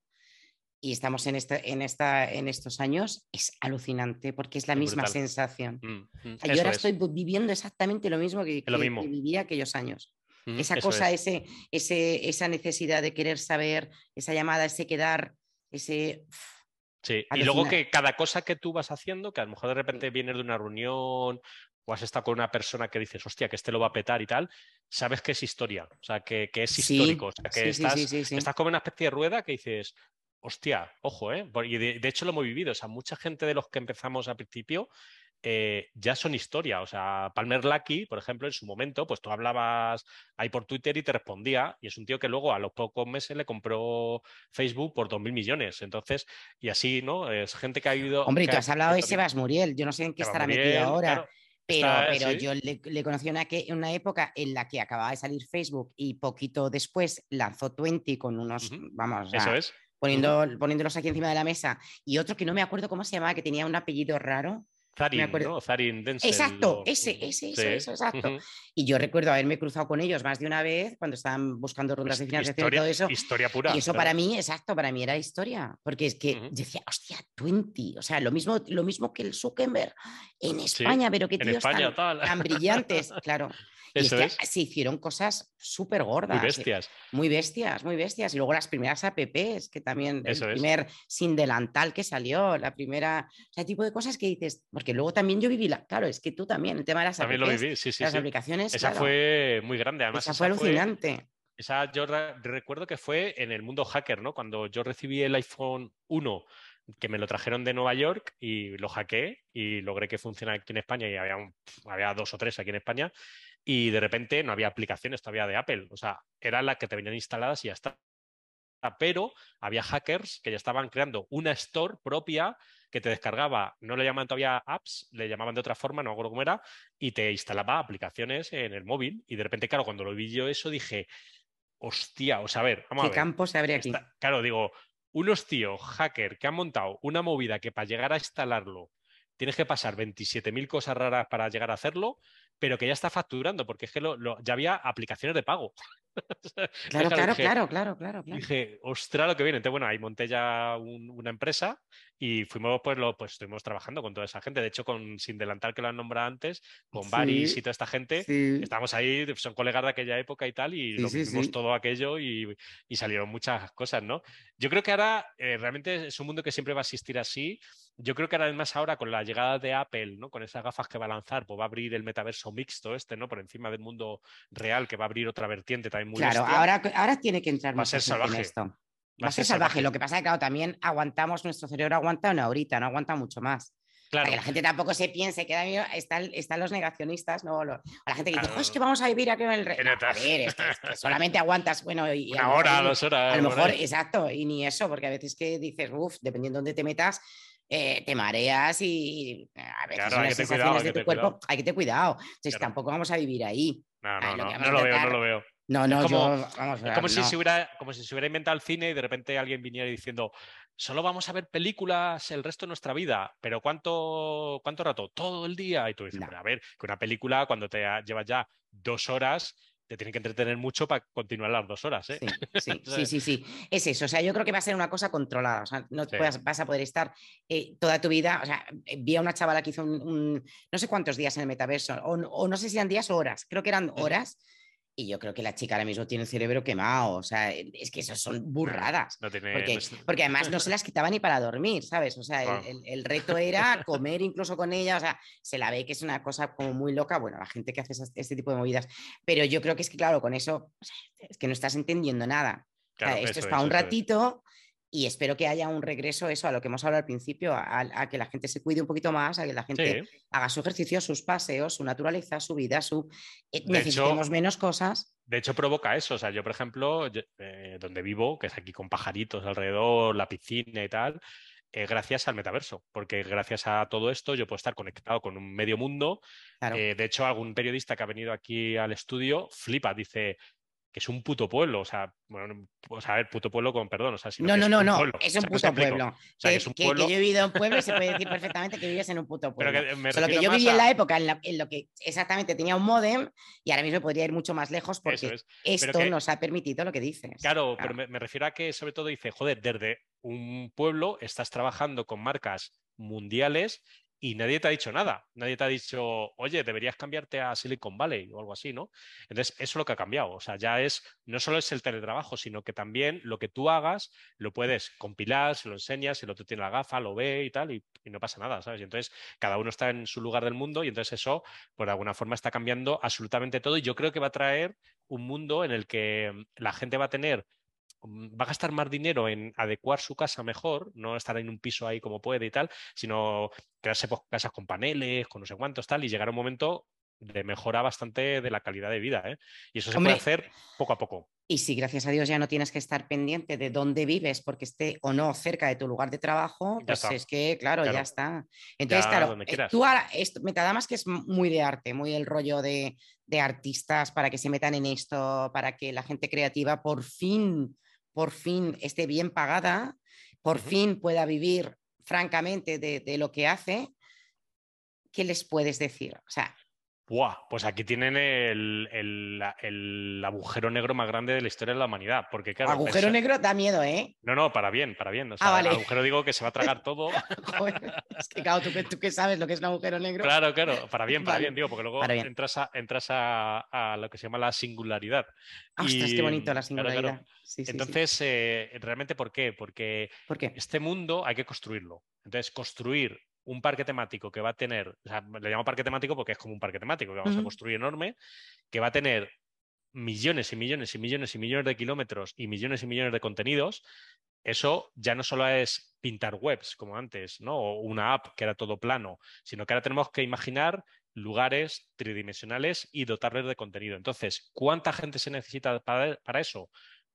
y estamos en, este, en, esta, en estos años, es alucinante porque es la Es misma brutal. sensación. Mm, mm, O sea, yo ahora eso estoy es, viviendo exactamente lo mismo que, es lo que, que mismo. vivía aquellos años. Mm, Esa eso cosa, es. ese, ese, esa necesidad de querer saber, esa llamada, ese quedar, ese uf, Sí, y luego alucinar. que cada cosa que tú vas haciendo, que a lo mejor de repente vienes de una reunión o has estado con una persona que dices, hostia, que este lo va a petar y tal, sabes que es historia, o sea, que, que es histórico, Sí, o sea, que sí, sí, sí, estás, sí, sí. estás como en una especie de rueda que dices, hostia, ojo, ¿eh? Y de, de hecho lo hemos vivido, o sea, mucha gente de los que empezamos al principio eh, ya son historia. O sea, Palmer Luckey, por ejemplo, en su momento, pues tú hablabas ahí por Twitter y te respondía, y es un tío que luego a los pocos meses le compró Facebook por dos mil millones. Entonces, y así, ¿no? Es gente que ha vivido, Hombre, y que, tú ha- has hablado que de también, Sebas Muriel, yo no sé en qué Eva estará metido Muriel, ahora, claro, pero, está, pero sí. yo le, le conocí una, que, una época en la que acababa de salir Facebook y poquito después lanzó veinte con unos, Ujú. vamos, Eso a, es. Ujú. poniendo, poniéndolos aquí encima de la mesa, y otro que no me acuerdo cómo se llamaba, que tenía un apellido raro, no me Zarin, acuerdo. ¿no? Zarin Denzel. Exacto, O... ese, Ujú. ese, eso, Sí. eso, exacto. Ujú. Y yo recuerdo haberme cruzado con ellos más de una vez cuando estaban buscando rondas de Hist- financiación y Historia, todo eso. historia Y pura, eso para claro. mí, exacto, para mí era historia, porque es que Ujú. decía, hostia, veinte, o sea, lo mismo, lo mismo que el Zuckerberg en Sí, España, pero qué en tíos España tan, tal. tan brillantes, claro. Y es Eso que es. se hicieron cosas súper Muy gordas, eh, bestias. muy bestias, muy bestias. Y luego las primeras apps, que también, el Eso es. primer sin delantal que salió, la primera, o sea, tipo de cosas que dices, porque luego también yo viví, la, claro, es que tú también, el tema de las También lo apps, viví, sí, de sí, las sí. aplicaciones, Esa claro, fue muy grande. Además, esa fue esa fue, alucinante. esa yo re- recuerdo que fue en el mundo hacker, ¿no? Cuando yo recibí el iPhone uno, que me lo trajeron de Nueva York y lo hackeé y logré que funcionara aquí en España y había, un- había dos o tres aquí en España y de repente no había aplicaciones todavía de Apple. O sea, eran las que te venían instaladas y ya está. Pero había hackers que ya estaban creando una store propia que te descargaba, no le llaman todavía apps, le llamaban de otra forma, no me acuerdo cómo era, y te instalaba aplicaciones en el móvil. Y de repente, claro, cuando lo vi yo eso dije, hostia, o sea, a ver, vamos a ¿Qué ver. campo se abre aquí? Está, claro, digo, unos tíos hacker que han montado una movida que para llegar a instalarlo tienes que pasar veintisiete mil cosas raras para llegar a hacerlo, pero que ya está facturando, porque es que lo, lo, ya había aplicaciones de pago. Entonces, Claro, claro, claro, dije, claro, claro, claro, y claro. dije, ostras, lo que viene. Entonces, bueno, ahí monté ya un- una empresa y fuimos, pues, lo, pues estuvimos trabajando con toda esa gente. De hecho, con Sin Delantal, que lo han nombrado antes, con Baris y Sí, toda esta gente, sí, estábamos ahí, son colegas de aquella época y tal, y sí, lo sí, vivimos sí. todo aquello y, y salieron muchas cosas, ¿no? Yo creo que ahora eh, realmente es un mundo que siempre va a existir así. Yo creo que ahora, además, ahora con la llegada de Apple, ¿no? Con esas gafas que va a lanzar, pues va a abrir el metaverso mixto este, ¿no? Por encima del mundo real, que va a abrir otra vertiente también muy Claro, bestia. ahora, ahora tiene que entrar Va a mucha ser gente en salvaje. esto. Va Va a a ser ser salvaje. salvaje. Lo que pasa es que, claro, también aguantamos, nuestro cerebro aguanta una horita, no aguanta mucho más. Para que Claro, la gente tampoco se piense que ahí están, están los negacionistas, ¿no? Lo- o la gente que dice, oh, es que claro. vamos a vivir aquí en el rey. En No, esta- joder, es que, es que solamente aguantas, bueno, y a lo Una mejor, hora, ni- dos a horas, lo por mejor, ahí. exacto, y ni eso, porque a veces que dices, uff, dependiendo de dónde te metas, eh, te mareas y a veces Claro, hay unas que tener cuidado, sensaciones hay de que tu tener cuerpo, cuidado. hay que tener cuidado. Entonces, Claro. tampoco vamos a vivir ahí. No, A ver, no, lo que no. vamos No a lo veo, no lo intentar, veo. no, Es no, yo, como, vamos a es ver, como si se no. hubiera, como si se hubiera inventado el cine y de repente alguien viniera diciendo, solo vamos a ver películas el resto de nuestra vida, pero ¿cuánto, cuánto rato? Todo el día. Y tú dices, No. pero a ver, que una película cuando te ha- llevas ya dos horas, te tiene que entretener mucho para continuar las dos horas, ¿eh? Sí, sí, O sí, sea, sí, sí. Es eso. O sea, yo creo que va a ser una cosa controlada. O sea, no sí. puedas- vas a poder estar eh, toda tu vida. O sea, eh, vi a una chavala que hizo un, un- no sé cuántos días en el metaverso, o, o no sé si eran días o horas, creo que eran Ujú. horas. Y yo creo que la chica ahora mismo tiene el cerebro quemado. O sea, es que eso son Nah, burradas. no tiene. No Porque, es- porque además no se las quitaba ni para dormir, ¿sabes? O sea, el, Claro. el- el reto era comer incluso con ella. O sea, se la ve que es una cosa como muy loca. Bueno, la gente que hace esas- este tipo de movidas. Pero yo creo que es que, claro, con eso, o sea, es que no estás entendiendo nada. O sea, Claro, esto es eso para es, un eso es. ratito y espero que haya un regreso, eso, a lo que hemos hablado al principio, a, a que la gente se cuide un poquito más, a que la gente Sí. haga su ejercicio, sus paseos, su naturaleza, su vida, su... eh, De hecho, necesitemos menos cosas. de hecho provoca eso. O sea, yo, por ejemplo, yo- eh, donde vivo, que es aquí con pajaritos alrededor, la piscina y tal, eh, gracias al metaverso, porque gracias a todo esto yo puedo estar conectado con un medio mundo. Claro. Eh, de hecho, algún periodista que ha venido aquí al estudio flipa, dice que es un puto pueblo. O sea, bueno, o sea, a ver, puto pueblo con perdón, o sea, sino No, que no, es no, un no, pueblo. O es un sea, no sé si puto me explico. pueblo. O sea, que es Que, un que, que yo he pueblo, vivido en un pueblo y se puede decir perfectamente que vives en un puto pero pueblo. que me Solo que refiero yo más viví en a la época en, la, en lo que exactamente tenía un módem y ahora mismo podría ir mucho más lejos eso porque es. Pero esto que nos ha permitido lo que dices. claro, pero Claro. me, me refiero a que sobre todo dice, joder, desde un pueblo estás trabajando con marcas mundiales y nadie te ha dicho nada. Nadie te ha dicho, oye, deberías cambiarte a Silicon Valley o algo así, ¿no? Entonces, eso es lo que ha cambiado. O sea, ya es, no solo es el teletrabajo, sino que también lo que tú hagas lo puedes compilar, se lo enseñas, el otro tiene la gafa, lo ve y tal, y, y no pasa nada, ¿sabes? Y entonces, cada uno está en su lugar del mundo y entonces eso, pues de alguna forma está cambiando absolutamente todo y yo creo que va a traer un mundo en el que la gente va a tener va a gastar más dinero en adecuar su casa mejor, no estar en un piso ahí como puede y tal, sino crearse pues, casas con paneles, con no sé cuántos, tal, y llegar a un momento de mejora bastante de la calidad de vida, ¿eh? Y eso se puede Hombre, hacer poco a poco. y si gracias a Dios ya no tienes que estar pendiente de dónde vives porque esté o no cerca de tu lugar de trabajo, Ya pues está, es que, claro, ya claro, está. Entonces, ya claro, donde eh, quieras. tú ahora, esto, Metadamas que es muy de arte, muy el rollo de, de artistas para que se metan en esto, para que la gente creativa por fin, por fin esté bien pagada, por Ujú. fin pueda vivir francamente de, de lo que hace. ¿Qué les puedes decir? O sea, Buah, pues aquí tienen el, el- el agujero negro más grande de la historia de la humanidad, porque claro, agujero pensa- negro da miedo, ¿eh? no, no, para bien, para bien. O Ah, sea, vale. agujero digo que se va a tragar todo. Joder, es que claro, ¿tú, que- tú que sabes lo que es un agujero negro. Claro, claro, para bien, para bien, Vale, digo, porque para luego bien. entras a, entras a, a lo que se llama la singularidad. Ostras, qué Y bonito la claro, claro. singularidad. Sí, sí, sí. Entonces, eh, ¿realmente por qué? Porque ¿Por qué? este mundo hay que construirlo. Entonces, construir un parque temático que va a tener, o sea, le llamo parque temático porque es como un parque temático que vamos a Ujú. construir enorme, que va a tener millones y millones y millones y millones de kilómetros y millones y millones de contenidos, eso ya no solo es pintar webs como antes, ¿no? O una app que era todo plano, sino que ahora tenemos que imaginar lugares tridimensionales y dotarles de contenido. Entonces, ¿cuánta gente se necesita para, para eso?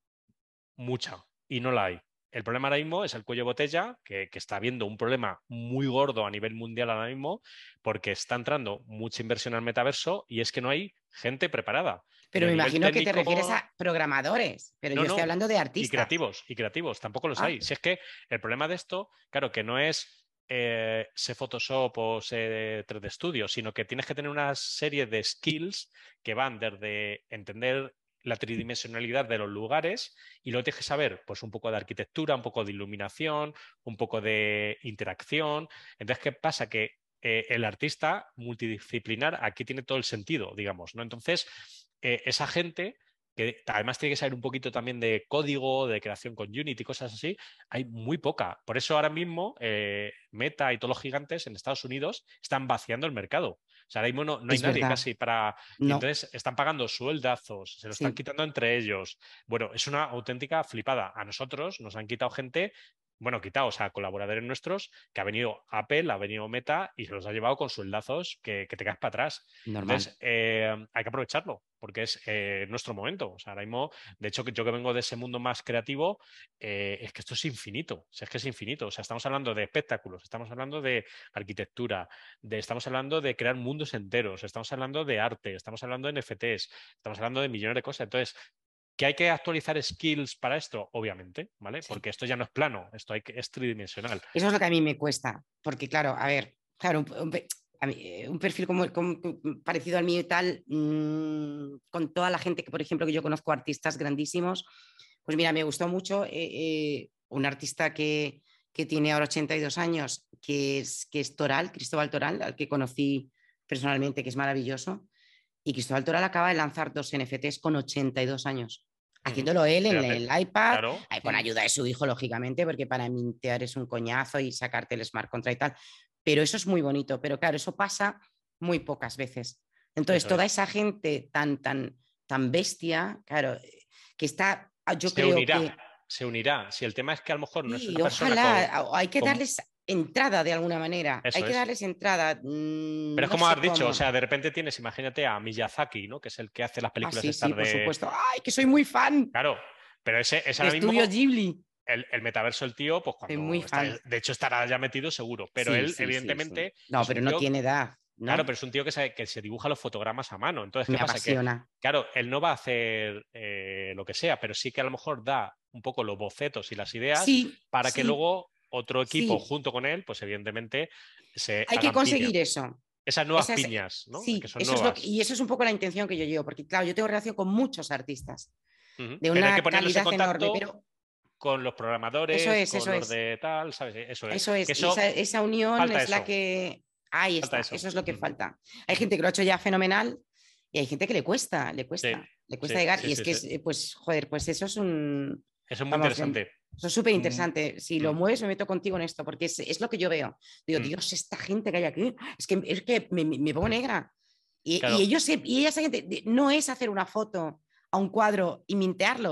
Mucha, y no la hay. El problema ahora mismo es el cuello de botella, que, que está habiendo un problema muy gordo a nivel mundial ahora mismo, porque está entrando mucha inversión al metaverso y es que no hay gente preparada, ni Pero a me nivel imagino que te refieres técnico. a programadores, pero No, yo estoy no. hablando de Y artistas. creativos, y creativos, tampoco los Ah, hay. Si es que el problema de esto, claro, que no es eh, sé Photoshop o sé tres D Studio, sino que tienes que tener una serie de skills que van desde entender la tridimensionalidad de los lugares y luego tienes que saber pues un poco de arquitectura, un poco de iluminación, un poco de interacción. Entonces, ¿qué pasa? Que eh, el artista multidisciplinar aquí tiene todo el sentido, digamos, ¿no? Entonces, eh, esa gente que además tiene que saber un poquito también de código, de creación con Unity, cosas así, hay muy poca. Por eso ahora mismo eh, Meta y todos los gigantes en Estados Unidos están vaciando el mercado. O sea, ahora mismo no, no hay es nadie verdad. casi para. Y No, entonces están pagando sueldazos, se lo están sí. quitando entre ellos. Bueno, es una auténtica flipada. A nosotros nos han quitado gente, bueno, quitado, o sea, colaboradores nuestros, que ha venido Apple, ha venido Meta y se los ha llevado con sueldazos que, que te caes para atrás. Normal. Entonces, eh, hay que aprovecharlo porque es eh, nuestro momento. O sea, ahora mismo, de hecho, yo que vengo de ese mundo más creativo, eh, es que esto es infinito. O sea, es que es infinito. O sea, estamos hablando de espectáculos, estamos hablando de arquitectura, de, estamos hablando de crear mundos enteros, estamos hablando de arte, estamos hablando de N F Ts, estamos hablando de millones de cosas. Entonces, ¿que hay que actualizar skills para esto? Obviamente, ¿vale? Sí. Porque esto ya no es plano, esto hay que, es tridimensional. Eso es lo que a mí me cuesta, porque claro, a ver, claro, un, un, a mí, eh, un perfil como, como, parecido al mío y tal, mmm, con toda la gente que, por ejemplo, que yo conozco, artistas grandísimos, pues mira, me gustó mucho eh, eh, un artista que, que, tiene ahora ochenta y dos años, que es, que es Toral, Cristóbal Toral, al que conocí personalmente, que es maravilloso, y Cristóbal Toral acaba de lanzar dos N F Ts con ochenta y dos años. Uh -huh. Haciéndolo él en Fíjate, el iPad, claro. con ayuda de su hijo, lógicamente, porque para mintear es un coñazo y sacarte el smart contract y tal. Pero eso es muy bonito. Pero claro, eso pasa muy pocas veces. Entonces, Eso toda es. esa gente tan, tan, tan bestia, claro, que está, yo Se creo unirá, que se unirá. Si el tema es que a lo mejor no es sí, una persona con, ojalá, hay que con... darles entrada de alguna manera. Hay Eso que es. darles entrada. Mmm, Pero es no como sé has dicho, o cómo. sea, de repente tienes, imagínate a Miyazaki, ¿no? Que es el que hace las Ah, películas sí, sí, estas por de. supuesto. ¡Ay, que soy muy fan Claro, pero ese es de ahora Estudio mismo Ghibli! el, el metaverso, el tío, pues Soy muy cuando está, fan. de hecho estará ya metido seguro, pero Sí, él, sí, sí, sí. evidentemente, No, es pero un no tío. tiene edad, Claro, ¿no? pero es un tío que se, que se dibuja los fotogramas a mano. Entonces, ¿qué Me pasa? Que, apasiona. claro, él no va a hacer eh, lo que sea, pero sí que a lo mejor da un poco los bocetos y las ideas Sí, para que sí, luego otro equipo sí. junto con él, pues evidentemente se Hay que hagan piña. conseguir eso. Esas nuevas Esa es, piñas, ¿no? Que sí, son eso es lo que, nuevas. y eso es un poco la intención que yo llevo, porque claro, yo tengo relación con muchos artistas Ujú. de Pero hay que una ponerlos en calidad enorme, contacto pero con los eso programadores, es, con eso los es, de tal, ¿sabes? Eso es. eso Que es, y esa, eso, esa unión falta es la eso, que, ahí falta está, eso. eso es lo que Ujú, falta. Hay ujú. gente que lo ha hecho ya fenomenal y hay gente que le cuesta, le Sí, cuesta, le cuesta sí, llegar, sí, y es sí, que, sí. es, pues, joder, pues eso es un, Eso es muy vamos, eso interesante. es súper Mm, interesante. Si lo mm, mueves, me meto contigo en esto, porque es, es lo que yo veo. Digo, mm. Dios, esta gente que hay aquí, es que, es que me, me pongo negra. Y, y Claro, ellos, se, y esa gente, no es hacer una foto a un cuadro y mintearlo,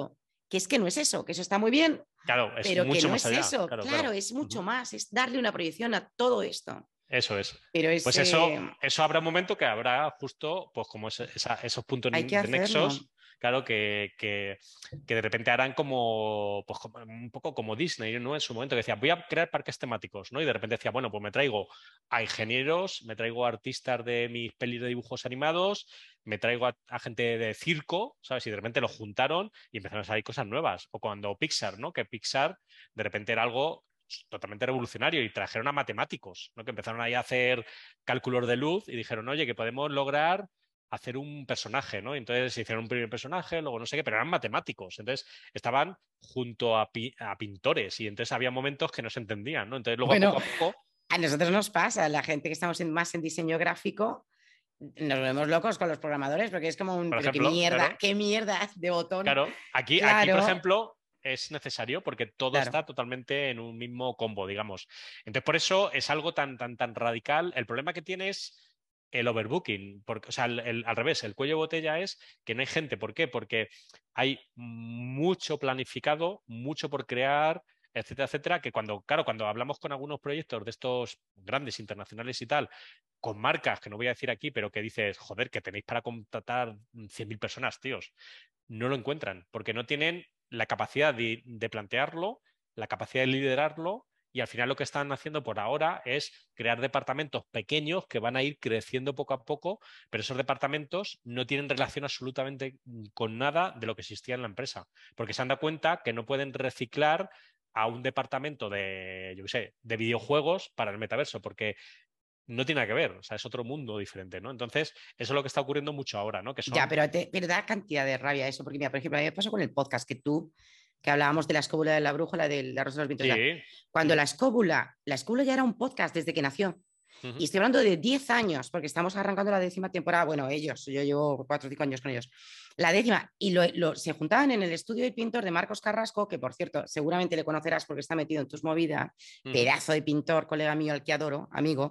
que es que no es eso, que eso está muy bien, Claro, es pero que mucho no más es allá. eso. Claro, Claro, claro. es mucho Ujú. más, es darle una proyección a todo esto. Eso es. Pero Pues eso, ese, eso habrá un momento que habrá justo, pues como ese- esa- esos puntos hay que de hacerlo. nexos, claro, que, que, que de repente harán como, pues como- un poco como Disney, ¿no? En su momento que decía, voy a crear parques temáticos, ¿no? Y de repente decía, bueno, pues me traigo a ingenieros, me traigo a artistas de mis pelis de dibujos animados, me traigo a, a gente de circo, ¿sabes? Y de repente lo juntaron y empezaron a salir cosas nuevas. O cuando Pixar, ¿no? Que Pixar de repente era algo totalmente revolucionario y trajeron a matemáticos, ¿no? Que empezaron ahí a hacer cálculos de luz y dijeron, oye, que podemos lograr hacer un personaje, ¿no? Y entonces se hicieron un primer personaje, luego no sé qué, pero eran matemáticos. Entonces estaban junto a, pi a pintores y entonces había momentos que no se entendían, ¿no? Entonces luego a Bueno, poco a poco... a nosotros nos pasa, la gente que estamos en, más en diseño gráfico, nos vemos locos con los programadores porque es como un, Por pero qué ejemplo, mierda, claro, qué mierda de botón. claro, aquí, aquí, por Claro, ejemplo, es necesario porque todo claro. está totalmente en un mismo combo, digamos. Entonces, por eso es algo tan, tan, tan radical. El problema que tiene es el overbooking, porque, o sea, el, el, al revés, el cuello de botella es que no hay gente. ¿Por qué? Porque hay mucho planificado, mucho por crear, etcétera, etcétera, que cuando, claro, cuando hablamos con algunos proyectos de estos grandes internacionales y tal, con marcas que no voy a decir aquí, pero que dices, joder, que tenéis para contratar cien mil personas, tíos, no lo encuentran, porque no tienen la capacidad de, de plantearlo, la capacidad de liderarlo y al final lo que están haciendo por ahora es crear departamentos pequeños que van a ir creciendo poco a poco, pero esos departamentos no tienen relación absolutamente con nada de lo que existía en la empresa, porque se han dado cuenta que no pueden reciclar a un departamento de, yo qué sé, de videojuegos para el metaverso, porque no tiene nada que ver, o sea, es otro mundo diferente, ¿no? Entonces, eso es lo que está ocurriendo mucho ahora, ¿no? Que Ya, son... pero, te, pero da cantidad de rabia eso, porque mira, por ejemplo, a mí me pasó con el podcast que tú, que hablábamos de la escóbula de la brújula, de la rosa de los vientos. Tal. Sí, sí, Cuando la sí. escóbula, la escóbula ya era un podcast desde que nació. Uh Y -huh. estoy hablando de diez años, porque estamos arrancando la décima temporada. Bueno, ellos, yo llevo cuatro o cinco años con ellos. La décima, y lo, lo, se juntaban en el estudio del pintor de Marcos Carrasco, que por cierto, seguramente le conocerás porque está metido en tus movidas, Uh -huh. pedazo de pintor, colega mío al que adoro, amigo.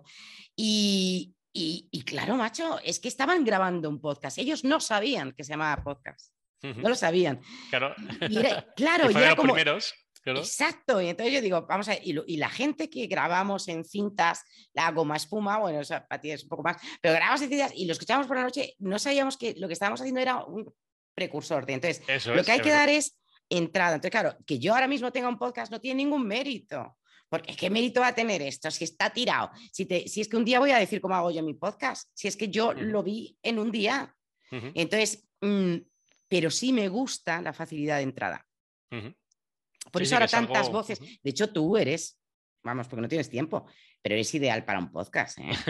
Y, y, y claro, macho, es que estaban grabando un podcast. Ellos no sabían que se llamaba podcast. Uh No -huh. lo sabían. Claro. Y era, Y claro, fue y de era los como, primeros, claro. exacto, y entonces yo digo, vamos a ver, y, lo, y la gente que grabamos en cintas, la goma espuma, bueno, o sea, para ti es un poco más, pero grabamos en cintas y lo escuchábamos por la noche, no sabíamos que lo que estábamos haciendo era un precursor de, entonces, Eso lo que es, hay es que verdad. dar es entrada. Entonces, claro, que yo ahora mismo tenga un podcast no tiene ningún mérito. Porque ¿qué mérito va a tener esto? Si está tirado. Si, te, si es que un día voy a decir cómo hago yo mi podcast. Si es que yo Uh -huh. lo vi en un día. Uh -huh. Entonces, mmm, pero sí me gusta la facilidad de entrada. Uh -huh. Por Sí, eso sí, que ahora es tantas algo... voces. Uh -huh. De hecho, tú eres, vamos, porque no tienes tiempo, pero eres ideal para un podcast. ¿eh?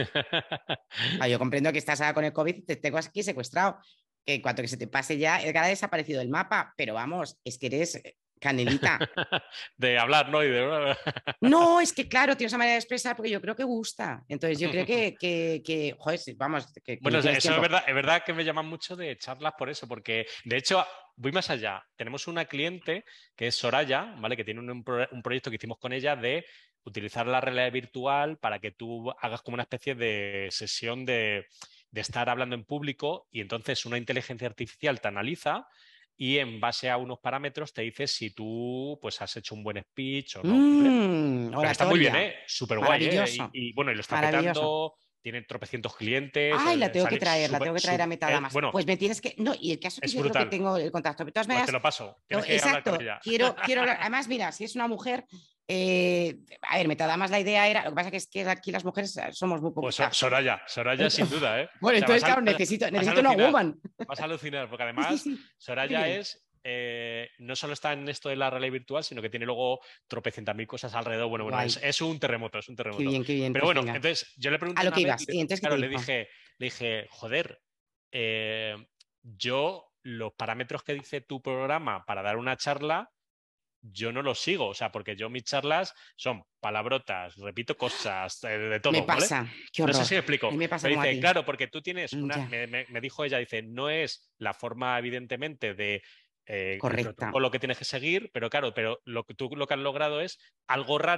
Ah, yo comprendo que estás ahora con el COVID, te tengo aquí secuestrado. Que en cuanto que se te pase ya, Edgar ha desaparecido del mapa, pero vamos, es que eres canelita. De hablar, ¿no? Y de... No, es que claro, tienes una manera de expresar porque yo creo que gusta. Entonces yo creo que, que, que joder, vamos, que, que Bueno, no tienes eso es tiempo. verdad, es verdad que me llaman mucho de charlas por eso, porque de hecho voy más allá. Tenemos una cliente que es Soraya, ¿vale? Que tiene un, un proyecto que hicimos con ella de utilizar la realidad virtual para que tú hagas como una especie de sesión de, de estar hablando en público y entonces una inteligencia artificial te analiza y en base a unos parámetros te dice si tú pues has hecho un buen speech o no, ¿vale? Mmm, O sea, que está muy bien, oratoria. ¿eh? Súper guay, ¿eh? Y, Maravilloso, y, bueno, y lo está maravilloso. petando, tiene tropecientos clientes, Ay, la eh, tengo que sale traer, la súper, tengo que traer a súper, eh, Metadamas. bueno, Pues me tienes que. No, y el caso que es yo creo que brutal. tengo el contacto. De todas Pues te maneras, lo paso, no, tienes que hablar con exacto, ella. quiero, quiero hablar. Además, mira, si es una mujer. Eh, a ver, Metadamas la idea era. Lo que pasa que es que aquí las mujeres somos muy Pues So- poquitas. Soraya, Soraya sin duda, ¿eh? O Bueno, sea, vas entonces, a, claro, necesito, vas a necesito una alucinar, woman. vas a alucinar, porque Sí, sí, además sí. Qué Soraya bien. es, eh, no solo está en esto de la realidad virtual, sino que tiene luego tropecientas mil cosas alrededor. Bueno, bueno, es, Guay. es un terremoto, es un Qué terremoto. bien, qué bien. Pero Pues bueno, venga. entonces yo le A pregunté lo una que vez, ibas. y Y le- entonces, ¿qué te claro, le dijo? dije, le dije, joder, eh, yo los parámetros que dice tu programa para dar una charla yo no los sigo, o sea, porque yo mis charlas son palabrotas, repito cosas, eh, de Me todo, ¿vale? pasa. Qué No sé horror. si me A explico. mí me pasa Pero como a dice, ti. claro, porque tú tienes una, Ya. me, me- me dijo ella, dice, no es la forma, evidentemente, de eh, el Correcta. protocolo que tienes que seguir, pero claro, pero lo que tú lo que has logrado es algo raro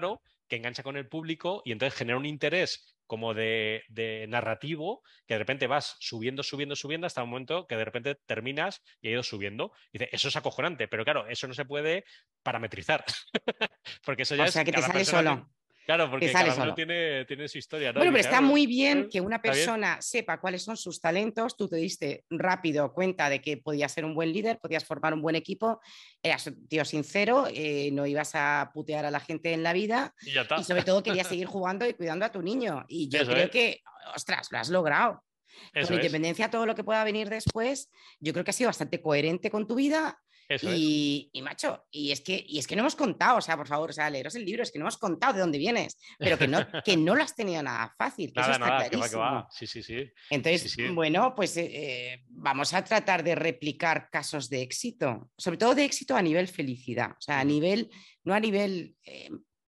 que engancha con el público y entonces genera un interés como de, de narrativo, que de repente vas subiendo, subiendo, subiendo hasta el momento que de repente terminas y ha ido subiendo. Y dice, eso es acojonante, pero claro, eso no se puede parametrizar, porque eso ya O es sea, que te cada sale persona solo, tiene... Claro, te porque sale cada uno solo. tiene, tiene su historia, ¿no? Y Bueno, pero dice, está ah, muy eh, bien que una está bien. persona sepa cuáles son sus talentos, tú te diste rápido cuenta de que podías ser un buen líder, podías formar un buen equipo, eras un tío sincero, eh, no ibas a putear a la gente en la vida Y ya y está. sobre todo querías seguir jugando y cuidando a tu niño. Y yo Eso creo es, que, ostras, lo has logrado. Con eso es, independencia de todo lo que pueda venir después, yo creo que has sido bastante coherente con tu vida. eso es. Y, y, macho, y es, que, y es que no hemos contado, o sea, por favor, o sea, leeros el libro, es que no hemos contado de dónde vienes, pero que no, que no lo has tenido nada fácil, que eso Nada, está nada, que va, que va. clarísimo. Sí, sí, sí. Sí, Entonces, sí. bueno, pues eh, vamos a tratar de replicar casos de éxito, sobre todo de éxito a nivel felicidad, o sea, a Ujú. nivel, no a nivel, eh,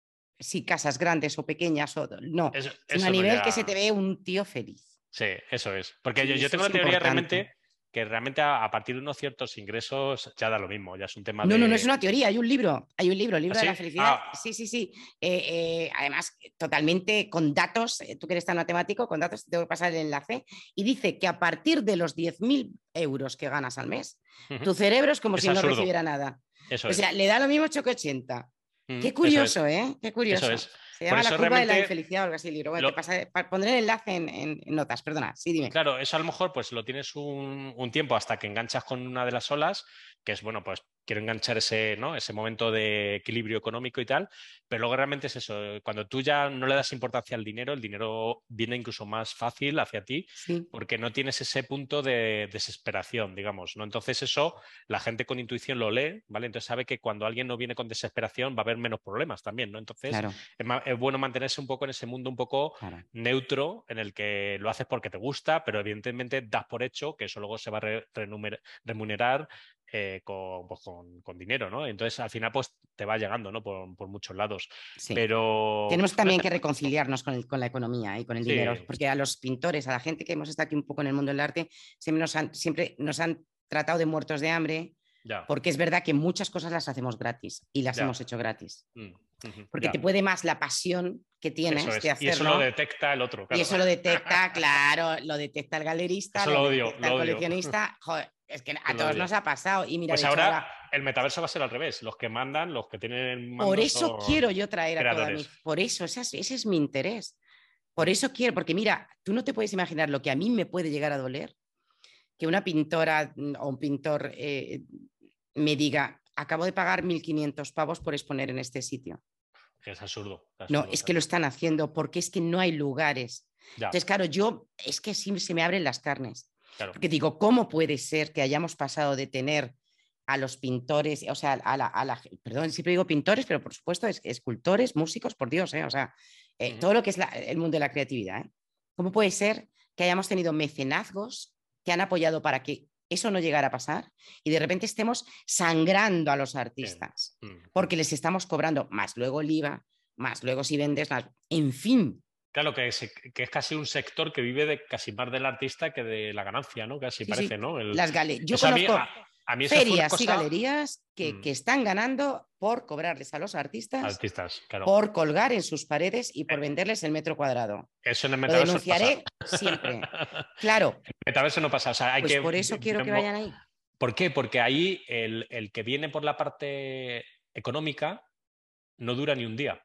si casas grandes o pequeñas, o no, Eso, sino a eso no nivel que se ya. te ve un tío feliz. Sí, eso es. Porque yo, Y yo eso tengo es la teoría importante. realmente que realmente a, a partir de unos ciertos ingresos ya da lo mismo, ya es un tema No, no, no es de... una teoría, hay un libro, hay un libro, el ¿Ah, libro de la sí? felicidad. Ah, Sí, sí, sí. Eh, eh, además, totalmente con datos, eh, tú que eres tan matemático, con datos, te tengo que pasar el enlace. Y dice que a partir de los diez mil euros que ganas al mes, ujú. tu cerebro es como Es si no absurdo. recibiera nada. Eso O sea, es. le da lo mismo ocho que ochenta. Mm, Qué eso es. curioso, ¿eh? Qué Eso curioso. es. Se Por llama La eso curva de la realmente infelicidad o algo así el libro. Bueno, te lo, pasaré, pondré el enlace en, en, en notas, perdona. Sí, dime. claro, eso a lo mejor pues lo tienes un, un tiempo hasta que enganchas con una de las olas, que es, bueno, pues quiero enganchar ese, ¿no? ese momento de equilibrio económico y tal, pero luego realmente es eso, cuando tú ya no le das importancia al dinero, el dinero viene incluso más fácil hacia ti Sí, porque no tienes ese punto de desesperación, digamos, ¿no? Entonces eso la gente con intuición lo lee, ¿vale? Entonces sabe que cuando alguien no viene con desesperación va a haber menos problemas también, ¿no? Entonces claro, es, ma- es bueno mantenerse un poco en ese mundo un poco claro. neutro en el que lo haces porque te gusta, pero evidentemente das por hecho que eso luego se va a re remunerar eh, con, pues con, con, dinero, ¿no? Entonces al final pues te va llegando, ¿no? Por, por muchos lados. Sí. Pero Tenemos no también está... que reconciliarnos con, el, con, la economía y con el dinero, Sí, porque a los pintores, a la gente que hemos estado aquí un poco en el mundo del arte, siempre nos han, siempre nos han tratado de muertos de hambre, ya, porque es verdad que muchas cosas las hacemos gratis y las ya, hemos hecho gratis, mm, uh-huh, porque te ya. puede más la pasión que Eso tienes de es. Y eso lo hacerlo. detecta el otro, Y claro. eso lo detecta, claro, lo detecta el galerista, Eso lo lo odio, detecta lo el odio. coleccionista. Joder, es que a Lo todos odio. nos ha pasado. Y mira, Pues de hecho, ahora ahora el metaverso va a ser al revés. Los que mandan, los que tienen por mando eso quiero son yo traer a toda mi. creadores. Por eso, ese es, ese es mi interés. Por Mm. eso quiero, porque mira, tú no te puedes imaginar lo que a mí me puede llegar a doler que una pintora mm, o un pintor eh, me diga, acabo de pagar mil quinientos pavos por exponer en este sitio. Es absurdo, es No, absurdo, es es que lo absurdo. están haciendo porque es que no hay lugares. Ya, Entonces, claro, yo es que sí se me abren las carnes. claro. Porque digo, ¿cómo puede ser que hayamos pasado de tener a los pintores, o sea, a la, a la perdón, siempre digo pintores, pero por supuesto es, escultores, músicos, por Dios, ¿eh? O sea, eh, Uh-huh. todo lo que es la, el mundo de la creatividad. ¿eh? ¿Cómo puede ser que hayamos tenido mecenazgos que han apoyado para que eso no llegara a pasar y de repente estemos sangrando a los Bien. artistas Uh-huh. porque les estamos cobrando más luego el IVA, más luego si vendes, más, en fin. Claro, que es, que es casi un sector que vive de casi más del artista que de la ganancia, ¿no? Casi Sí, parece, sí, ¿no? El, las galerías. Yo eso a mí, conozco a, a mí eso fue una ferias y cosa... galerías que, Mm, que están ganando por cobrarles a los artistas, artistas, claro. por colgar en sus paredes y por Eh, venderles el metro cuadrado. Eso en el Lo metaverso no pasa. denunciaré siempre. Claro, El metaverso no pasa. O sea, hay pues que... por eso quiero que vayan ahí. ¿Por qué? Porque ahí el, el que viene por la parte económica no dura ni un día.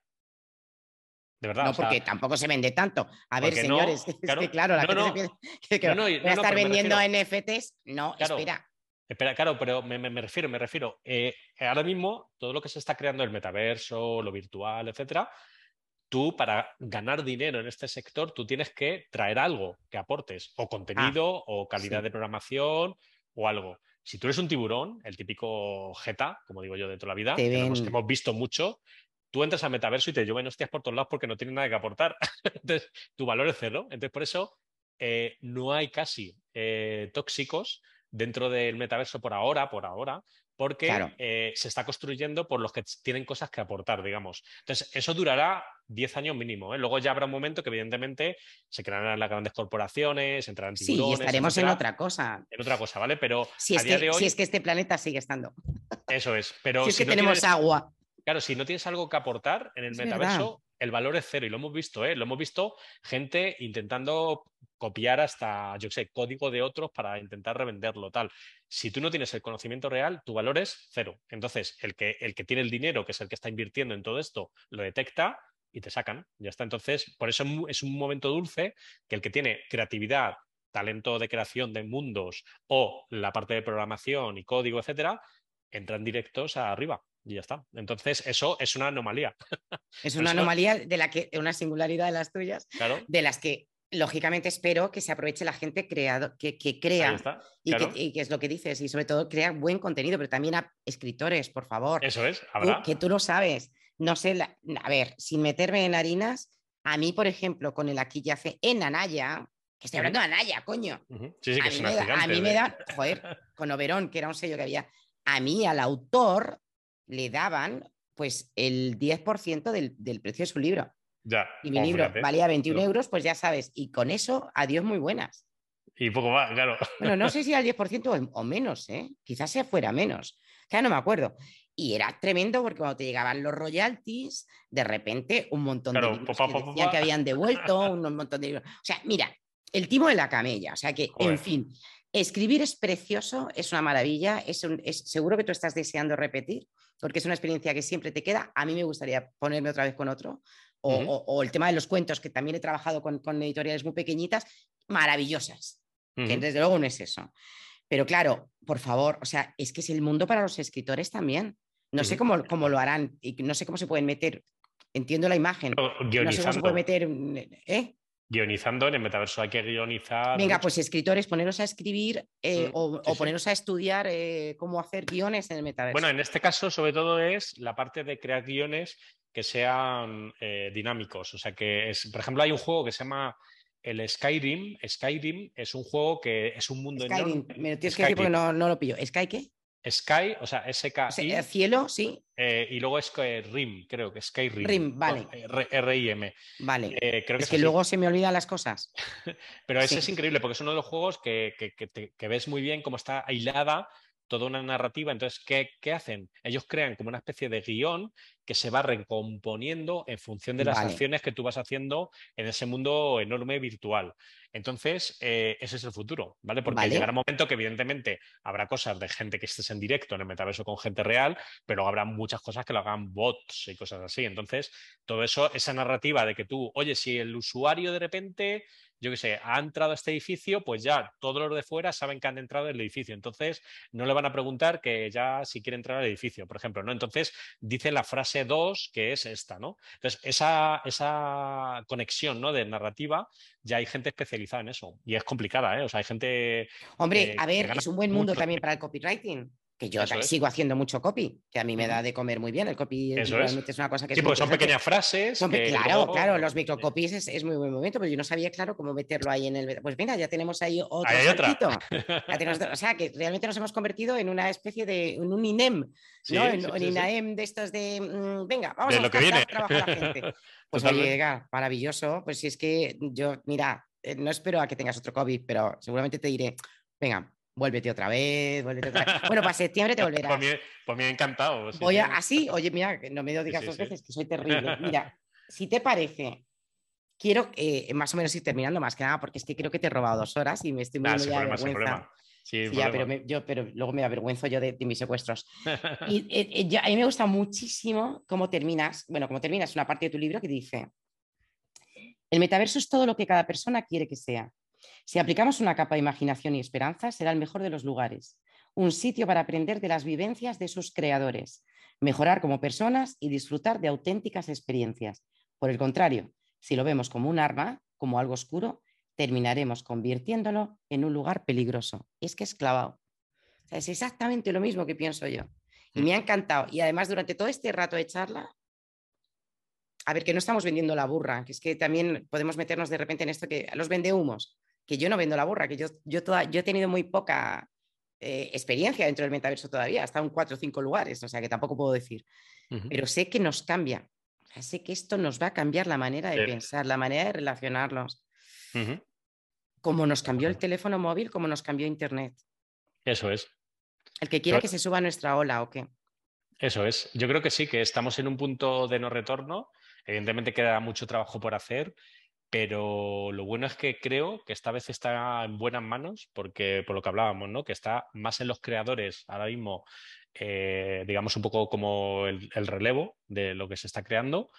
De verdad, o No, sea, porque tampoco se vende tanto. A ver, porque no, señores, es claro, que claro, la no, gente se no, piensa que, que no, voy no, a no, no, estar pero me vendiendo refiero, N F Ts. No, claro, espera. espera, claro, pero me, me- me refiero, me refiero. Eh, ahora mismo, todo lo que se está creando el metaverso, lo virtual, etcétera, tú para ganar dinero en este sector, tú tienes que traer algo que aportes, o Ah, contenido, o calidad sí, de programación, o algo. Si tú eres un tiburón, el típico jeta, como digo yo de toda la vida, te que lo hemos, que ven. hemos visto mucho, tú entras al metaverso y te llueven hostias por todos lados porque no tienen nada que aportar. Entonces, tu valor es cero. Entonces, por eso eh, no hay casi eh, tóxicos dentro del metaverso por ahora, por ahora, porque Claro, eh, se está construyendo por los que tienen cosas que aportar, digamos. Entonces, eso durará diez años mínimo. ¿eh? Luego ya habrá un momento que, evidentemente, se crearán las grandes corporaciones, entrarán sí, y tiburones, estaremos en etcétera, otra cosa. en otra cosa, ¿vale? Pero Si a es día que, de si hoy, es que este planeta sigue estando. eso es. Si Pero es si que no tenemos tienes agua. Claro, si no tienes algo que aportar en el Es verdad. metaverso, el valor es cero y lo hemos visto, ¿eh? Lo hemos visto gente intentando copiar hasta, yo qué sé, código de otros para intentar revenderlo, tal. Si tú no tienes el conocimiento real, tu valor es cero. Entonces, el que, el que tiene el dinero, que es el que está invirtiendo en todo esto, lo detecta y te sacan. Ya está. Entonces, por eso es un momento dulce que el que tiene creatividad, talento de creación de mundos o la parte de programación y código, etcétera, entran directos arriba y ya está. Entonces, eso es una anomalía. Es Por una eso, anomalía de la que, una singularidad de las tuyas, claro, de las que lógicamente espero que se aproveche la gente creado, que, que ahí crea está, y que, claro, y que es lo que dices, y sobre todo crea buen contenido, pero también a escritores, por favor. eso es, Tú, habrá. que tú lo sabes, no sé, la, a ver, sin meterme en harinas, a mí, por ejemplo, con el Aquí Yace en Anaya, que estoy Uh -huh, hablando de Anaya, coño, uh -huh. Sí, sí, que a es mí una me da, a gigante mí me de... da, joder, con Oberón, que era un sello que había, a mí, al autor, le daban pues el diez por ciento del, del precio de su libro. Ya, Y mi oh, libro fíjate. valía veintiún Claro. euros, pues ya sabes, y con eso, adiós muy buenas. Y poco más, claro. Bueno, no sé si al diez por ciento o, o menos, ¿eh? Quizás se fuera menos, ya no me acuerdo. Y era tremendo porque cuando te llegaban los royalties, de repente un montón de Claro, libros papá, que papá, decían que papá. habían devuelto, un montón de libros. O sea, mira, el timo de la camella. O sea que, en Joder. fin, escribir es precioso, es una maravilla, es, un, es seguro que tú estás deseando repetir, porque es una experiencia que siempre te queda. A mí me gustaría ponerme otra vez con otro. O, Uh -huh, o, o el tema de los cuentos, que también he trabajado con, con editoriales muy pequeñitas, maravillosas, uh que -huh, desde luego no es eso. Pero claro, por favor, o sea, es que es el mundo para los escritores también. No uh sé -huh. cómo, cómo lo harán y no sé cómo se pueden meter. Entiendo la imagen. Pero No sé cómo se puede guionizando, meter. ¿Eh? guionizando en el metaverso hay que guionizar Venga, mucho. pues escritores, poneros a escribir eh, Mm, o, sí, o, sí. poneros a estudiar eh, cómo hacer guiones en el Bueno, metaverso. en este caso, sobre todo, es la parte de crear guiones que sean eh, dinámicos. O sea, que es, por ejemplo, hay un juego que se llama el Skyrim. Skyrim es un juego que es un mundo enorme. Skyrim, me lo tienes que decir porque Skyrim. no, no lo pillo. ¿Sky qué? Sky, o sea, O sea, S K I, cielo, sí. eh, y luego es que Rim, creo que Skyrim, Rim, vale, R I M. vale. Eh, creo que Es es que así. luego se me olvidan las cosas. Pero ese es Sí, increíble porque es uno de los juegos que, que, que, te, que ves muy bien cómo está aislada toda una narrativa. Entonces, ¿qué, ¿qué hacen? Ellos crean como una especie de guión que se va recomponiendo en función de las vale, acciones que tú vas haciendo en ese mundo enorme virtual. Entonces, eh, ese es el futuro, ¿vale? Porque llegará un vale. momento que evidentemente habrá cosas de gente que estés en directo en el metaverso con gente real, pero habrá muchas cosas que lo hagan bots y cosas así. Entonces, todo eso, esa narrativa de que tú, oye, si el usuario de repente yo qué sé, ha entrado a este edificio, pues ya todos los de fuera saben que han entrado al edificio. Entonces, no le van a preguntar que ya si quiere entrar al edificio, por ejemplo, ¿no? Entonces, dice la frase dos, que es esta, ¿no? Entonces, esa, esa conexión, ¿no? De narrativa, ya hay gente especializada en eso. Y es complicada, ¿eh? O sea, hay gente Hombre, eh, a que ver, gana es un buen mundo mucho. también para el copywriting, que yo Eso es. sigo haciendo mucho copy, que a mí Uh me -huh. da de comer muy bien. El copy Eso es. realmente es una cosa que es Sí, muy porque son interesante. pequeñas frases Son, que claro, claro, luego... los microcopies es, es, muy buen momento, pero yo no sabía, claro, cómo meterlo ahí en el... Pues mira, ya tenemos ahí Ahí otro hay otra. saltito. Ya tenemos, o sea, que realmente nos hemos convertido en una especie de, en un INEM, ¿no? Sí, En, sí, en sí, sí. INAEM de estos de, mmm, venga, vamos a De lo que buscar viene. tra trabajo a la gente. Pues oye, Totalmente. Edgar, maravilloso. Pues si es que yo, mira, eh, no espero a que tengas otro COVID, pero seguramente te diré, venga, vuélvete otra vez, vuélvete otra vez. Bueno, para septiembre te Por mí, volverás. por mí encantado, sí, Voy sí. a, así, oye, mira, que no me lo Sí, digas sí, dos sí. veces, que soy terrible. Mira, si te parece, quiero eh, más o menos ir terminando más que nada, porque es que creo que te he robado dos horas y me estoy Nada, muriendo sin ya de problema, sin vergüenza. problema. Sin Sí, ya, pero, problema. me, yo, pero luego me avergüenzo yo de, de mis secuestros. Y eh, eh, yo, a mí me gusta muchísimo cómo terminas, bueno, cómo terminas una parte de tu libro que dice, el metaverso es todo lo que cada persona quiere que sea. Si aplicamos una capa de imaginación y esperanza, será el mejor de los lugares, un sitio para aprender de las vivencias de sus creadores, mejorar como personas y disfrutar de auténticas experiencias. Por el contrario, si lo vemos como un arma, como algo oscuro, terminaremos convirtiéndolo en un lugar peligroso. Es que es clavado. O sea, es exactamente lo mismo que pienso yo. Y me ha encantado. Y además, durante todo este rato de charla, a ver, que no estamos vendiendo la burra, que es que también podemos meternos de repente en esto que los vende humos, que yo no vendo la burra, que yo, yo, toda, yo he tenido muy poca eh, experiencia dentro del metaverso todavía, hasta en cuatro o cinco lugares, o sea que tampoco puedo decir, Uh -huh. pero sé que nos cambia, o sea, sé que esto nos va a cambiar la manera de Sí. pensar, la manera de relacionarnos, Uh -huh. como nos cambió el teléfono móvil, como nos cambió Internet. Eso es. El que quiera que se suba a nuestra ola o qué. Eso es. Yo creo que sí, que estamos en un punto de no retorno Evidentemente queda mucho trabajo por hacer, pero lo bueno es que creo que esta vez está en buenas manos, porque por lo que hablábamos, ¿no? Que está más en los creadores ahora mismo, eh, digamos un poco como el, el relevo de lo que se está creando.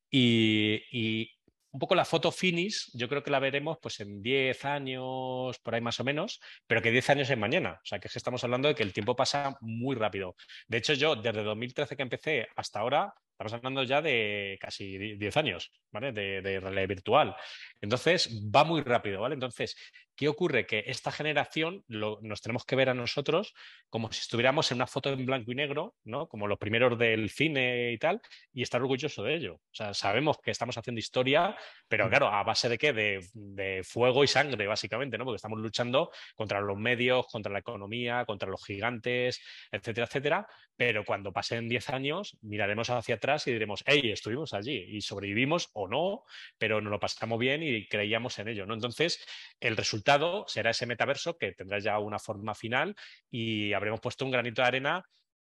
Y, y un poco la foto finish, yo creo que la veremos pues en diez años, por ahí más o menos, pero que diez años es mañana. O sea, que es que estamos hablando de que el tiempo pasa muy rápido. De hecho, yo desde dos mil trece que empecé hasta ahora, estamos hablando ya de casi diez años, ¿vale? De, de realidad virtual. Entonces, va muy rápido, ¿vale? Entonces, ¿qué ocurre? Que esta generación lo, nos tenemos que ver a nosotros como si estuviéramos en una foto en blanco y negro, ¿no? Como los primeros del cine y tal, y estar orgulloso de ello. O sea, sabemos que estamos haciendo historia, pero claro, ¿a base de qué? De, de fuego y sangre, básicamente, ¿no? Porque estamos luchando contra los medios, contra la economía, contra los gigantes, etcétera, etcétera. Pero cuando pasen diez años, miraremos hacia atrás y diremos, hey, estuvimos allí y sobrevivimos o no, pero nos lo pasamos bien y creíamos en ello, ¿no? Entonces, el resultado será ese metaverso que tendrá ya una forma final y habremos puesto un granito de arena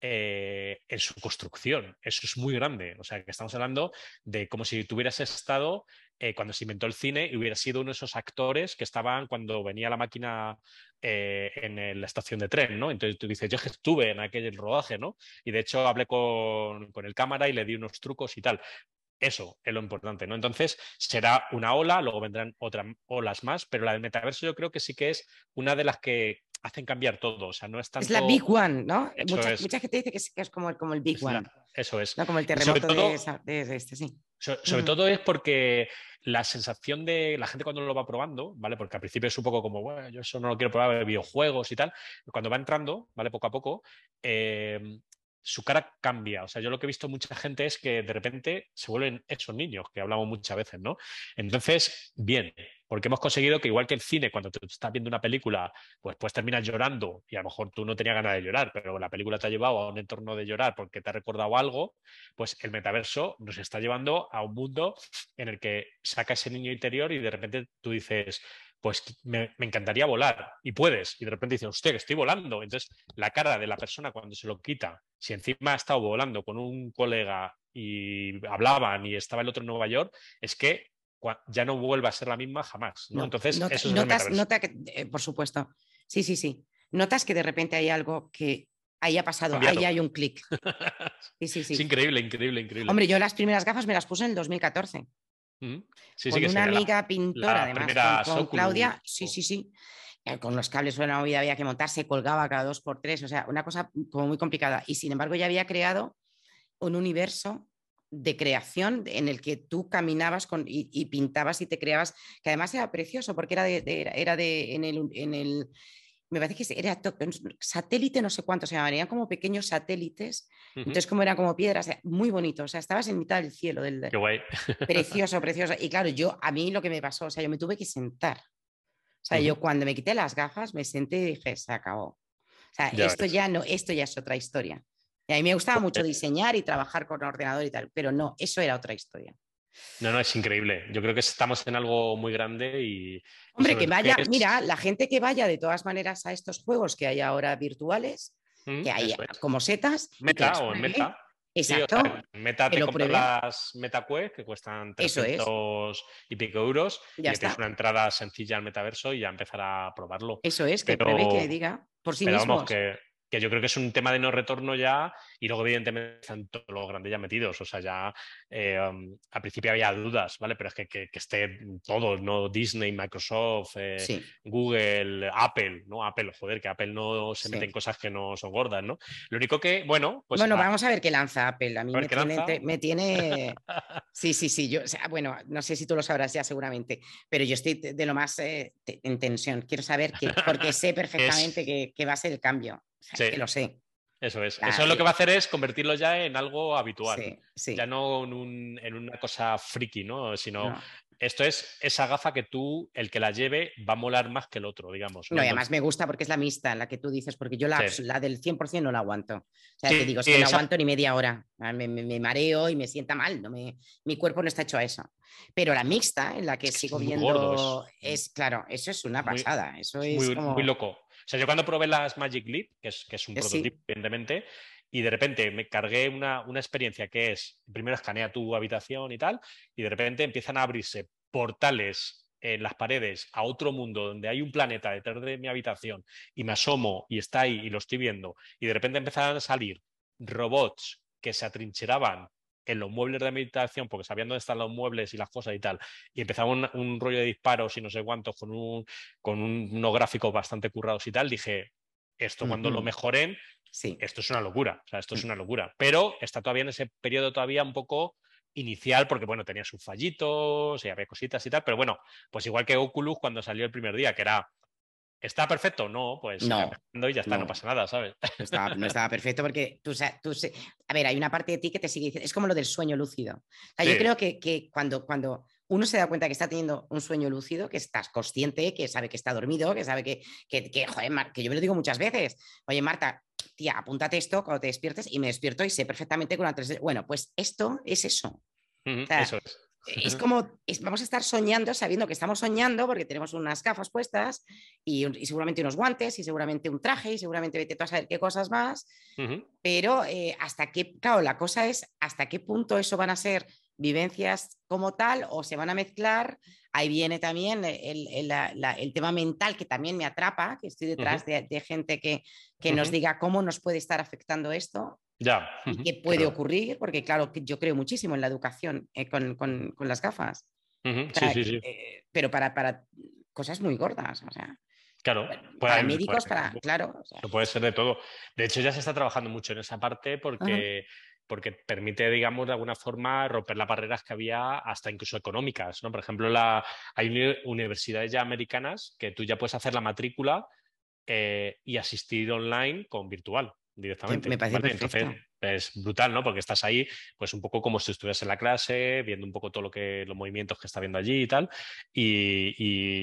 eh, en su construcción. Eso es muy grande. O sea, que estamos hablando de como si tuvieras estado eh, cuando se inventó el cine y hubiera sido uno de esos actores que estaban cuando venía la máquina eh, en el- la estación de tren, ¿no? Entonces tú dices, yo que estuve en aquel rodaje, ¿no? Y de hecho hablé con, con el cámara y le di unos trucos y tal. Eso es lo importante, ¿no? Entonces será una ola, luego vendrán otras olas más, pero la del metaverso yo creo que sí que es una de las que hacen cambiar todo. O sea, no es Es la tanto. Big One, ¿no? Eso Mucha, es, mucha gente dice que es, que es como, el- como el Big es la- One, eso es. ¿no? Como el Y sobre terremoto de, todo, esa- de- de este, sí. so- sobre Ujú. todo es porque la sensación de la gente cuando lo va probando, ¿vale? Porque al principio es un poco como, bueno, yo eso no lo quiero probar, de videojuegos y tal. Cuando va entrando, ¿vale? Poco a poco, eh, su cara cambia. O sea, yo lo que he visto mucha gente es que de repente se vuelven esos niños que hablamos muchas veces, ¿no? Entonces, bien, porque hemos conseguido que igual que el cine, cuando tú estás viendo una película, pues pues terminas llorando y a lo mejor tú no tenías ganas de llorar, pero la película te ha llevado a un entorno de llorar porque te ha recordado algo, pues el metaverso nos está llevando a un mundo en el que saca ese niño interior y de repente tú dices, pues me, me encantaría volar y puedes, y de repente dices, hostia, que estoy volando. Entonces, la cara de la persona cuando se lo quita, si encima ha estado volando con un colega y hablaban y estaba el otro en Nueva York, es que ya no vuelve a ser la misma jamás, ¿no? No, Entonces, nota- eso es el notas, metaverso. nota que, eh, por supuesto, sí, sí, sí. Notas que de repente hay algo que haya pasado, ahí Cambiado. hay un clic. Sí, sí, Es sí. increíble, increíble, increíble. Hombre, yo las primeras gafas me las puse en el dos mil catorce, Mm. Sí, sí, con que una sería la, amiga pintora, la además, con, primera con Oculus. Claudia. Sí, sí, sí. Eh, Con los cables de una movida había que montar, se colgaba cada dos por tres, o sea, una cosa como muy complicada. Y sin embargo, ya había creado un universo de creación en el que tú caminabas con, y, y, pintabas y te creabas, que además era precioso porque era de, de era de en el, en el, me parece que era satélite, no sé cuántos se llamaban, eran como pequeños satélites, Uh -huh. entonces como eran como piedras, muy bonito, o sea, estabas en mitad del cielo, del Qué guay. precioso, precioso. Y claro, yo, a mí lo que me pasó, o sea, yo me tuve que sentar. O sea, Uh -huh. yo cuando me quité las gafas me senté y dije, se acabó. O sea, Ya esto ves. ya no, esto ya es otra historia. Y a mí me gustaba mucho Pues, diseñar y trabajar con ordenador y tal, pero no, eso era otra historia. no, no, es increíble. Yo creo que estamos en algo muy grande y, y Hombre, sobre que todo que vaya, mira, es. la gente que vaya de todas maneras a estos juegos que hay ahora virtuales, Mm, que hay eso es. como setas y que Meta las o en pruebe. Meta. Sí, o sea, Exacto, en Meta que te lo compras pruebe. las MetaQuest que cuestan Eso es, trescientos y pico euros ya y ya tienes está. una entrada sencilla al metaverso y ya empezar a probarlo. Eso es, que pruebe y que Pero, diga por sí pero vamos, mismos. que, que yo creo que es un tema de no retorno ya y luego evidentemente están todos los grandes ya metidos. O sea, ya eh, um, al principio había dudas, ¿vale? Pero es que, que, que esté todos, ¿no? Disney, Microsoft, eh, Sí, Google, Apple, ¿no? Apple, joder, que Apple no se mete en sí. cosas que no son gordas, ¿no? Lo único que, bueno, pues Bueno, a, vamos a ver qué lanza Apple. A mí a ver me qué tiene, lanza. me tiene. Sí, sí, sí. Yo, o sea, bueno, no sé si tú lo sabrás ya seguramente, pero yo estoy de lo más eh, en tensión. Quiero saber que, porque sé perfectamente Es, que, que va a ser el cambio. O sea, es sí, que lo sé. eso es. Eso La, es lo que el, va a hacer es convertirlo ya en algo habitual, sí, ya sí. no en, un, en una cosa friki, ¿no? Sino No. esto es esa gafa que tú, el que la lleve, va a molar más que el otro, digamos, ¿no? No, y Entonces, además me gusta porque es la mixta, la que tú dices, porque yo la, sí, la del cien por ciento no la aguanto. O sea, te sí, digo, es que no esa, aguanto ni media hora. Me, me, me mareo y me sienta mal. No me, mi cuerpo no está hecho a eso. Pero la mixta, en la que es que sigo es muy gordo, viendo, es es, claro, eso es una muy, pasada. Eso es es muy, muy como, loco. sea, yo cuando probé las Magic Leap, que es, que es un Eh, prototipo, sí. evidentemente, y de repente me cargué una, una experiencia que es, primero escanea tu habitación y tal, y de repente empiezan a abrirse portales en las paredes a otro mundo donde hay un planeta detrás de mi habitación y me asomo y está ahí y lo estoy viendo, y de repente empezaron a salir robots que se atrincheraban en los muebles de mi habitación porque sabían dónde están los muebles y las cosas y tal, y empezaba un, un rollo de disparos y no sé cuántos con, un, con un, unos gráficos bastante currados y tal, dije, esto cuando lo Ujú. mejoren, Sí. esto es una locura, o sea, esto es Mm. una locura, pero está todavía en ese periodo todavía un poco inicial porque, bueno, tenía sus fallitos y había cositas y tal, pero bueno, pues igual que Oculus cuando salió el primer día, que era, ¿está perfecto? No, pues irá No, mejorando y ya está, no no. pasa nada, ¿sabes? No estaba, no estaba perfecto porque tú, tú, a ver, hay una parte de ti que te sigue diciendo, es como lo del sueño lúcido. O sea, yo Sí. creo que, que cuando, cuando uno se da cuenta que está teniendo un sueño lúcido, que estás consciente, que sabe que está dormido, que sabe que, que, que joder, que yo me lo digo muchas veces, oye, Marta, tía, apúntate esto cuando te despiertes y me despierto y sé perfectamente con la tres D. Bueno, pues esto es eso. O Uh-huh, sea, eso es. es como, es, vamos a estar soñando sabiendo que estamos soñando porque tenemos unas gafas puestas y, y, seguramente unos guantes y seguramente un traje y seguramente vete tú a saber qué cosas más, Uh-huh. pero eh, hasta qué, claro, la cosa es hasta qué punto eso van a ser vivencias como tal o se van a mezclar. Ahí viene también el, el, la, la, el tema mental que también me atrapa, que estoy Uh-huh. detrás de, de gente que, que nos Uh-huh. diga cómo nos puede estar afectando esto. Ya. Y Uh-huh. qué puede Claro. ocurrir, porque claro, yo creo muchísimo en la educación eh, con, con, con, las gafas, Uh-huh. o Sí, sea, sí, sí. eh, pero para, para cosas muy gordas, o sea, Claro. para Puede, puede, médicos, para, claro, o sea, eso puede ser de todo. De hecho, ya se está trabajando mucho en esa parte ajá, porque, porque permite, digamos, de alguna forma romper las barreras que había hasta incluso económicas, ¿no? Por ejemplo, la, hay uni- universidades ya americanas que tú ya puedes hacer la matrícula eh, y asistir online con virtual que me directamente, parece ¿vale? Entonces perfecto. es brutal, ¿no? Porque estás ahí, pues un poco como si estuvieras en la clase, viendo un poco todo lo que los movimientos que está viendo allí y tal. Y,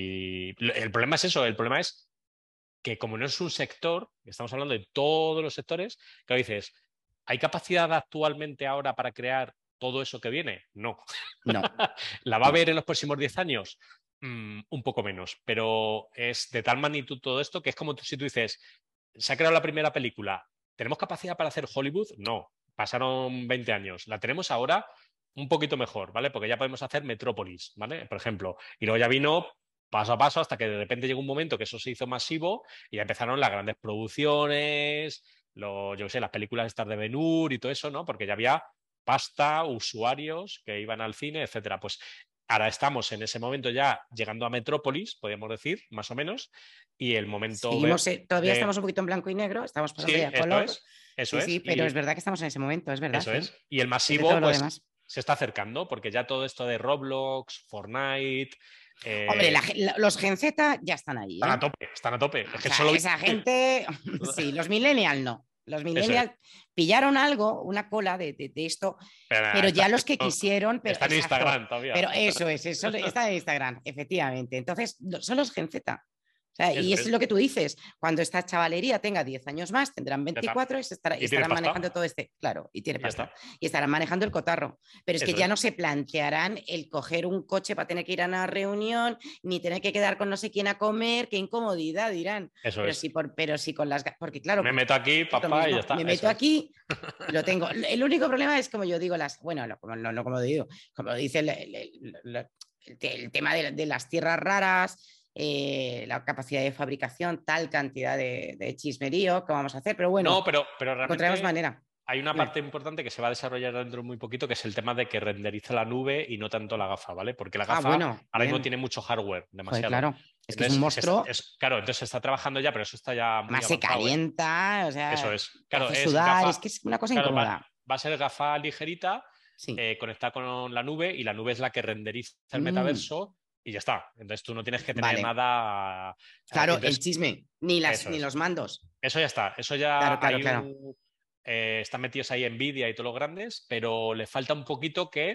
y el problema es eso, el problema es que como no es un sector, estamos hablando de todos los sectores, que dices, ¿hay capacidad actualmente ahora para crear todo eso que viene? No. No, ¿La va a no, haber en los próximos diez años? Mm, un poco menos, pero es de tal magnitud todo esto que es como si tú dices, se ha creado la primera película, ¿tenemos capacidad para hacer Hollywood? No, pasaron veinte años, la tenemos ahora un poquito mejor, ¿vale? Porque ya podemos hacer Metrópolis, ¿vale? Por ejemplo, y luego ya vino paso a paso hasta que de repente llegó un momento que eso se hizo masivo y ya empezaron las grandes producciones, lo, yo qué sé, las películas estas de Ben-Hur y todo eso, ¿no? Porque ya había pasta, usuarios que iban al cine, etcétera. Pues ahora estamos en ese momento ya llegando a Metrópolis, podríamos decir, más o menos, y el momento seguimos, de, eh, todavía estamos de... un poquito en blanco y negro, estamos pasando Sí, ya a eso color, es, eso sí, sí, es, pero es y verdad que estamos en ese momento, es verdad, eso ¿eh? es. Y el Es de todo masivo, lo pues, demás. se está acercando, porque ya todo esto de Roblox, Fortnite, Hombre, eh, la, la, los Gen Z ya están ahí, están a ¿eh? tope, están a tope. O Es que sea, solo... esa gente, sí, los millennials no. Los Eso es. millennials pillaron algo, una cola de, de, de esto, Pero nada, pero está, ya los que quisieron, pero está en exacto, Instagram todavía. pero eso es, eso está en Instagram, efectivamente. Entonces, son los Gen Z. O sea, y Eso eso es es. lo que tú dices. Cuando esta chavalería tenga diez años más, tendrán Ya está. veinticuatro y, se estará, y Y tienes estarán manejando pasta. todo este, claro, y tiene Y ya pasta, está. y estarán manejando el cotarro. Pero es que Eso ya es. no se plantearán el coger un coche para tener que ir a una reunión, ni tener que quedar con no sé quién a comer, qué incomodidad dirán. Eso Pero sí, es. por, pero sí con las, porque claro, Me meto aquí, es lo papá, y ya mismo. está. Me Eso meto es. aquí y lo tengo. El único problema es, como yo digo, las, bueno, no, como, no, no como digo, como dice el, el, el, el, el tema de, de, las tierras raras, eh, la capacidad de fabricación, tal cantidad de, de chismerío que vamos a hacer, pero No, bueno, pero, pero encontraremos realmente manera. hay una Dime. parte importante que se va a desarrollar dentro de muy poquito, que es el tema de que renderiza la nube y no tanto la gafa, ¿vale? Porque la Ah, gafa bueno, ahora mismo bien. tiene mucho hardware, Joder, demasiado. claro. Es que es un Entonces, se está- monstruo, es, claro, entonces se está trabajando ya, pero eso está ya muy más se avanzado, ¿eh? calienta, o Eso sea, es. te Claro, hace es sudar, gafa, es que es una cosa claro, va, incómoda. va a ser gafa ligerita, Sí. eh, conectada con la nube, y la nube es la que renderiza el Mm, metaverso y ya está. Entonces tú no tienes que tener vale. nada. eh, Claro, el Entonces, chisme, ni, las, eso ni es. los mandos. Eso ya está. Eso Claro, ya claro, hay claro. un. Eh, están metidos ahí Nvidia y todos los grandes, pero le falta un poquito que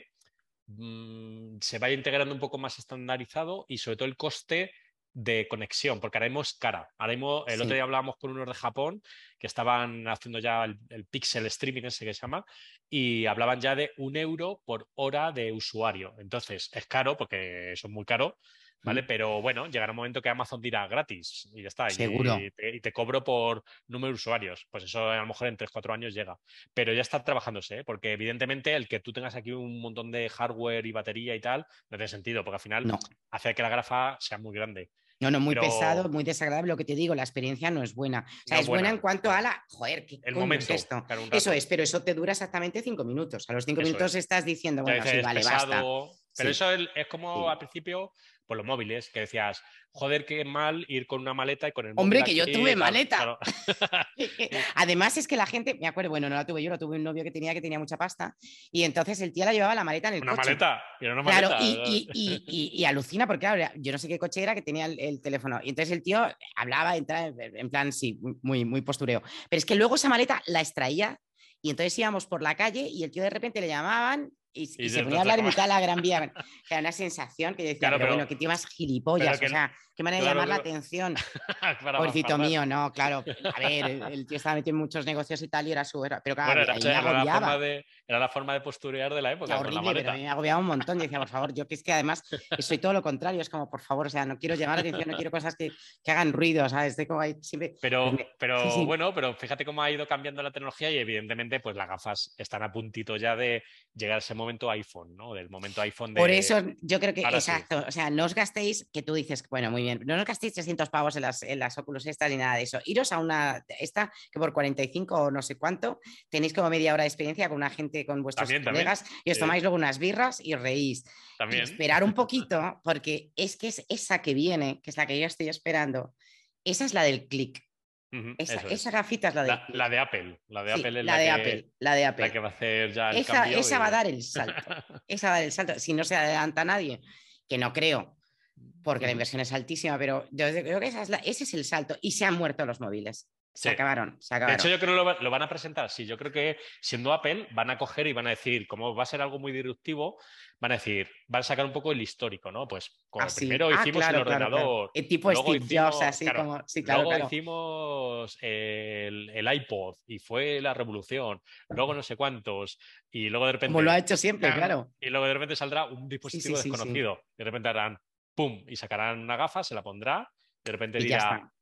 mmm, se vaya integrando un poco más estandarizado y sobre todo el coste de conexión, porque ahora mismo es cara. Ahora mismo, el otro día Sí. hablábamos con unos de Japón que estaban haciendo ya el, el pixel streaming ese que se llama y hablaban ya de un euro por hora de usuario. Entonces, es caro porque eso es muy caro, ¿vale? Pero bueno, llegará un momento que Amazon dirá gratis y ya está, Seguro. y te, y te cobro por número de usuarios. Pues eso a lo mejor en tres cuatro años llega. Pero ya está trabajándose, ¿eh? Porque evidentemente el que tú tengas aquí un montón de hardware y batería y tal, no tiene sentido, porque al final No. hace que la grafa sea muy grande. No, no, muy pesado, Pero muy desagradable. Lo que te digo, la experiencia no es buena. O sea, no es buena en buena, cuanto a claro. la. Joder, ¿qué El coño es momento, esto? claro, un Eso rato. es, pero eso te dura exactamente cinco minutos. A los cinco Eso minutos es. estás diciendo, Ya bueno, sí, dices vale, basta. pesado, pero Sí, eso es, es como al sí. principio, pues los móviles, que decías, joder, qué mal ir con una maleta y con el móvil Hombre, que aquí yo tuve y tal. maleta. Claro. Y- Además, es que la gente, me acuerdo, bueno, no la tuve yo, lo tuve un novio que tenía que tenía mucha pasta, y entonces el tío la llevaba la maleta en el Una coche. maleta, y era una Claro, maleta. y, y, y, y, y alucina porque, claro, yo no sé qué coche era que tenía el, el teléfono. Y entonces el tío hablaba, entraba, en plan, sí, muy, muy postureo. Pero es que luego esa maleta la extraía y entonces íbamos por la calle y el tío de repente le llamaban y, y Y se ya ponía a te hablar en sacaba. mitad de la Gran Vía. O sea, una sensación que yo decía, Claro, pero pero, bueno, qué tío más pero gilipollas. O que, sea, qué manera de claro, llamar la claro, atención. para Pobrecito farfar. mío, no, claro. A ver, el, el tío estaba metido en muchos negocios y tal y era su... Pero claro, Bueno, era, a mí me era la forma agobiaba. de, era la forma de posturear de la época, con la Horrible, pero a maleta. mí me agobiaba un montón. Yo decía, por favor, yo que es que además soy todo lo contrario, es como, por favor, o sea, no quiero llamar la atención, no quiero cosas que, que hagan ruido, ¿sabes? De como hay siempre, pues Pero, me... sí, pero sí. bueno, pero fíjate cómo ha ido cambiando la tecnología y evidentemente pues las gafas están a puntito ya de llegar a ese momento iPhone, ¿no? Del momento iPhone Por de eso yo creo que, ahora sí. exacto, o sea, no os gastéis, que tú dices, bueno, muy bien, no os gastéis trescientos pavos en las, en las Oculus estas ni nada de eso. Iros a una, esta que por cuarenta y cinco o no sé cuánto, tenéis como media hora de experiencia con una gente, con vuestros También, también. colegas, y os Sí, tomáis luego unas birras y os reís. Y también. esperar un poquito, porque es que es esa que viene, que es la que yo estoy esperando, esa es la del click. Ujú, Esa, eso esa es. gafita es la del La, click. la de Apple. La de Sí, Apple es la la de que, Apple, la de la que Apple. va a hacer ya el Esa, cambio esa va a y. dar el salto. Esa va a dar el salto. Si no se adelanta nadie, que no creo, porque la Ujú. inversión es altísima, pero yo creo que esa es la, ese es el salto. Y se han muerto los móviles. Se Sí. acabaron, se De hecho, acabaron. yo creo que lo, va- lo van a presentar. Sí, yo creo que siendo Apple van a coger y van a decir, como va a ser algo muy disruptivo, van a decir, van a sacar un poco el histórico, ¿no? Pues como Así. primero Ah, hicimos el claro, claro, claro. ordenador, El tipo luego Steve Jobs, hicimos, así claro, como. Sí, claro, luego claro. hicimos el, el iPod y fue la revolución, luego no sé cuántos, y luego de Como lo ha repente, hecho siempre, ¡pam! claro. Y luego de repente saldrá un Sí, sí, dispositivo sí, sí. desconocido. De repente harán ¡pum! Y sacarán una gafa, se la pondrá, de repente Y ya dirá, está.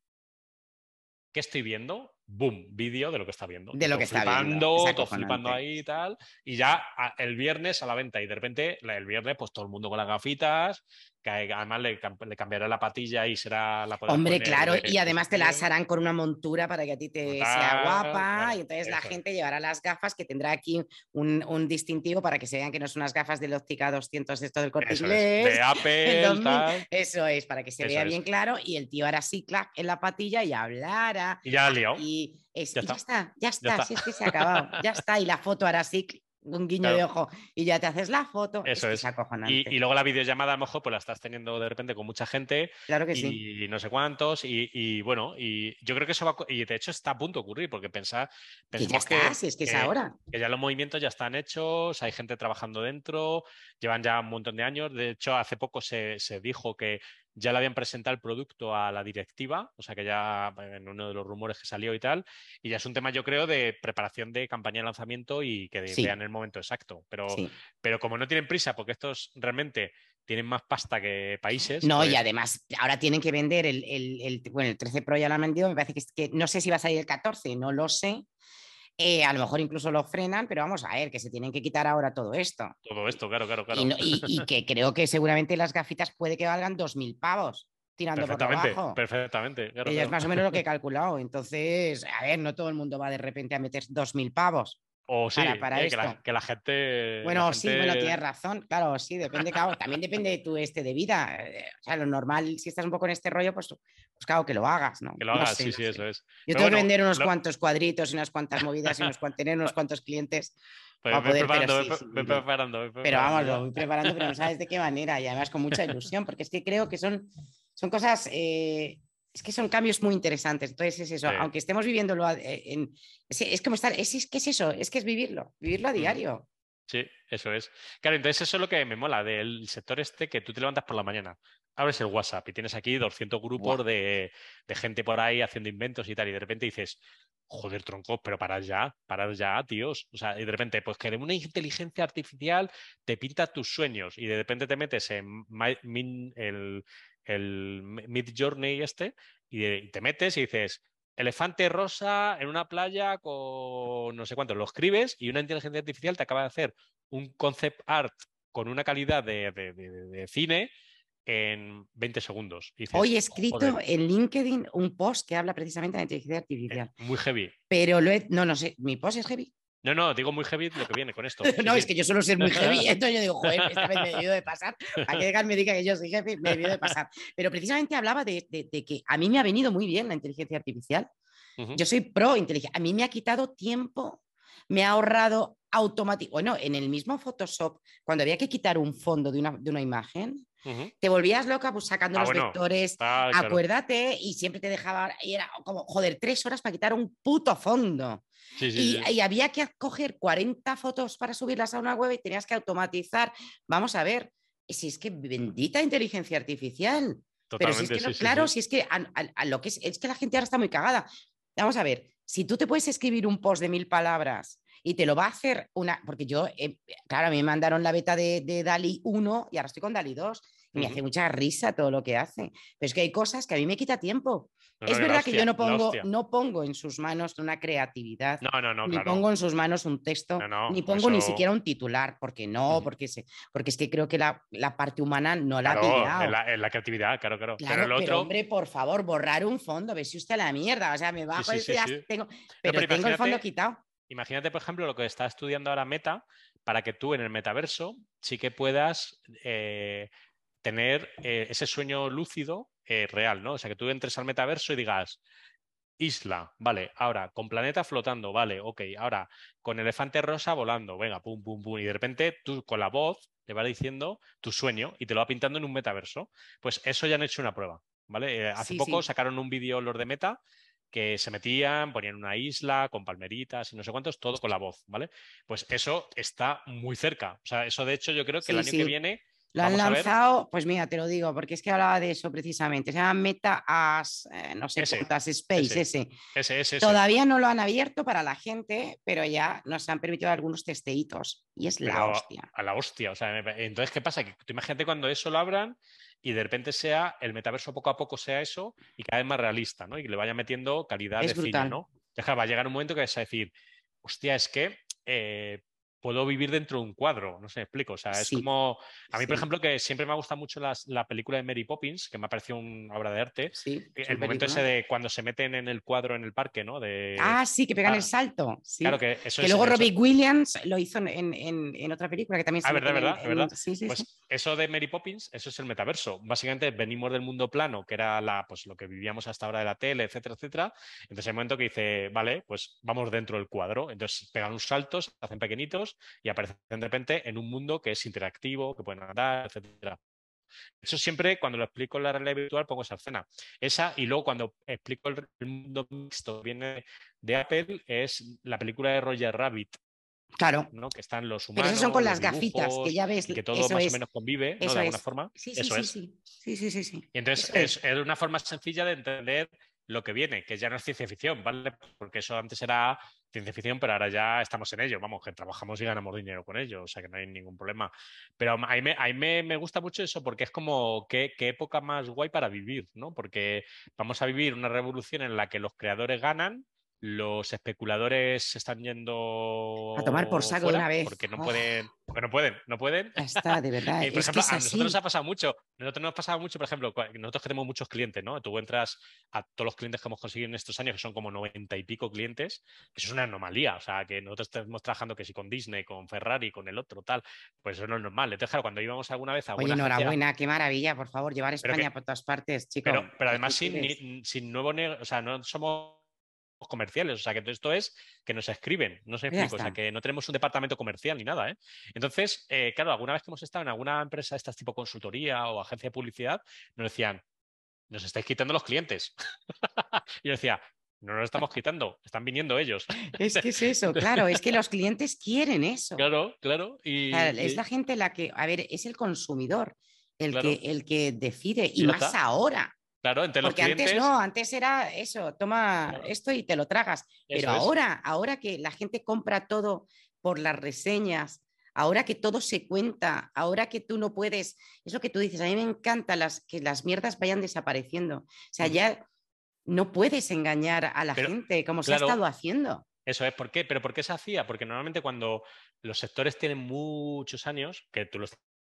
¿qué estoy viendo? Boom, vídeo de lo que está viendo. De Y lo todo que está viendo. Es flipando, todo flipando acojonante. ahí y tal. Y ya a- el viernes a la venta. Y de repente, la- el viernes, pues todo el mundo con las gafitas, que además le, cam- le cambiará la patilla y será, la podrás Hombre, poner claro, de y no sé además te las qué, harán con una montura para que a ti como te sea tal, guapa, y claro, entonces la eso es. gente llevará las gafas que tendrá aquí un, un distintivo para que se vean que no son unas gafas de óptica doscientos de esto del Corte Eso es. Inglés, De el Apple, dos mil, tal, eso es, para que se eso vea es. bien claro, y el tío hará así, clac, en la patilla y hablará, Y ya la has liado, aquí, es, ya y ya está, está, ya ya está, está. si es que se ha acabado, ya está, y la foto hará así, un guiño de Claro. ojo, y ya te haces la foto, es Eso que es es. Y, y acojonante, luego la videollamada, a lo mejor, pues la estás teniendo de repente con mucha gente claro que sí. y no sé cuántos. Y, y bueno, y yo creo que eso va, a co- y de hecho está a punto de ocurrir, porque pensa, Que ya pensemos está, que, si es que es que, ahora. que ya los movimientos ya están hechos, hay gente trabajando dentro, llevan ya un montón de años. De hecho, hace poco se, se dijo que ya le habían presentado el producto a la directiva, o sea que ya en uno de los rumores que salió y tal, y ya es un tema, yo creo, de preparación de campaña de lanzamiento y que vean Sí, el momento exacto. Pero sí. pero como no tienen prisa, porque estos realmente tienen más pasta que países, No, y pues además ahora tienen que vender el, el, el- bueno, el trece Pro ya lo han vendido, me parece que, es que no sé si va a salir el catorce, no lo sé. Eh, a lo mejor incluso lo frenan, pero vamos a ver, que se tienen que quitar ahora todo esto. todo esto, claro, claro, Y, claro. no- y- y que creo que seguramente las gafitas puede que valgan dos mil pavos tirando por lo Perfectamente, bajo. perfectamente, claro, Que ya es claro. más o menos lo que he calculado. Entonces, a ver, no todo el mundo va de repente a meter dos mil pavos O para, sí, para eh, que la, esto. que la gente, la Bueno, sí, bueno, gente tienes razón, claro, sí, depende, claro, también depende de tu este de vida. eh, O sea, lo normal, si estás un poco en este rollo, pues, pues claro, que lo hagas, ¿no? que lo No haga, sé, sí, no sí, sé. eso es. Yo Pero tengo que bueno, vender unos lo- cuantos cuadritos y unas cuantas movidas y unos cuantos, tener unos cuantos clientes pues para ve poder, pero preparando, ve, sí, pre- sí, ve sí, lo- preparando, ve pero preparando vamos, lo ya. voy preparando, pero no sabes de qué manera y además con mucha ilusión, porque es que creo que son, son cosas, eh, es que son cambios muy interesantes. Entonces es eso, Sí. aunque estemos viviéndolo a- eh, en, es, es como estar, es, es que es eso, es que es vivirlo, vivirlo a Ujú. diario. Sí, eso es. Claro, entonces eso es lo que me mola del sector este, que tú te levantas por la mañana, abres el WhatsApp y tienes aquí doscientos Buah. grupos de, de gente por ahí haciendo inventos y tal, y de repente dices, joder, troncos, pero parad ya, parad ya, tíos. O sea, y de repente, pues que de una inteligencia artificial te pinta tus sueños y de repente te metes en My- Min- el, el Mid Journey este y, de- y te metes y dices, elefante rosa en una playa con no sé cuánto, lo escribes y una inteligencia artificial te acaba de hacer un concept art con una calidad de, de- de- de- de cine en veinte segundos. Y Hoy he dices, escrito joder, en LinkedIn un post que habla precisamente de la inteligencia eh, artificial, muy heavy. pero lo he, no, no sé, mi post es heavy. No, no, digo muy heavy lo que viene con esto. Sí, No, es sí. que yo suelo ser muy heavy, entonces yo digo, joder, esta vez me he debido de pasar, para que Edgar me diga que yo soy jefe, me he debido de pasar. Pero precisamente hablaba de, de, de que a mí me ha venido muy bien la inteligencia artificial. Ujú, Yo soy pro inteligencia. A mí me ha quitado tiempo, me ha ahorrado automático. Bueno, en el mismo Photoshop, cuando había que quitar un fondo de una, de una imagen, ujú. te volvías loca pues, sacando Ah, los bueno, vectores, está claro. acuérdate, y siempre te dejaba, y era como, joder, tres horas para quitar un puto fondo. Sí, sí, Y, sí. y había que coger cuarenta fotos para subirlas a una web y tenías que automatizar. Vamos a ver, si es que bendita inteligencia artificial. Pero si es Totalmente, que, sí, no, sí, claro, sí. si es que a, a, a lo que es, es que la gente ahora está muy cagada. Vamos a ver, si tú te puedes escribir un post de mil palabras y te lo va a hacer una, porque yo, eh, claro, a mí me mandaron la beta de, de DALI uno y ahora estoy con DALI dos y me Ujú. hace mucha risa todo lo que hace. Pero es que hay cosas que a mí me quita tiempo. No, no, Es que la verdad que yo hostia, no la pongo, hostia. no pongo en sus manos una creatividad, No, no, no, ni claro. pongo en sus manos un texto, No, no, ni pongo ni eso. siquiera un titular, porque no, Ujú. porque, se, porque es que creo que la, la parte humana no la ha Claro, en pillado. la, en la creatividad, claro, claro. Pero Claro, el pero otro, hombre, por favor, borrar un fondo, ve si usted la mierda, o sea, me sí, bajo sí, esto sí, y ya sí. tengo, No, pero pero tengo el fondo imagínate, quitado. imagínate, por ejemplo, lo que está estudiando ahora Meta para que tú en el metaverso sí que puedas eh, tener eh, ese sueño lúcido eh, real, ¿no? O sea, que tú entres al metaverso y digas, isla, vale, ahora con planeta flotando, vale, ok, ahora con elefante rosa volando, venga, pum, pum, pum, y de repente tú con la voz le vas diciendo tu sueño y te lo va pintando en un metaverso. Pues eso ya han hecho una prueba, ¿vale? Eh, hace Sí, poco sí. sacaron un vídeo los de Meta que se metían, ponían una isla con palmeritas y no sé cuántos, todo con la voz, ¿vale? Pues eso está muy cerca. O sea, eso de hecho yo creo que el Sí, año que sí. viene Lo han vamos a ver lanzado, pues mira, te lo digo, porque es que hablaba de eso precisamente. Se llama Meta as, eh, no sé ese, cuántas Space, ese, ese. ese, ese, ese. Todavía no lo han abierto para la gente, pero ya nos han permitido algunos testeitos y es la Pero hostia. a la hostia, o sea, me- entonces, ¿qué pasa? Que tú imagínate cuando eso lo abran y de repente sea, el metaverso poco a poco sea eso y cada vez más realista, ¿no? Y que le vaya metiendo calidad Es de cine, brutal. ¿no? Deja, va a llegar un momento que vas a decir, hostia, es que eh, puedo vivir dentro de un cuadro, no sé, me explico, o sea, es Sí, como, a mí, por sí, ejemplo, que siempre me ha gustado mucho las- la película de Mary Poppins, que me ha parecido una obra de arte, sí, es el un momento ese película. de cuando se meten en el cuadro en el parque, ¿no? De, Ah, sí, que pegan el ah, salto, claro sí. que eso Que es, luego eso, Robbie Williams lo hizo en, en, en otra película que también ah, se verdad, meten en, verdad, en... verdad. Sí, sí, sí. Pues eso de Mary Poppins, eso es el metaverso. Básicamente venimos del mundo plano, que era la, pues, lo que vivíamos hasta ahora de la tele, etcétera, etcétera. Entonces hay un momento que dice, vale, pues vamos dentro del cuadro. Entonces pegan unos saltos, se hacen pequeñitos y aparecen de repente en un mundo que es interactivo, que pueden andar, etcétera. Eso siempre, cuando lo explico en la realidad virtual, pongo esa escena. Esa, y luego cuando explico el, el mundo mixto que viene de Apple, es la película de Roger Rabbit, Claro. ¿no? Que están los Pero esos son humanos, con los las gafitas, que dibujos ya ves, y que todo eso más o es, menos convive, ¿no? De eso alguna es. forma. Sí, sí, Eso sí, es. sí. Sí, sí, sí, sí. Y entonces Eso es, es. es una forma sencilla de entender lo que viene, que ya no es ciencia ficción, ¿vale? Porque eso antes era ciencia ficción, pero ahora ya estamos en ello, vamos, que trabajamos y ganamos dinero con ello, o sea que no hay ningún problema. Pero a mí, me, a mí me, me gusta mucho eso porque es como qué, qué época más guay para vivir, ¿no? Porque vamos a vivir una revolución en la que los creadores ganan, los especuladores se están A tomar por yendo saco de una fuera vez. porque no Oh, pueden, porque no pueden, no pueden. ya está, de verdad. Y, por Es que ejemplo, es a nosotros nos ha así. pasado mucho, nosotros nos ha pasado mucho, por ejemplo, cua- nosotros que tenemos muchos clientes, ¿no? Tú entras a todos los clientes que hemos conseguido en estos años, que son como noventa y pico clientes, eso es una anomalía, o sea, que nosotros estamos trabajando que si con Disney, con Ferrari, con el otro, tal, pues eso no es normal. Entonces, claro, cuando íbamos alguna vez a Oye, alguna agencia, enhorabuena, qué maravilla, por favor, llevar pero que, España por todas partes, pero, chico. pero ¿Qué, además qué sin, quieres? ni- sin nuevo, ne- o sea, no somos comerciales, o sea que todo esto es que nos escriben, no se Pues ya explico, o sea está. que no tenemos un departamento comercial ni nada, ¿eh? Entonces, eh, claro, alguna vez que hemos estado en alguna empresa, estas tipo consultoría o agencia de publicidad, nos decían, nos estáis quitando los clientes. Y yo decía, no nos estamos quitando, están viniendo ellos. Es que es eso, claro, es que los clientes quieren eso. Claro, claro, O sea, y, es la y- gente la que, a ver, es el consumidor el que, claro, el que decide, y y ya más está. ahora. Claro, entre los Porque clientes. antes no, antes era eso, toma Claro, esto y te lo tragas. Pero eso es. ahora, ahora que la gente compra todo por las reseñas, ahora que todo se cuenta, ahora que tú no puedes, es lo que tú dices, a mí me encanta las, que las mierdas vayan desapareciendo. O sea, Ujú. ya no puedes engañar a la Pero, gente como se ha claro, estado haciendo. eso es. ¿Por qué? ¿Pero por qué se hacía? Porque normalmente cuando los sectores tienen muchos años, que tú los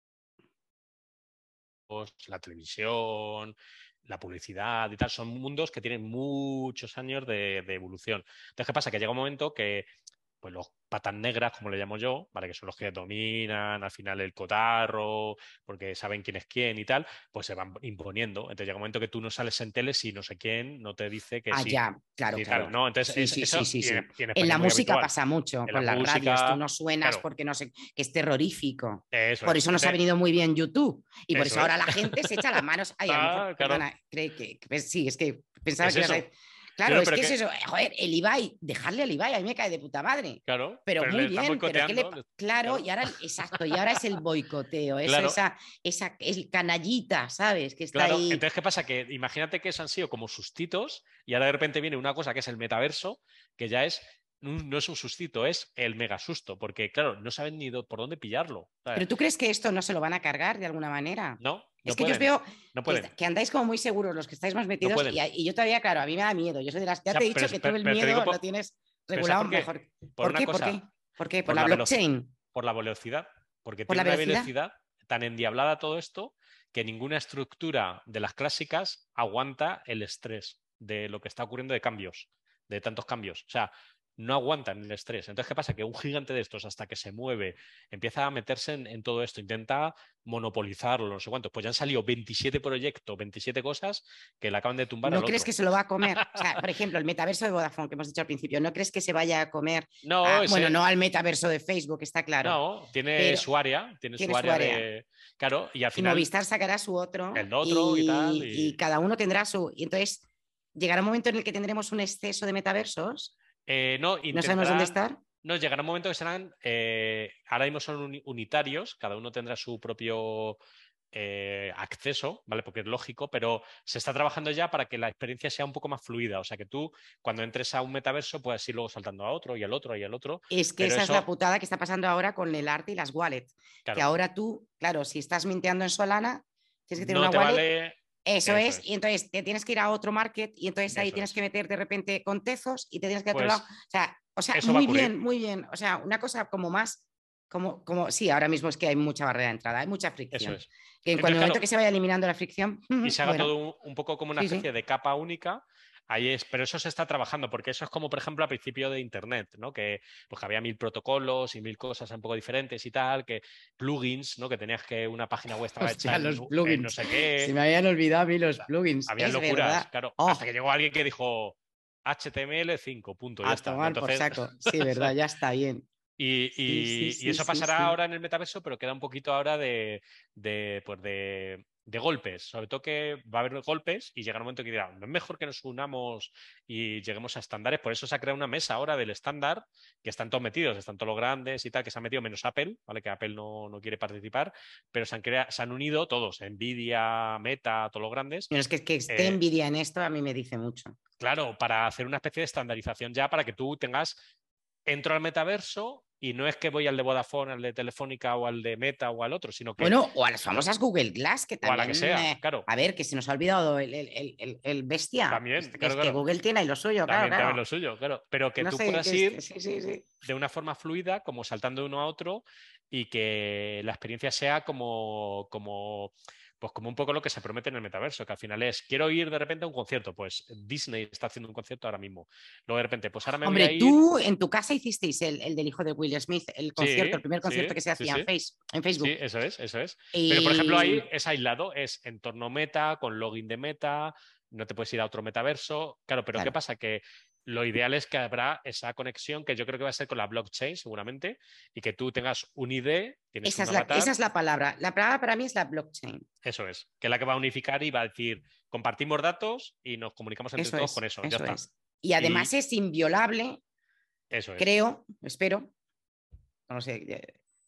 la televisión, la publicidad y tal, son mundos que tienen muchos años de, de evolución. Entonces, ¿qué pasa? Que llega un momento que pues los patas negras, como le llamo yo, ¿vale? Que son los que dominan al final el cotarro, porque saben quién es quién y tal, pues se van imponiendo. Entonces llega un momento que tú no sales en tele si no sé quién no te dice que Ah, sí. ya, claro, Y tal, claro. ¿no? Entonces, Sí, es, sí, sí, eso, sí, y en, sí. y en En España la es muy música habitual. pasa mucho En la con las radios. Tú música, no suenas claro, porque no sé, que es terrorífico. eso Por es. eso nos ha Entonces, venido muy bien YouTube. Y por eso eso ahora es. la gente se echa las manos. Ay, a lo mejor, Ah, claro, perdona, cree que, que- sí, es que pensaba es que ibas a eso. decir. No, Claro, no, es pero que es que, eso. Joder, el Ibai, dejarle al Ibai, a mí me cae de puta madre. claro, Pero pero muy le están bien, pero ¿qué le boicoteando. pa- le- Claro, y Claro, ahora, exacto, y ahora es el boicoteo, eso, claro, esa, esa, el canallita, ¿sabes? Que está claro. ahí. Entonces, ¿qué pasa? Que imagínate que eso han sido como sustitos y ahora de repente viene una cosa que es el metaverso, que ya es, un- no es un sustito, es el mega susto, porque claro, no saben ni do- por dónde pillarlo. ¿Sabes? ¿Pero tú crees que esto no se lo van a cargar de alguna manera? No, Es no que yo os pueden, veo no que, pueden, est- que andáis como muy seguros los que estáis más no metidos y, pueden. a- y yo todavía, claro, a mí me da miedo. Yo soy de las, O ya te sea, he pero, dicho que tú pero- el pero te digo, miedo por, lo tienes pero ¿sabes regulado por qué? mejor. Por ¿Por una qué? ¿Por cosa, qué? ¿Por qué? ¿Por por la la velocidad, blockchain? por la velocidad, porque ¿Por tiene la una velocidad? velocidad tan endiablada todo esto que ninguna estructura de las clásicas aguanta el estrés de lo que está ocurriendo de cambios, de tantos cambios. O sea, no aguantan el estrés. Entonces, ¿qué pasa? Que un gigante de estos, hasta que se mueve, empieza a meterse en, en todo esto, intenta monopolizarlo, no sé cuántos. Pues ya han salido veintisiete proyectos, veintisiete cosas que le acaban de tumbar ¿No al crees que otro. se lo va a comer? O sea, por ejemplo, el metaverso de Vodafone que hemos dicho al principio, ¿no crees que se vaya a comer No, a, bueno, ese, no al metaverso de Facebook, está claro, no, tiene pero su área, tiene tiene su su área área? de. Claro, y al Y final Movistar sacará su el otro otro y tal. y, y Y, cada uno tendrá su. Y entonces llegará un momento en el que tendremos un exceso de metaversos, Eh, no, no sabemos dónde intentarán. estar. No, llegará un momento que serán. Eh, ahora mismo son uni- unitarios, cada uno tendrá su propio eh, acceso, ¿vale? Porque es lógico, pero se está trabajando ya para que la experiencia sea un poco más fluida. O sea, que tú, cuando entres a un metaverso, puedas ir luego saltando a otro y al otro y al otro. Es que Pero esa es la eso, putada que está pasando ahora con el arte y las wallets. Que claro, ahora tú, claro, si estás minteando en Solana, tienes que tener no una te wallet. vale. Eso Eso es, es, y entonces te tienes que ir a otro market y entonces ahí eso tienes que es. meter de repente con Tezos y te tienes que ir a otro lado. Pues O sea, o sea, eso va a muy ocurrir. bien, muy bien. O sea, una cosa como más, como, como, sí, ahora mismo es que hay mucha barrera de entrada, hay mucha Eso fricción. es. Que en cuando Entonces, el momento claro, que se vaya eliminando la fricción, y se haga bueno, todo un, un poco como una sí, especie sí. de capa única. Ahí es, pero eso se está trabajando, porque eso es como, por ejemplo, al principio de Internet, ¿no? Que, pues, que había mil protocolos y mil cosas un poco diferentes y tal, que plugins, ¿no? Que tenías que una página web estaba hecha Hostia, en, los en no plugins. sé qué. Se me habían olvidado a mí los plugins. Habían Es locuras, verdad. claro. Hasta que Oh, llegó alguien que dijo H T M L cinco, punto, ya a está, ¿no? tomar por Entonces, saco. Sí, verdad, ya está bien. Y, Sí, sí, y- y sí, eso sí, pasará sí. ahora en el metaverso, pero queda un poquito ahora de, de, pues de, de golpes. Sobre todo que va a haber golpes y llegará un momento que dirá, no es mejor que nos unamos y lleguemos a estándares. Por eso se ha creado una mesa ahora del estándar, que están todos metidos, están todos los grandes y tal, que se han metido menos Apple, ¿vale? Que Apple no, no quiere participar, pero se han, crea- se han unido todos, Nvidia, Meta, todos los grandes. Pero es que, que esté eh, Nvidia en esto a mí me dice mucho. claro, para hacer una especie de estandarización ya para que tú tengas entro al metaverso y no es que voy al de Vodafone, al de Telefónica o al de Meta o al otro, sino que, Bueno, o a las famosas Google Glass, que o a la que también, sea, eh, claro, a ver, que se nos ha olvidado el, el, el, el bestia, también, este, que, claro, es que claro, Google tiene ahí lo suyo, claro, también, también claro. lo suyo, claro, pero que No tú sé, puedas que ir este, sí, sí, sí. de una forma fluida, como saltando de uno a otro y que la experiencia sea como, como, pues como un poco lo que se promete en el metaverso, que al final es, quiero ir de repente a un concierto, pues Disney está haciendo un concierto ahora mismo, luego de repente, pues ahora me voy a Hombre, ir, tú en tu casa hicisteis el, el del hijo de Will Smith, el concierto, el sí, primer concierto sí, que se sí, hacía en, sí. face, en Sí, Facebook. eso es, eso es. Pero, por ejemplo, ahí Y es aislado, es entorno meta, con login de meta, no te puedes ir a otro metaverso. Claro, pero ¿qué claro, pasa? Que lo ideal es que habrá esa conexión que yo creo que va a ser con la blockchain, seguramente, y que tú tengas un I D, tienes esa un es, la, esa avatar, es la palabra. La palabra para mí es la blockchain. eso es, que es la que va a unificar y va a decir, compartimos datos y nos comunicamos entre Eso todos con es, eso, ya eso está. es. Y además Y es inviolable, eso es. creo, espero, no lo sé,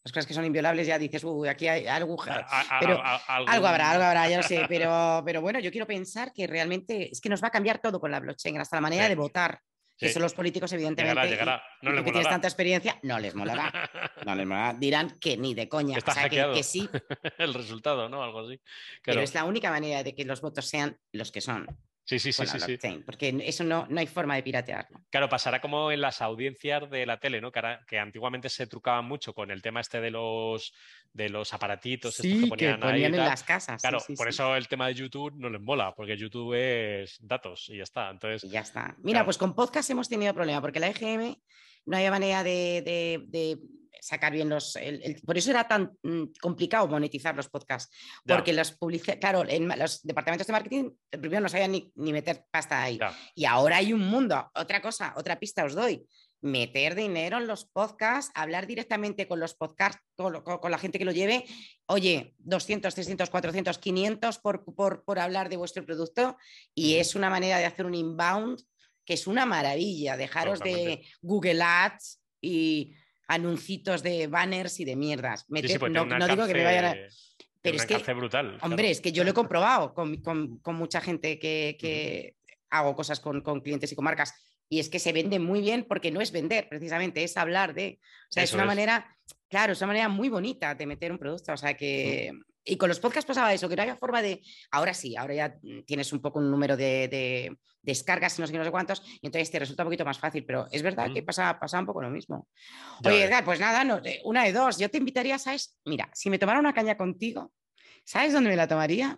Las cosas que son inviolables ya dices, uy, aquí hay algo, A- a- pero a- a- algún- algo habrá, algo habrá, ya lo sé, pero, pero bueno, yo quiero pensar que realmente es que nos va a cambiar todo con la blockchain, hasta la Sí, manera de votar, que sí. son los políticos, Llegará, evidentemente, y, llegará. No y le tú que tienes molará. tanta experiencia, no les molará, no les molará, dirán que ni de coña, o Está sea, que, que hackeado sí, el resultado, ¿no? Algo así. pero Claro. es la única manera de que los votos sean los que son Sí, sí, sí, con la sí, sí. blockchain, porque eso no, no hay forma de piratearlo. Claro, pasará como en las audiencias de la tele, ¿no? Que, ahora- que antiguamente se trucaban mucho con el tema este de los, de los aparatitos, estos que Sí, que ponían ahí y ponían en tal. las casas, sí, Claro, sí, por sí. eso el tema de YouTube no les mola, porque YouTube es datos y ya está. Entonces, Y ya está. Mira, claro, pues con podcast hemos tenido problema, porque la E G M no había manera de, de, de sacar bien los... El, el, por eso era tan mm, complicado monetizar los podcasts, ya, porque los publicidad, claro, en los departamentos de marketing, el primero no sabían ni, ni meter pasta ahí. ya. Y ahora hay un mundo. Otra cosa, otra pista os doy. Meter dinero en los podcasts, hablar directamente con los podcasts, con, con, con la gente que lo lleve. Oye, doscientos, trescientos, cuatrocientos, quinientos por, por, por hablar de vuestro producto. Y Ujú, es una manera de hacer un inbound que es una maravilla. Dejaros totalmente. de Google Ads y anuncios de banners y de mierdas. Sí, sí, Meter, pues tiene no, un no digo que me vayan a... alcance, tiene Pero un es alcance que, brutal, hombre, claro. es que yo lo he comprobado con, con, con mucha gente que, Ujú, que hago cosas con, con, clientes y con marcas. Y es que se vende muy bien porque no es vender, precisamente, es hablar de. O sea, es eso una es. manera, claro, es una manera muy bonita de meter un producto. O sea, Ujú, que. Y con los podcasts pasaba eso, que no había forma de. Ahora sí, ahora ya tienes un poco un número de, de descargas, no sé qué, no sé cuántos, y entonces te resulta un poquito más fácil. Pero es verdad que ujú. pasa, pasa un poco lo mismo. Ya Oye, ves. Edgar, pues nada, no, una de dos. Yo te invitaría, ¿sabes? Mira, si me tomara una caña contigo, ¿sabes dónde me la tomaría?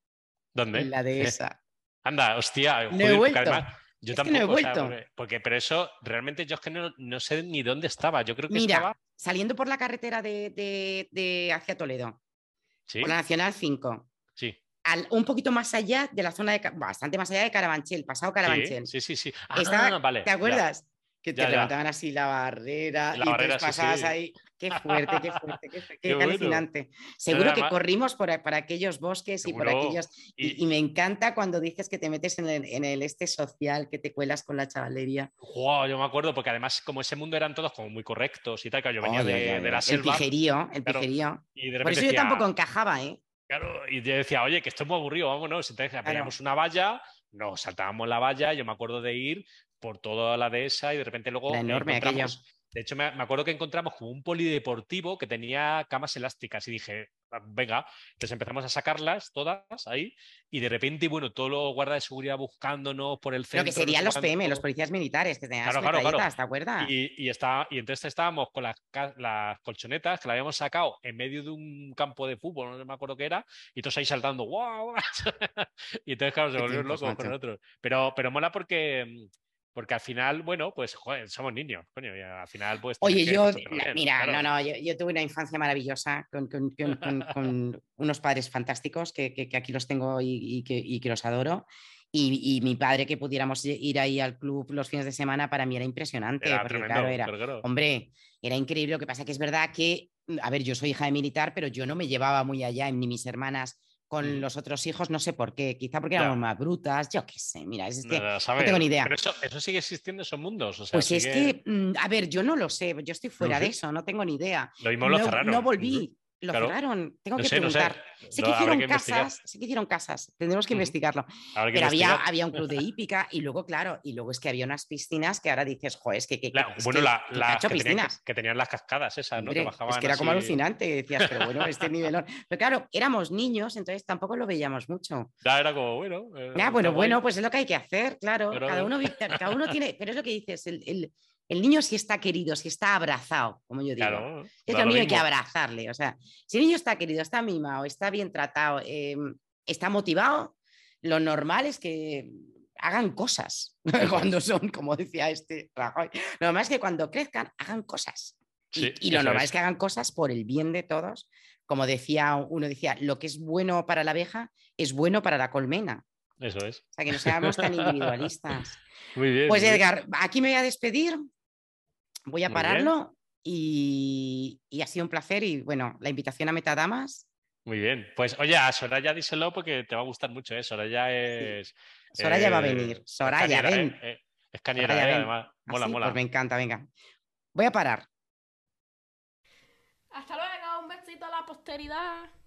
En ¿Dónde? la dehesa. Anda, hostia, No he joder, porque además vuelto. yo Es que no he tampoco, o sea, vuelto. porque, porque pero eso realmente yo es que no, no sé ni dónde estaba. Yo creo que estaba, Mira, saliendo por la carretera de, de, de hacia Toledo, por la sí, Nacional cinco, sí, al, un poquito más allá de la zona de, bastante más allá de Carabanchel, pasado sí, Carabanchel. sí, sí, sí. Ah, Estaba, ¿te vale, ya, acuerdas? Que te ya, ya. levantaban así la barrera La y entonces barrera, sí, pasabas sí. ahí. Qué fuerte, qué fuerte, qué, Qué qué, qué bueno. alucinante. No, no, Seguro que además, corrimos por, por aquellos bosques y por seguro. aquellos. Y, y, me Y, encanta cuando dices que te metes en el, en el este social, que te cuelas con la chavalería. wow, yo me acuerdo, porque además, como ese mundo eran todos como muy correctos y tal, que yo venía Oye, oye, de, de la oye. El selva, pijerío, el claro, pijerío. y de Por repente eso yo decía, tampoco encajaba, ¿eh? claro, y yo decía, oye, que esto es muy aburrido, vámonos. Entonces Claro, veíamos una valla, nos saltábamos la valla, yo me acuerdo de ir por toda la dehesa y de repente era luego enorme aquello. encontramos, de hecho me, me acuerdo que encontramos como un polideportivo que tenía camas elásticas y dije, "Ah, venga, entonces empezamos a sacarlas todas ahí y de repente, bueno, todos los guardas de seguridad buscándonos por el Lo que centro, no serían sé los P M, los cuánto. policías militares, que tenían las Claro, claro, claro. metralletas, ¿te acuerdas? Y, y, está, y entonces estábamos con las, las, colchonetas que la habíamos sacado en medio de un campo de fútbol, no me acuerdo qué era, y todos ahí saltando, ¡guau! Y entonces, claro, se Qué volvieron tiempos, locos con macho. nosotros. Pero, pero mola porque, porque al final, bueno, pues joder, somos niños, coño, y al final pues tienes Oye, que yo, pasártelo bien, mira, no, claro. no, yo, yo tuve una infancia maravillosa con, con, con, con, con unos padres fantásticos que, que, que aquí los tengo y, y, que, y, que, los adoro. Y, y, mi padre que pudiéramos ir ahí al club los fines de semana para mí era impresionante, Era porque claro, tremendo, era, pero claro. hombre, era increíble. Lo que pasa que es verdad que, a ver, yo soy hija de militar, pero yo no me llevaba muy allá, ni mis hermanas con Mm, los otros hijos, no sé por qué, quizá porque éramos ya, más brutas, yo qué sé, mira, es, es que a no tengo saber. ni idea. Pero eso, eso sigue existiendo, esos mundos, o sea, Pues es sigue. que, mm, a ver, yo no lo sé, yo estoy No fuera de sé, eso, no tengo ni idea. lo mismo lo No, no cerraron. Ujú, volví, lo claro, cerraron, tengo no que sé, no sé, preguntar. Sé que lo, habrá hicieron que investigar. casas, sé que hicieron casas, tendremos que Ujú, investigarlo. habrá que Pero había, investigar. había un club de hípica y luego, claro, y luego es que había unas piscinas que ahora dices, joder, es que, que, que La- es bueno, que, la- que las cacho que tenían, que, piscinas. que tenían las cascadas esas, ¿no? Que Hombre, es bajaban que era como así. alucinante, decías, pero bueno, este nivelón. Pero claro, éramos niños, entonces tampoco lo veíamos mucho. Ya era como, bueno, Ah, eh, está bueno, guay. bueno, pues es lo que hay que hacer, claro. Pero, Cada pero- uno, cada uno tiene, pero es lo que dices, el, el, el niño si está querido, si está abrazado, como yo digo. claro, Es da que un lo niño hay que mismo. abrazarle. O sea, si el niño está querido, está mimado, está bien tratado, eh, está motivado, lo normal es que hagan cosas Eso cuando es. son, como decía este Rajoy. Lo normal es que cuando crezcan hagan cosas. Sí, Y, y lo eso normal es es. que hagan cosas por el bien de todos. Como decía uno, decía, lo que es bueno para la abeja es bueno para la colmena. Eso es. O sea, que no seamos tan individualistas. Muy bien, Pues muy bien. Edgar, aquí me voy a despedir, voy a Muy bien, pararlo y, y ha sido un placer y bueno, la invitación a Metadamas, muy bien. Pues oye, a Soraya díselo porque te va a gustar mucho, ¿eh? Soraya sí. es, Soraya va a eh, venir, es Soraya, cañera, ¿eh? ven, Eh, Es cañera, Soraya, ¿eh? ven. Además, mola, Así, pues me mola. encanta, venga. Voy a parar. Hasta luego, un besito a la posteridad.